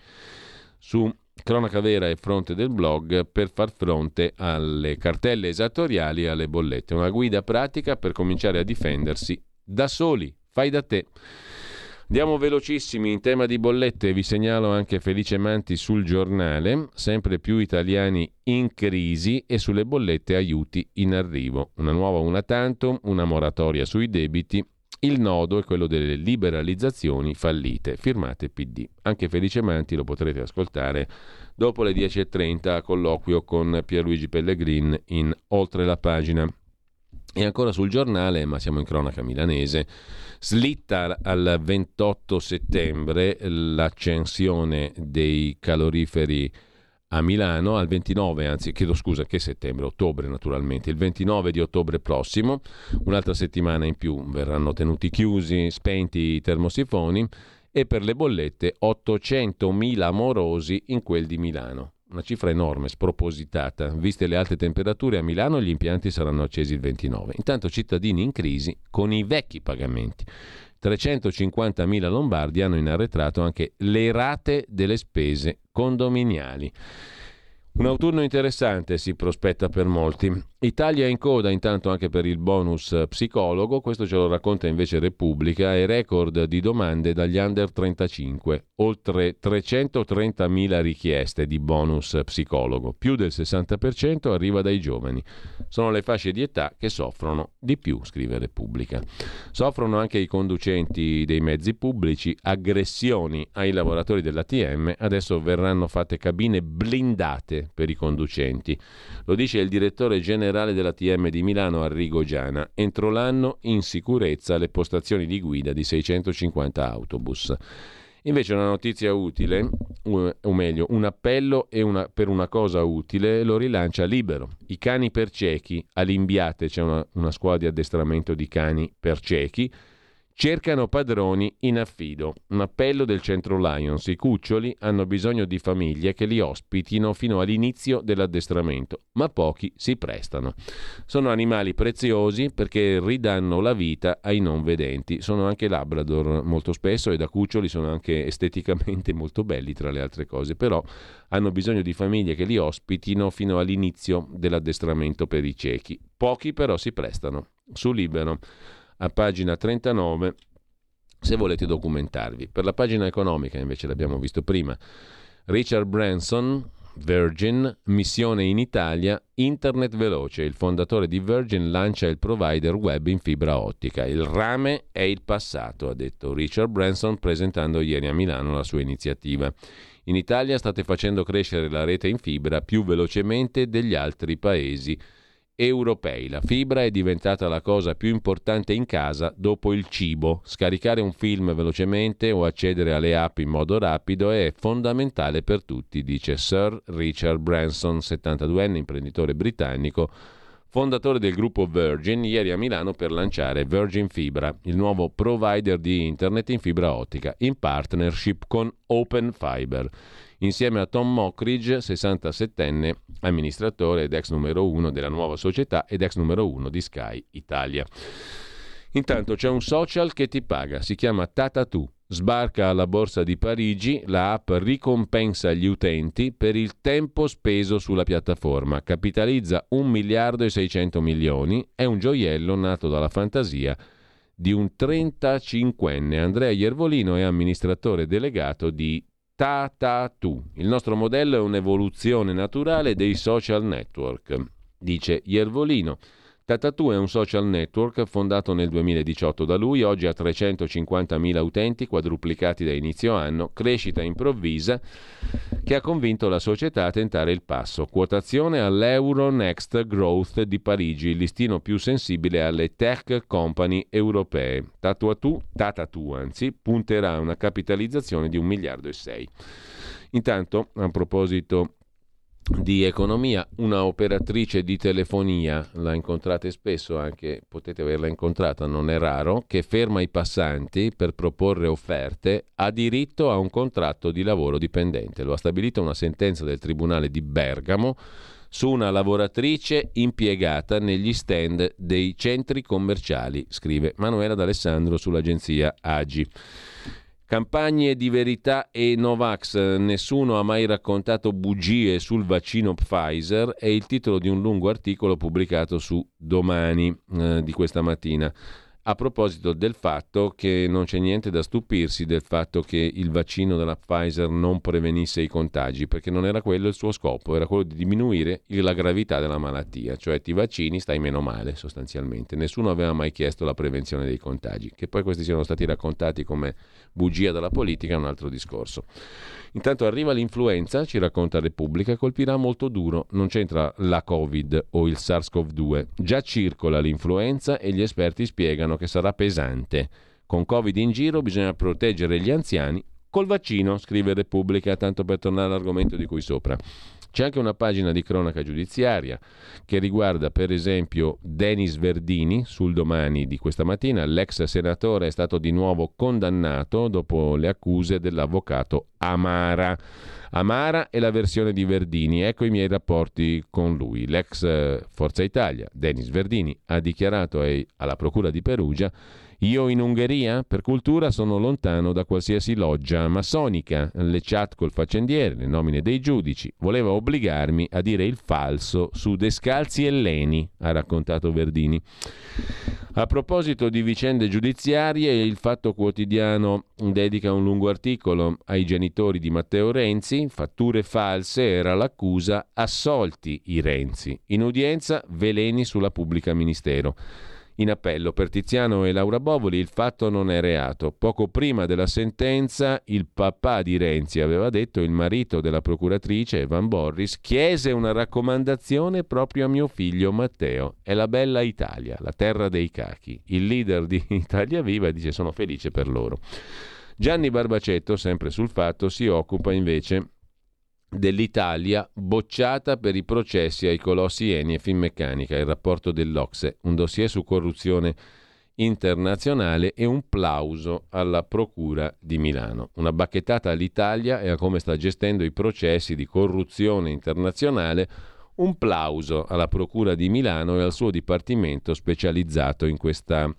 su Cronaca Vera e Fronte del Blog per far fronte alle cartelle esattoriali e alle bollette. Una guida pratica per cominciare a difendersi da soli, fai da te. Andiamo velocissimi in tema di bollette, vi segnalo anche Felice Manti sul Giornale, sempre più italiani in crisi e sulle bollette aiuti in arrivo. Una nuova una tantum, una moratoria sui debiti, il nodo è quello delle liberalizzazioni fallite, firmate P D. Anche Felice Manti lo potrete ascoltare dopo le dieci e trenta a colloquio con Pierluigi Pellegrin in Oltre la Pagina. E ancora sul Giornale, ma siamo in cronaca milanese, slitta al ventotto settembre l'accensione dei caloriferi a Milano, al ventinove, anzi chiedo scusa, che settembre, ottobre naturalmente, il ventinove di ottobre prossimo, un'altra settimana in più verranno tenuti chiusi, spenti i termosifoni e per le bollette ottocentomila morosi in quel di Milano. Una cifra enorme, spropositata. Viste le alte temperature a Milano, gli impianti saranno accesi il ventinove. Intanto cittadini in crisi con i vecchi pagamenti. trecentocinquantamila lombardi hanno in arretrato anche le rate delle spese condominiali. Un autunno interessante si prospetta per molti. Italia in coda intanto anche per il bonus psicologo, questo ce lo racconta invece Repubblica, e record di domande dagli under trentacinque, oltre trecentotrentamila richieste di bonus psicologo, più del sessanta per cento arriva dai giovani. Sono le fasce di età che soffrono di più, scrive Repubblica. Soffrono anche i conducenti dei mezzi pubblici, aggressioni ai lavoratori dell'A T M, adesso verranno fatte cabine blindate per i conducenti. Lo dice il direttore generale dell'A T M di Milano, Arrigo Giana. Entro l'anno in sicurezza le postazioni di guida di seicentocinquanta autobus. Invece una notizia utile, o meglio un appello e una, per una cosa utile, lo rilancia Libero. I cani per ciechi, a Limbiate c'è una, una squadra di addestramento di cani per ciechi, cercano padroni in affido. Un appello del Centro Lions. I cuccioli hanno bisogno di famiglie che li ospitino fino all'inizio dell'addestramento, ma pochi si prestano. Sono animali preziosi perché ridanno la vita ai non vedenti. Sono anche Labrador molto spesso e da cuccioli sono anche esteticamente molto belli tra le altre cose, però hanno bisogno di famiglie che li ospitino fino all'inizio dell'addestramento per i ciechi. Pochi però si prestano. Su Libero, a pagina trentanove, se volete documentarvi. Per la pagina economica, invece, l'abbiamo visto prima, Richard Branson, Virgin, missione in Italia, internet veloce. Il fondatore di Virgin lancia il provider web in fibra ottica. Il rame è il passato, ha detto Richard Branson presentando ieri a Milano la sua iniziativa. In Italia state facendo crescere la rete in fibra più velocemente degli altri paesi europei. La fibra è diventata la cosa più importante in casa dopo il cibo. Scaricare un film velocemente o accedere alle app in modo rapido è fondamentale per tutti, dice Sir Richard Branson, settantaduenne imprenditore britannico, fondatore del gruppo Virgin, ieri a Milano per lanciare Virgin Fibra, il nuovo provider di internet in fibra ottica, in partnership con Open Fiber. Insieme a Tom Mockridge, sessantasettenne, amministratore ed ex numero uno della nuova società ed ex numero uno di Sky Italia. Intanto c'è un social che ti paga, si chiama Tatatù. Sbarca alla Borsa di Parigi, la app ricompensa gli utenti per il tempo speso sulla piattaforma, capitalizza un miliardo e seicento milioni, è un gioiello nato dalla fantasia di un trentacinquenne. Andrea Iervolino è amministratore delegato di Tatatu. Il nostro modello è un'evoluzione naturale dei social network, dice Iervolino. Tatatu è un social network fondato nel duemiladiciotto da lui, oggi ha trecentocinquantamila utenti quadruplicati da inizio anno, crescita improvvisa che ha convinto la società a tentare il passo. Quotazione all'Euronext Growth di Parigi, il listino più sensibile alle tech company europee. Tatatu, Tatatu anzi, punterà a una capitalizzazione di un miliardo e sei. Intanto, a proposito di economia, una operatrice di telefonia, la incontrate spesso, anche potete averla incontrata, non è raro, che ferma i passanti per proporre offerte, ha diritto a un contratto di lavoro dipendente. Lo ha stabilito una sentenza del Tribunale di Bergamo su una lavoratrice impiegata negli stand dei centri commerciali, scrive Manuela D'Alessandro sull'agenzia Agi. Campagne di verità e Novax, nessuno ha mai raccontato bugie sul vaccino Pfizer, è il titolo di un lungo articolo pubblicato su Domani eh, di questa mattina, a proposito del fatto che non c'è niente da stupirsi del fatto che il vaccino della Pfizer non prevenisse i contagi, perché non era quello il suo scopo, era quello di diminuire la gravità della malattia, cioè ti vaccini, stai meno male sostanzialmente. Nessuno aveva mai chiesto la prevenzione dei contagi. Che poi questi siano stati raccontati come bugia della politica è un altro discorso. Intanto arriva l'influenza, ci racconta Repubblica, colpirà molto duro, non c'entra la Covid o il SARS-CoV due, già circola l'influenza e gli esperti spiegano che sarà pesante. Con Covid in giro bisogna proteggere gli anziani col vaccino, scrive Repubblica, tanto per tornare all'argomento di cui sopra. C'è anche una pagina di cronaca giudiziaria che riguarda per esempio Denis Verdini, sul Domani di questa mattina. L'ex senatore è stato di nuovo condannato dopo le accuse dell'avvocato Amara. Amara è la versione di Verdini, ecco i miei rapporti con lui. L'ex Forza Italia, Denis Verdini, ha dichiarato ai, alla Procura di Perugia: io in Ungheria per cultura sono lontano da qualsiasi loggia massonica, le chat col faccendiere, le nomine dei giudici, voleva obbligarmi a dire il falso su Descalzi e Leni, ha raccontato Verdini. A proposito di vicende giudiziarie, il Fatto Quotidiano dedica un lungo articolo ai genitori di Matteo Renzi, fatture false era l'accusa, assolti i Renzi, in udienza veleni sulla pubblica ministero. In appello per Tiziano e Laura Bovoli il fatto non è reato. Poco prima della sentenza il papà di Renzi aveva detto: il marito della procuratrice Evan Borris chiese una raccomandazione proprio a mio figlio Matteo. È la bella Italia, la terra dei cachi. Il leader di Italia Viva dice: sono felice per loro. Gianni Barbacetto, sempre sul Fatto, si occupa invece dell'Italia bocciata per i processi ai colossi Eni e Finmeccanica, il rapporto dell'Ocse, un dossier su corruzione internazionale e un plauso alla Procura di Milano. Una bacchettata all'Italia e a come sta gestendo i processi di corruzione internazionale, un plauso alla Procura di Milano e al suo dipartimento specializzato in questa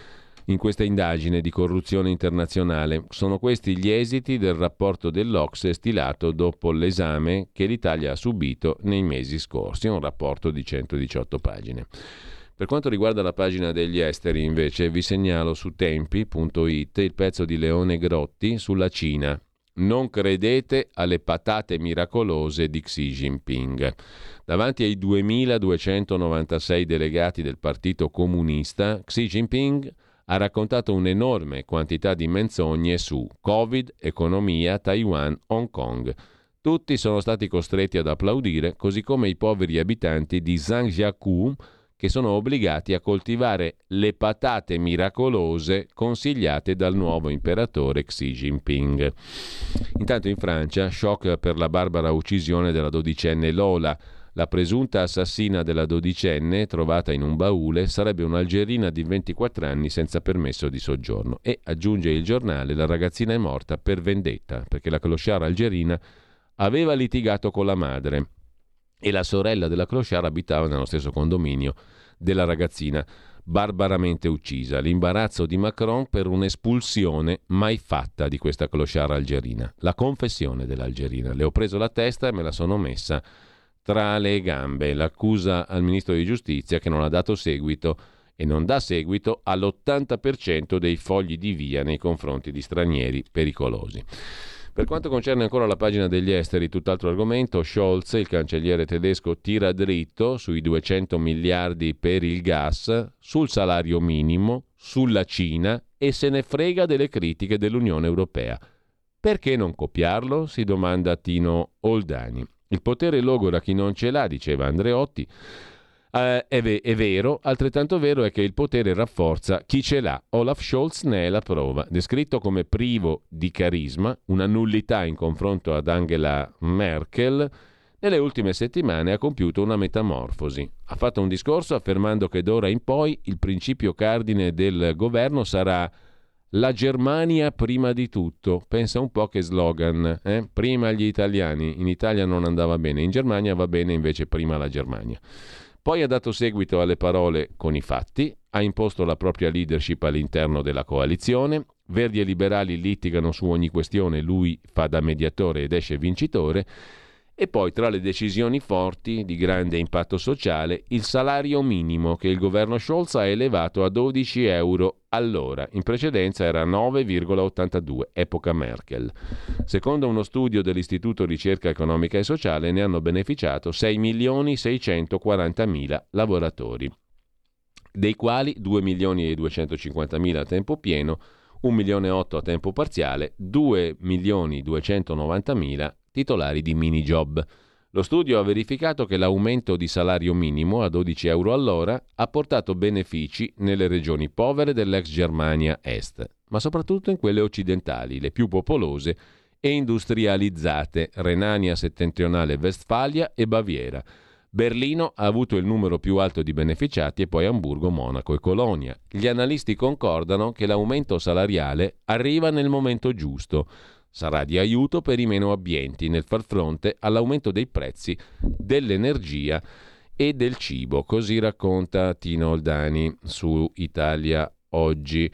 in questa indagine di corruzione internazionale. Sono questi gli esiti del rapporto dell'Ocse stilato dopo l'esame che l'Italia ha subito nei mesi scorsi, un rapporto di centodiciotto pagine. Per quanto riguarda la pagina degli esteri, invece, vi segnalo su tempi punto it il pezzo di Leone Grotti sulla Cina. Non credete alle patate miracolose di Xi Jinping. Davanti ai duemiladuecentonovantasei delegati del Partito Comunista, Xi Jinping ha raccontato un'enorme quantità di menzogne su Covid, economia, Taiwan, Hong Kong. Tutti sono stati costretti ad applaudire, così come i poveri abitanti di Zhangjiakou, che sono obbligati a coltivare le patate miracolose consigliate dal nuovo imperatore Xi Jinping. Intanto in Francia, shock per la barbara uccisione della dodicenne Lola. La presunta assassina della dodicenne, trovata in un baule, sarebbe un'algerina di ventiquattro anni senza permesso di soggiorno. E, aggiunge il giornale, la ragazzina è morta per vendetta, perché la clochard algerina aveva litigato con la madre e la sorella della clochard abitava nello stesso condominio della ragazzina, barbaramente uccisa. L'imbarazzo di Macron per un'espulsione mai fatta di questa clochard algerina. La confessione dell'algerina: le ho preso la testa e me la sono messa tra le gambe. L'accusa al ministro di giustizia, che non ha dato seguito, e non dà seguito all'ottanta per cento dei fogli di via nei confronti di stranieri pericolosi. Per quanto concerne ancora la pagina degli esteri, tutt'altro argomento, Scholz, il cancelliere tedesco, tira dritto sui duecento miliardi per il gas, sul salario minimo, sulla Cina e se ne frega delle critiche dell'Unione Europea. Perché non copiarlo? Si domanda Tino Oldani. Il potere logora chi non ce l'ha, diceva Andreotti. Uh, è, ve- è vero, altrettanto vero è che il potere rafforza chi ce l'ha. Olaf Scholz ne è la prova. Descritto come privo di carisma, una nullità in confronto ad Angela Merkel, nelle ultime settimane ha compiuto una metamorfosi. Ha fatto un discorso affermando che d'ora in poi il principio cardine del governo sarà la Germania prima di tutto. Pensa un po' che slogan, eh? Prima gli italiani. In Italia non andava bene, in Germania va bene invece prima la Germania. Poi ha dato seguito alle parole con i fatti, ha imposto la propria leadership all'interno della coalizione, Verdi e liberali litigano su ogni questione, lui fa da mediatore ed esce vincitore, e poi tra le decisioni forti di grande impatto sociale il salario minimo che il governo Scholz ha elevato a dodici euro all'ora, in precedenza era nove virgola ottantadue, epoca Merkel. Secondo uno studio dell'Istituto Ricerca Economica e Sociale ne hanno beneficiato sei milioni seicentoquarantamila lavoratori, dei quali due milioni e duecentocinquantamila a tempo pieno, un milione e otto a tempo parziale, due milioni duecentonovantamila titolari di mini job. Lo studio ha verificato che l'aumento di salario minimo a dodici euro all'ora ha portato benefici nelle regioni povere dell'ex Germania Est, ma soprattutto in quelle occidentali, le più popolose e industrializzate, Renania Settentrionale Westfalia e Baviera. Berlino ha avuto il numero più alto di beneficiati e poi Amburgo, Monaco e Colonia. Gli analisti concordano che l'aumento salariale arriva nel momento giusto. Sarà di aiuto per i meno abbienti nel far fronte all'aumento dei prezzi dell'energia e del cibo. Così racconta Tino Oldani su Italia Oggi.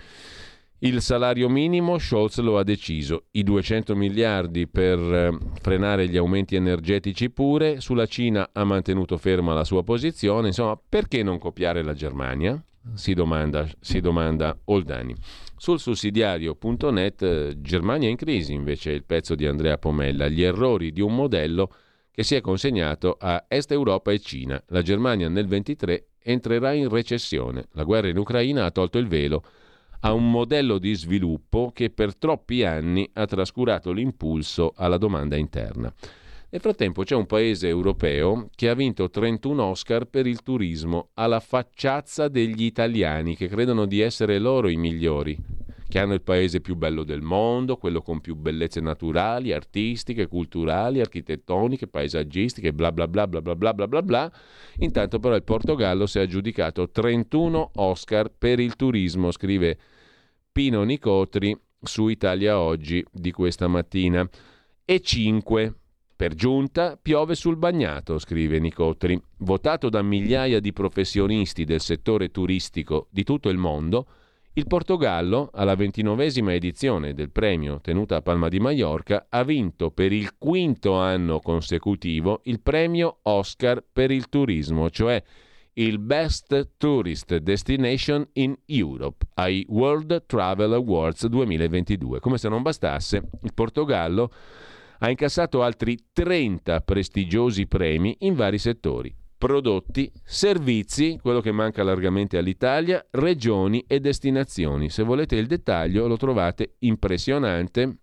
Il salario minimo, Scholz lo ha deciso, i duecento miliardi per frenare gli aumenti energetici pure, sulla Cina ha mantenuto ferma la sua posizione, insomma, perché non copiare la Germania? Si domanda, si domanda Oldani. Sul sussidiario punto net, Germania in crisi, invece è il pezzo di Andrea Pomella, gli errori di un modello che si è consegnato a Est Europa e Cina. La Germania nel ventitré entrerà in recessione. La guerra in Ucraina ha tolto il velo a un modello di sviluppo che per troppi anni ha trascurato l'impulso alla domanda interna. Nel frattempo c'è un paese europeo che ha vinto trentuno Oscar per il turismo, alla facciazza degli italiani che credono di essere loro i migliori, che hanno il paese più bello del mondo, quello con più bellezze naturali, artistiche, culturali, architettoniche, paesaggistiche, bla bla bla bla bla bla bla bla bla. Intanto però il Portogallo si è aggiudicato trentuno Oscar per il turismo, scrive Pino Nicotri su Italia Oggi di questa mattina, e cinque per giunta piove sul bagnato, scrive Nicotri. Votato da migliaia di professionisti del settore turistico di tutto il mondo, il Portogallo, alla ventinovesima edizione del premio tenuta a Palma di Mallorca, ha vinto per il quinto anno consecutivo il premio Oscar per il turismo, cioè il Best Tourist Destination in Europe ai World Travel Awards duemilaventidue. Come se non bastasse, il Portogallo ha incassato altri trenta prestigiosi premi in vari settori: prodotti, servizi, quello che manca largamente all'Italia, regioni e destinazioni. Se volete il dettaglio lo trovate impressionante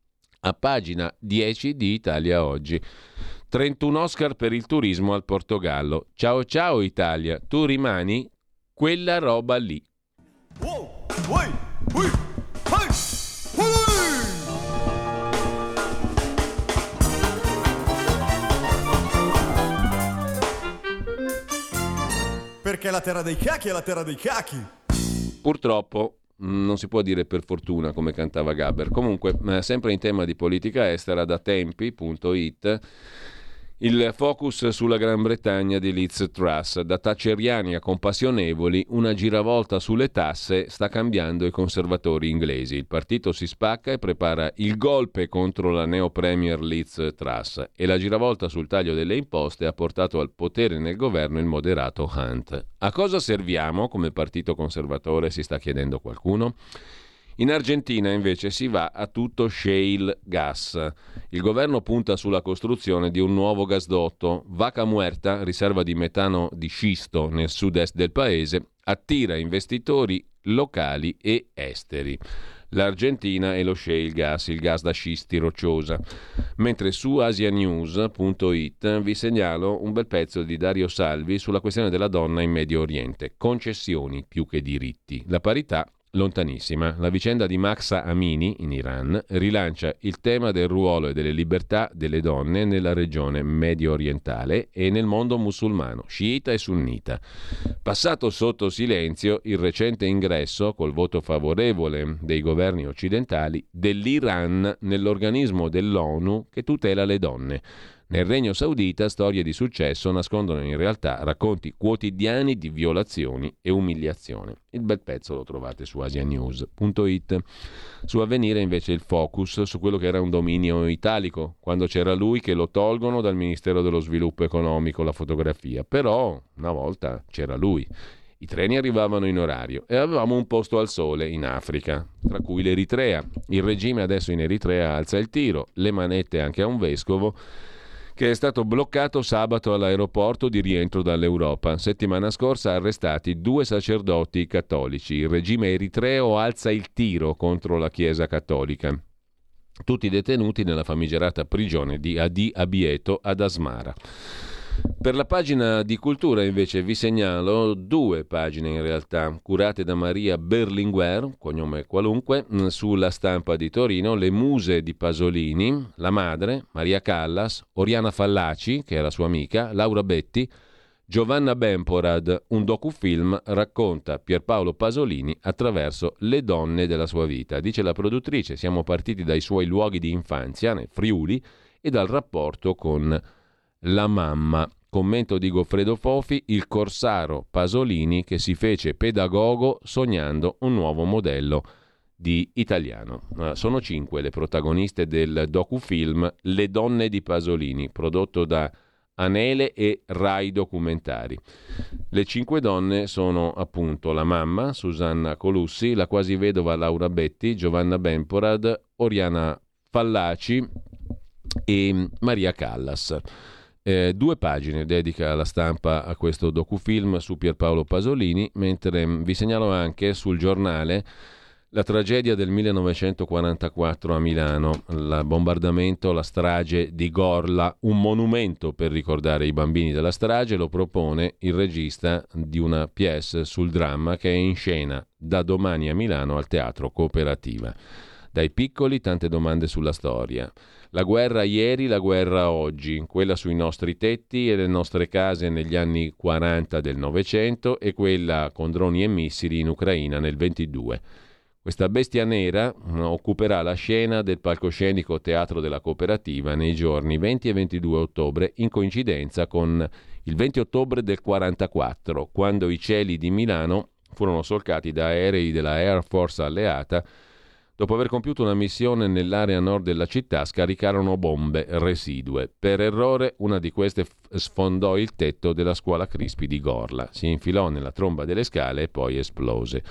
a pagina dieci di Italia Oggi. trentuno Oscar per il turismo al Portogallo. Ciao ciao Italia, tu rimani quella roba lì. Wow, uy, uy, hey, uy. Perché la terra dei cachi è la terra dei cachi. Purtroppo non si può dire per fortuna, come cantava Gabber. Comunque, sempre in tema di politica estera, da tempi punto it Il focus sulla Gran Bretagna di Liz Truss. Da thatcheriani a compassionevoli, una giravolta sulle tasse sta cambiando i conservatori inglesi. Il partito si spacca e prepara il golpe contro la neo-premier Liz Truss e la giravolta sul taglio delle imposte ha portato al potere nel governo il moderato Hunt. A cosa serviamo come partito conservatore, si sta chiedendo qualcuno? In Argentina invece si va a tutto shale gas. Il governo punta sulla costruzione di un nuovo gasdotto. Vaca Muerta, riserva di metano di scisto nel sud-est del paese, attira investitori locali e esteri. L'Argentina e lo shale gas, il gas da scisti rocciosa. Mentre su asianews punto it vi segnalo un bel pezzo di Dario Salvi sulla questione della donna in Medio Oriente. Concessioni più che diritti. La parità lontanissima. La vicenda di Mahsa Amini in Iran rilancia il tema del ruolo e delle libertà delle donne nella regione medio orientale e nel mondo musulmano, sciita e sunnita. Passato sotto silenzio il recente ingresso, col voto favorevole dei governi occidentali, dell'Iran nell'organismo dell'ONU che tutela le donne. Nel Regno Saudita storie di successo nascondono in realtà racconti quotidiani di violazioni e umiliazione. Il bel pezzo lo trovate su asianews punto it. Su Avvenire invece il focus su quello che era un dominio italico, quando c'era lui che lo tolgono dal Ministero dello Sviluppo Economico, la fotografia. Però una volta c'era lui. I treni arrivavano in orario e avevamo un posto al sole in Africa, tra cui l'Eritrea. Il regime adesso in Eritrea alza il tiro, le manette anche a un vescovo che è stato bloccato sabato all'aeroporto di rientro dall'Europa. Settimana scorsa arrestati due sacerdoti cattolici. Il regime eritreo alza il tiro contro la Chiesa cattolica. Tutti detenuti nella famigerata prigione di Adi Abieto ad Asmara. Per la pagina di cultura invece vi segnalo due pagine in realtà curate da Maria Berlinguer, cognome qualunque, sulla Stampa di Torino, le muse di Pasolini, la madre, Maria Callas, Oriana Fallaci, che è la sua amica, Laura Betti, Giovanna Bemporad. Un docufilm racconta Pierpaolo Pasolini attraverso le donne della sua vita. Dice la produttrice, siamo partiti dai suoi luoghi di infanzia, nel Friuli, e dal rapporto con la mamma. Commento di Goffredo Fofi, il corsaro Pasolini che si fece pedagogo sognando un nuovo modello di italiano. Sono cinque le protagoniste del docufilm Le donne di Pasolini, prodotto da Anele e Rai Documentari. Le cinque donne sono appunto la mamma, Susanna Colussi, la quasi vedova Laura Betti, Giovanna Bemporad, Oriana Fallaci e Maria Callas. Eh, due pagine dedica la Stampa a questo docufilm su Pierpaolo Pasolini, mentre vi segnalo anche sul Giornale la tragedia del millenovecentoquarantaquattro a Milano, il bombardamento, la strage di Gorla, un monumento per ricordare i bambini della strage, lo propone il regista di una pièce sul dramma che è in scena da domani a Milano al Teatro Cooperativa. Dai piccoli tante domande sulla storia. La guerra ieri, la guerra oggi, quella sui nostri tetti e le nostre case negli anni quaranta del Novecento e quella con droni e missili in Ucraina nel ventidue. Questa bestia nera occuperà la scena del palcoscenico Teatro della Cooperativa nei giorni venti e ventidue ottobre, in coincidenza con il venti ottobre del quarantaquattro, quando i cieli di Milano furono solcati da aerei della Air Force alleata. Dopo aver compiuto una missione nell'area nord della città, scaricarono bombe residue. Per errore, una di queste sfondò il tetto della scuola Crispi di Gorla, si infilò nella tromba delle scale e poi esplose.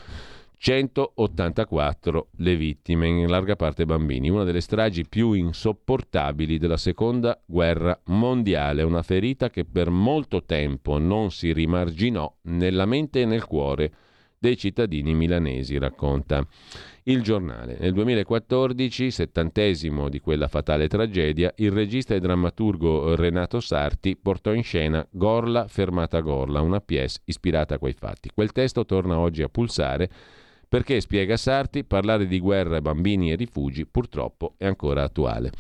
centottantaquattro le vittime, in larga parte bambini, una delle stragi più insopportabili della seconda guerra mondiale, una ferita che per molto tempo non si rimarginò nella mente e nel cuore dei cittadini milanesi, racconta il Giornale. Nel duemilaquattordici, settantesimo di quella fatale tragedia, il regista e drammaturgo Renato Sarti portò in scena Gorla fermata Gorla, una pièce ispirata a quei fatti. Quel testo torna oggi a pulsare perché, spiega Sarti, parlare di guerra, bambini e rifugi purtroppo è ancora attuale.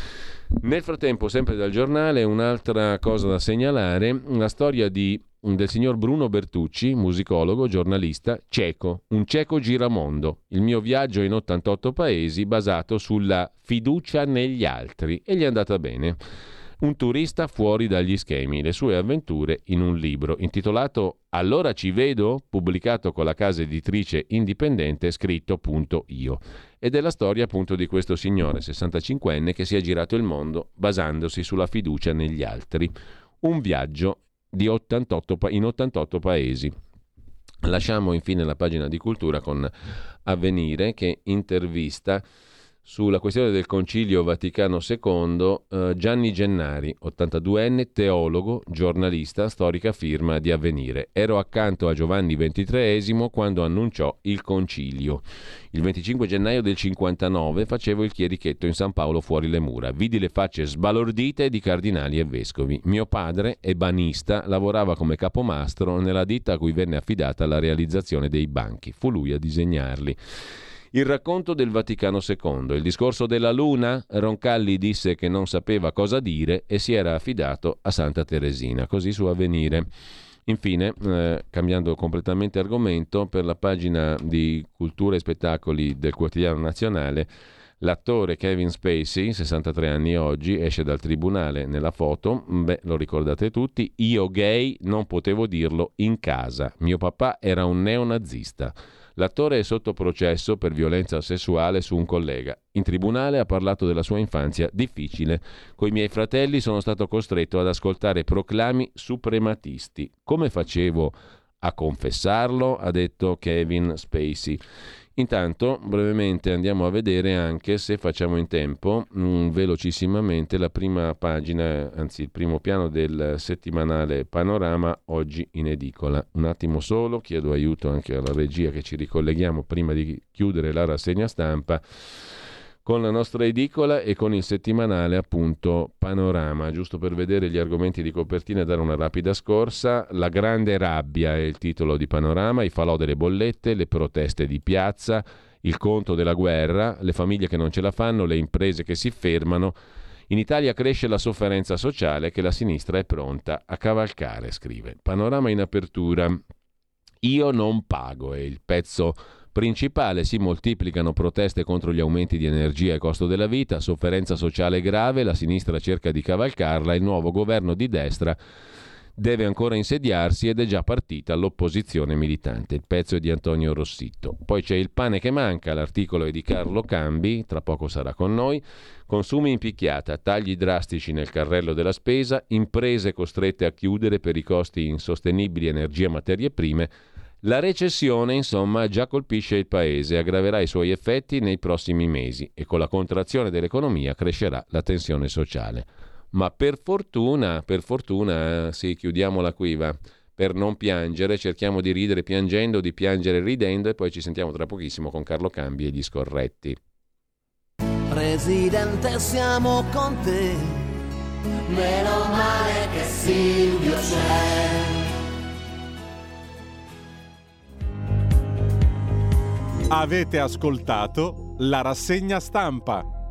Nel frattempo, sempre dal Giornale, un'altra cosa da segnalare, la storia di del signor Bruno Bertucci, musicologo, giornalista, ceco, un ceco giramondo, il mio viaggio in ottantotto paesi basato sulla fiducia negli altri, e gli è andata bene. Un turista fuori dagli schemi, le sue avventure in un libro intitolato Allora ci vedo, pubblicato con la casa editrice indipendente Scritto punto io. Ed è la storia appunto di questo signore sessantacinquenne che si è girato il mondo basandosi sulla fiducia negli altri. Un viaggio di ottantotto pa- in ottantotto paesi. Lasciamo infine la pagina di cultura con Avvenire che intervista sulla questione del Concilio Vaticano secondo eh, Gianni Gennari, ottantaduenne, teologo, giornalista, storica firma di Avvenire. Ero accanto a Giovanni ventitreesimo quando annunciò il concilio. Il venticinque gennaio del cinquantanove facevo il chierichetto in San Paolo fuori le mura. Vidi le facce sbalordite di cardinali e vescovi. Mio padre, ebanista, lavorava come capomastro nella ditta a cui venne affidata la realizzazione dei banchi. Fu lui a disegnarli. Il racconto del Vaticano secondo, il discorso della Luna, Roncalli disse che non sapeva cosa dire e si era affidato a Santa Teresina, così su Avvenire. Infine, eh, cambiando completamente argomento, per la pagina di Cultura e Spettacoli del Quotidiano Nazionale, l'attore Kevin Spacey, sessantatré anni oggi, esce dal tribunale nella foto, beh, lo ricordate tutti, io gay non potevo dirlo in casa, mio papà era un neonazista. L'attore è sotto processo per violenza sessuale su un collega. In tribunale ha parlato della sua infanzia difficile. Coi miei fratelli sono stato costretto ad ascoltare proclami suprematisti. Come facevo a confessarlo? Ha detto Kevin Spacey. Intanto, brevemente andiamo a vedere anche, se facciamo in tempo, mh, velocissimamente la prima pagina, anzi il primo piano del settimanale Panorama, oggi in edicola. Un attimo solo, chiedo aiuto anche alla regia che ci ricolleghiamo prima di chiudere la rassegna stampa con la nostra edicola e con il settimanale appunto Panorama, giusto per vedere gli argomenti di copertina e dare una rapida scorsa. La grande rabbia è il titolo di Panorama, i falò delle bollette, le proteste di piazza, il conto della guerra, le famiglie che non ce la fanno, le imprese che si fermano. In Italia cresce la sofferenza sociale che la sinistra è pronta a cavalcare, scrive. Panorama in apertura. Io non pago è il pezzo principale, si moltiplicano proteste contro gli aumenti di energia e costo della vita, sofferenza sociale grave, la sinistra cerca di cavalcarla, il nuovo governo di destra deve ancora insediarsi ed è già partita l'opposizione militante. Il pezzo è di Antonio Rossitto. Poi c'è il pane che manca, l'articolo è di Carlo Cambi, tra poco sarà con noi. Consumi in picchiata, tagli drastici nel carrello della spesa, imprese costrette a chiudere per i costi insostenibili energia e materie prime. La recessione, insomma, già colpisce il paese, aggraverà i suoi effetti nei prossimi mesi e con la contrazione dell'economia crescerà la tensione sociale. Ma per fortuna, per fortuna, sì, chiudiamola qui, va, per non piangere, cerchiamo di ridere piangendo, di piangere ridendo e poi ci sentiamo tra pochissimo con Carlo Cambi e gli scorretti. Presidente, siamo con te, meno male che Silvio c'è. Avete ascoltato la rassegna stampa.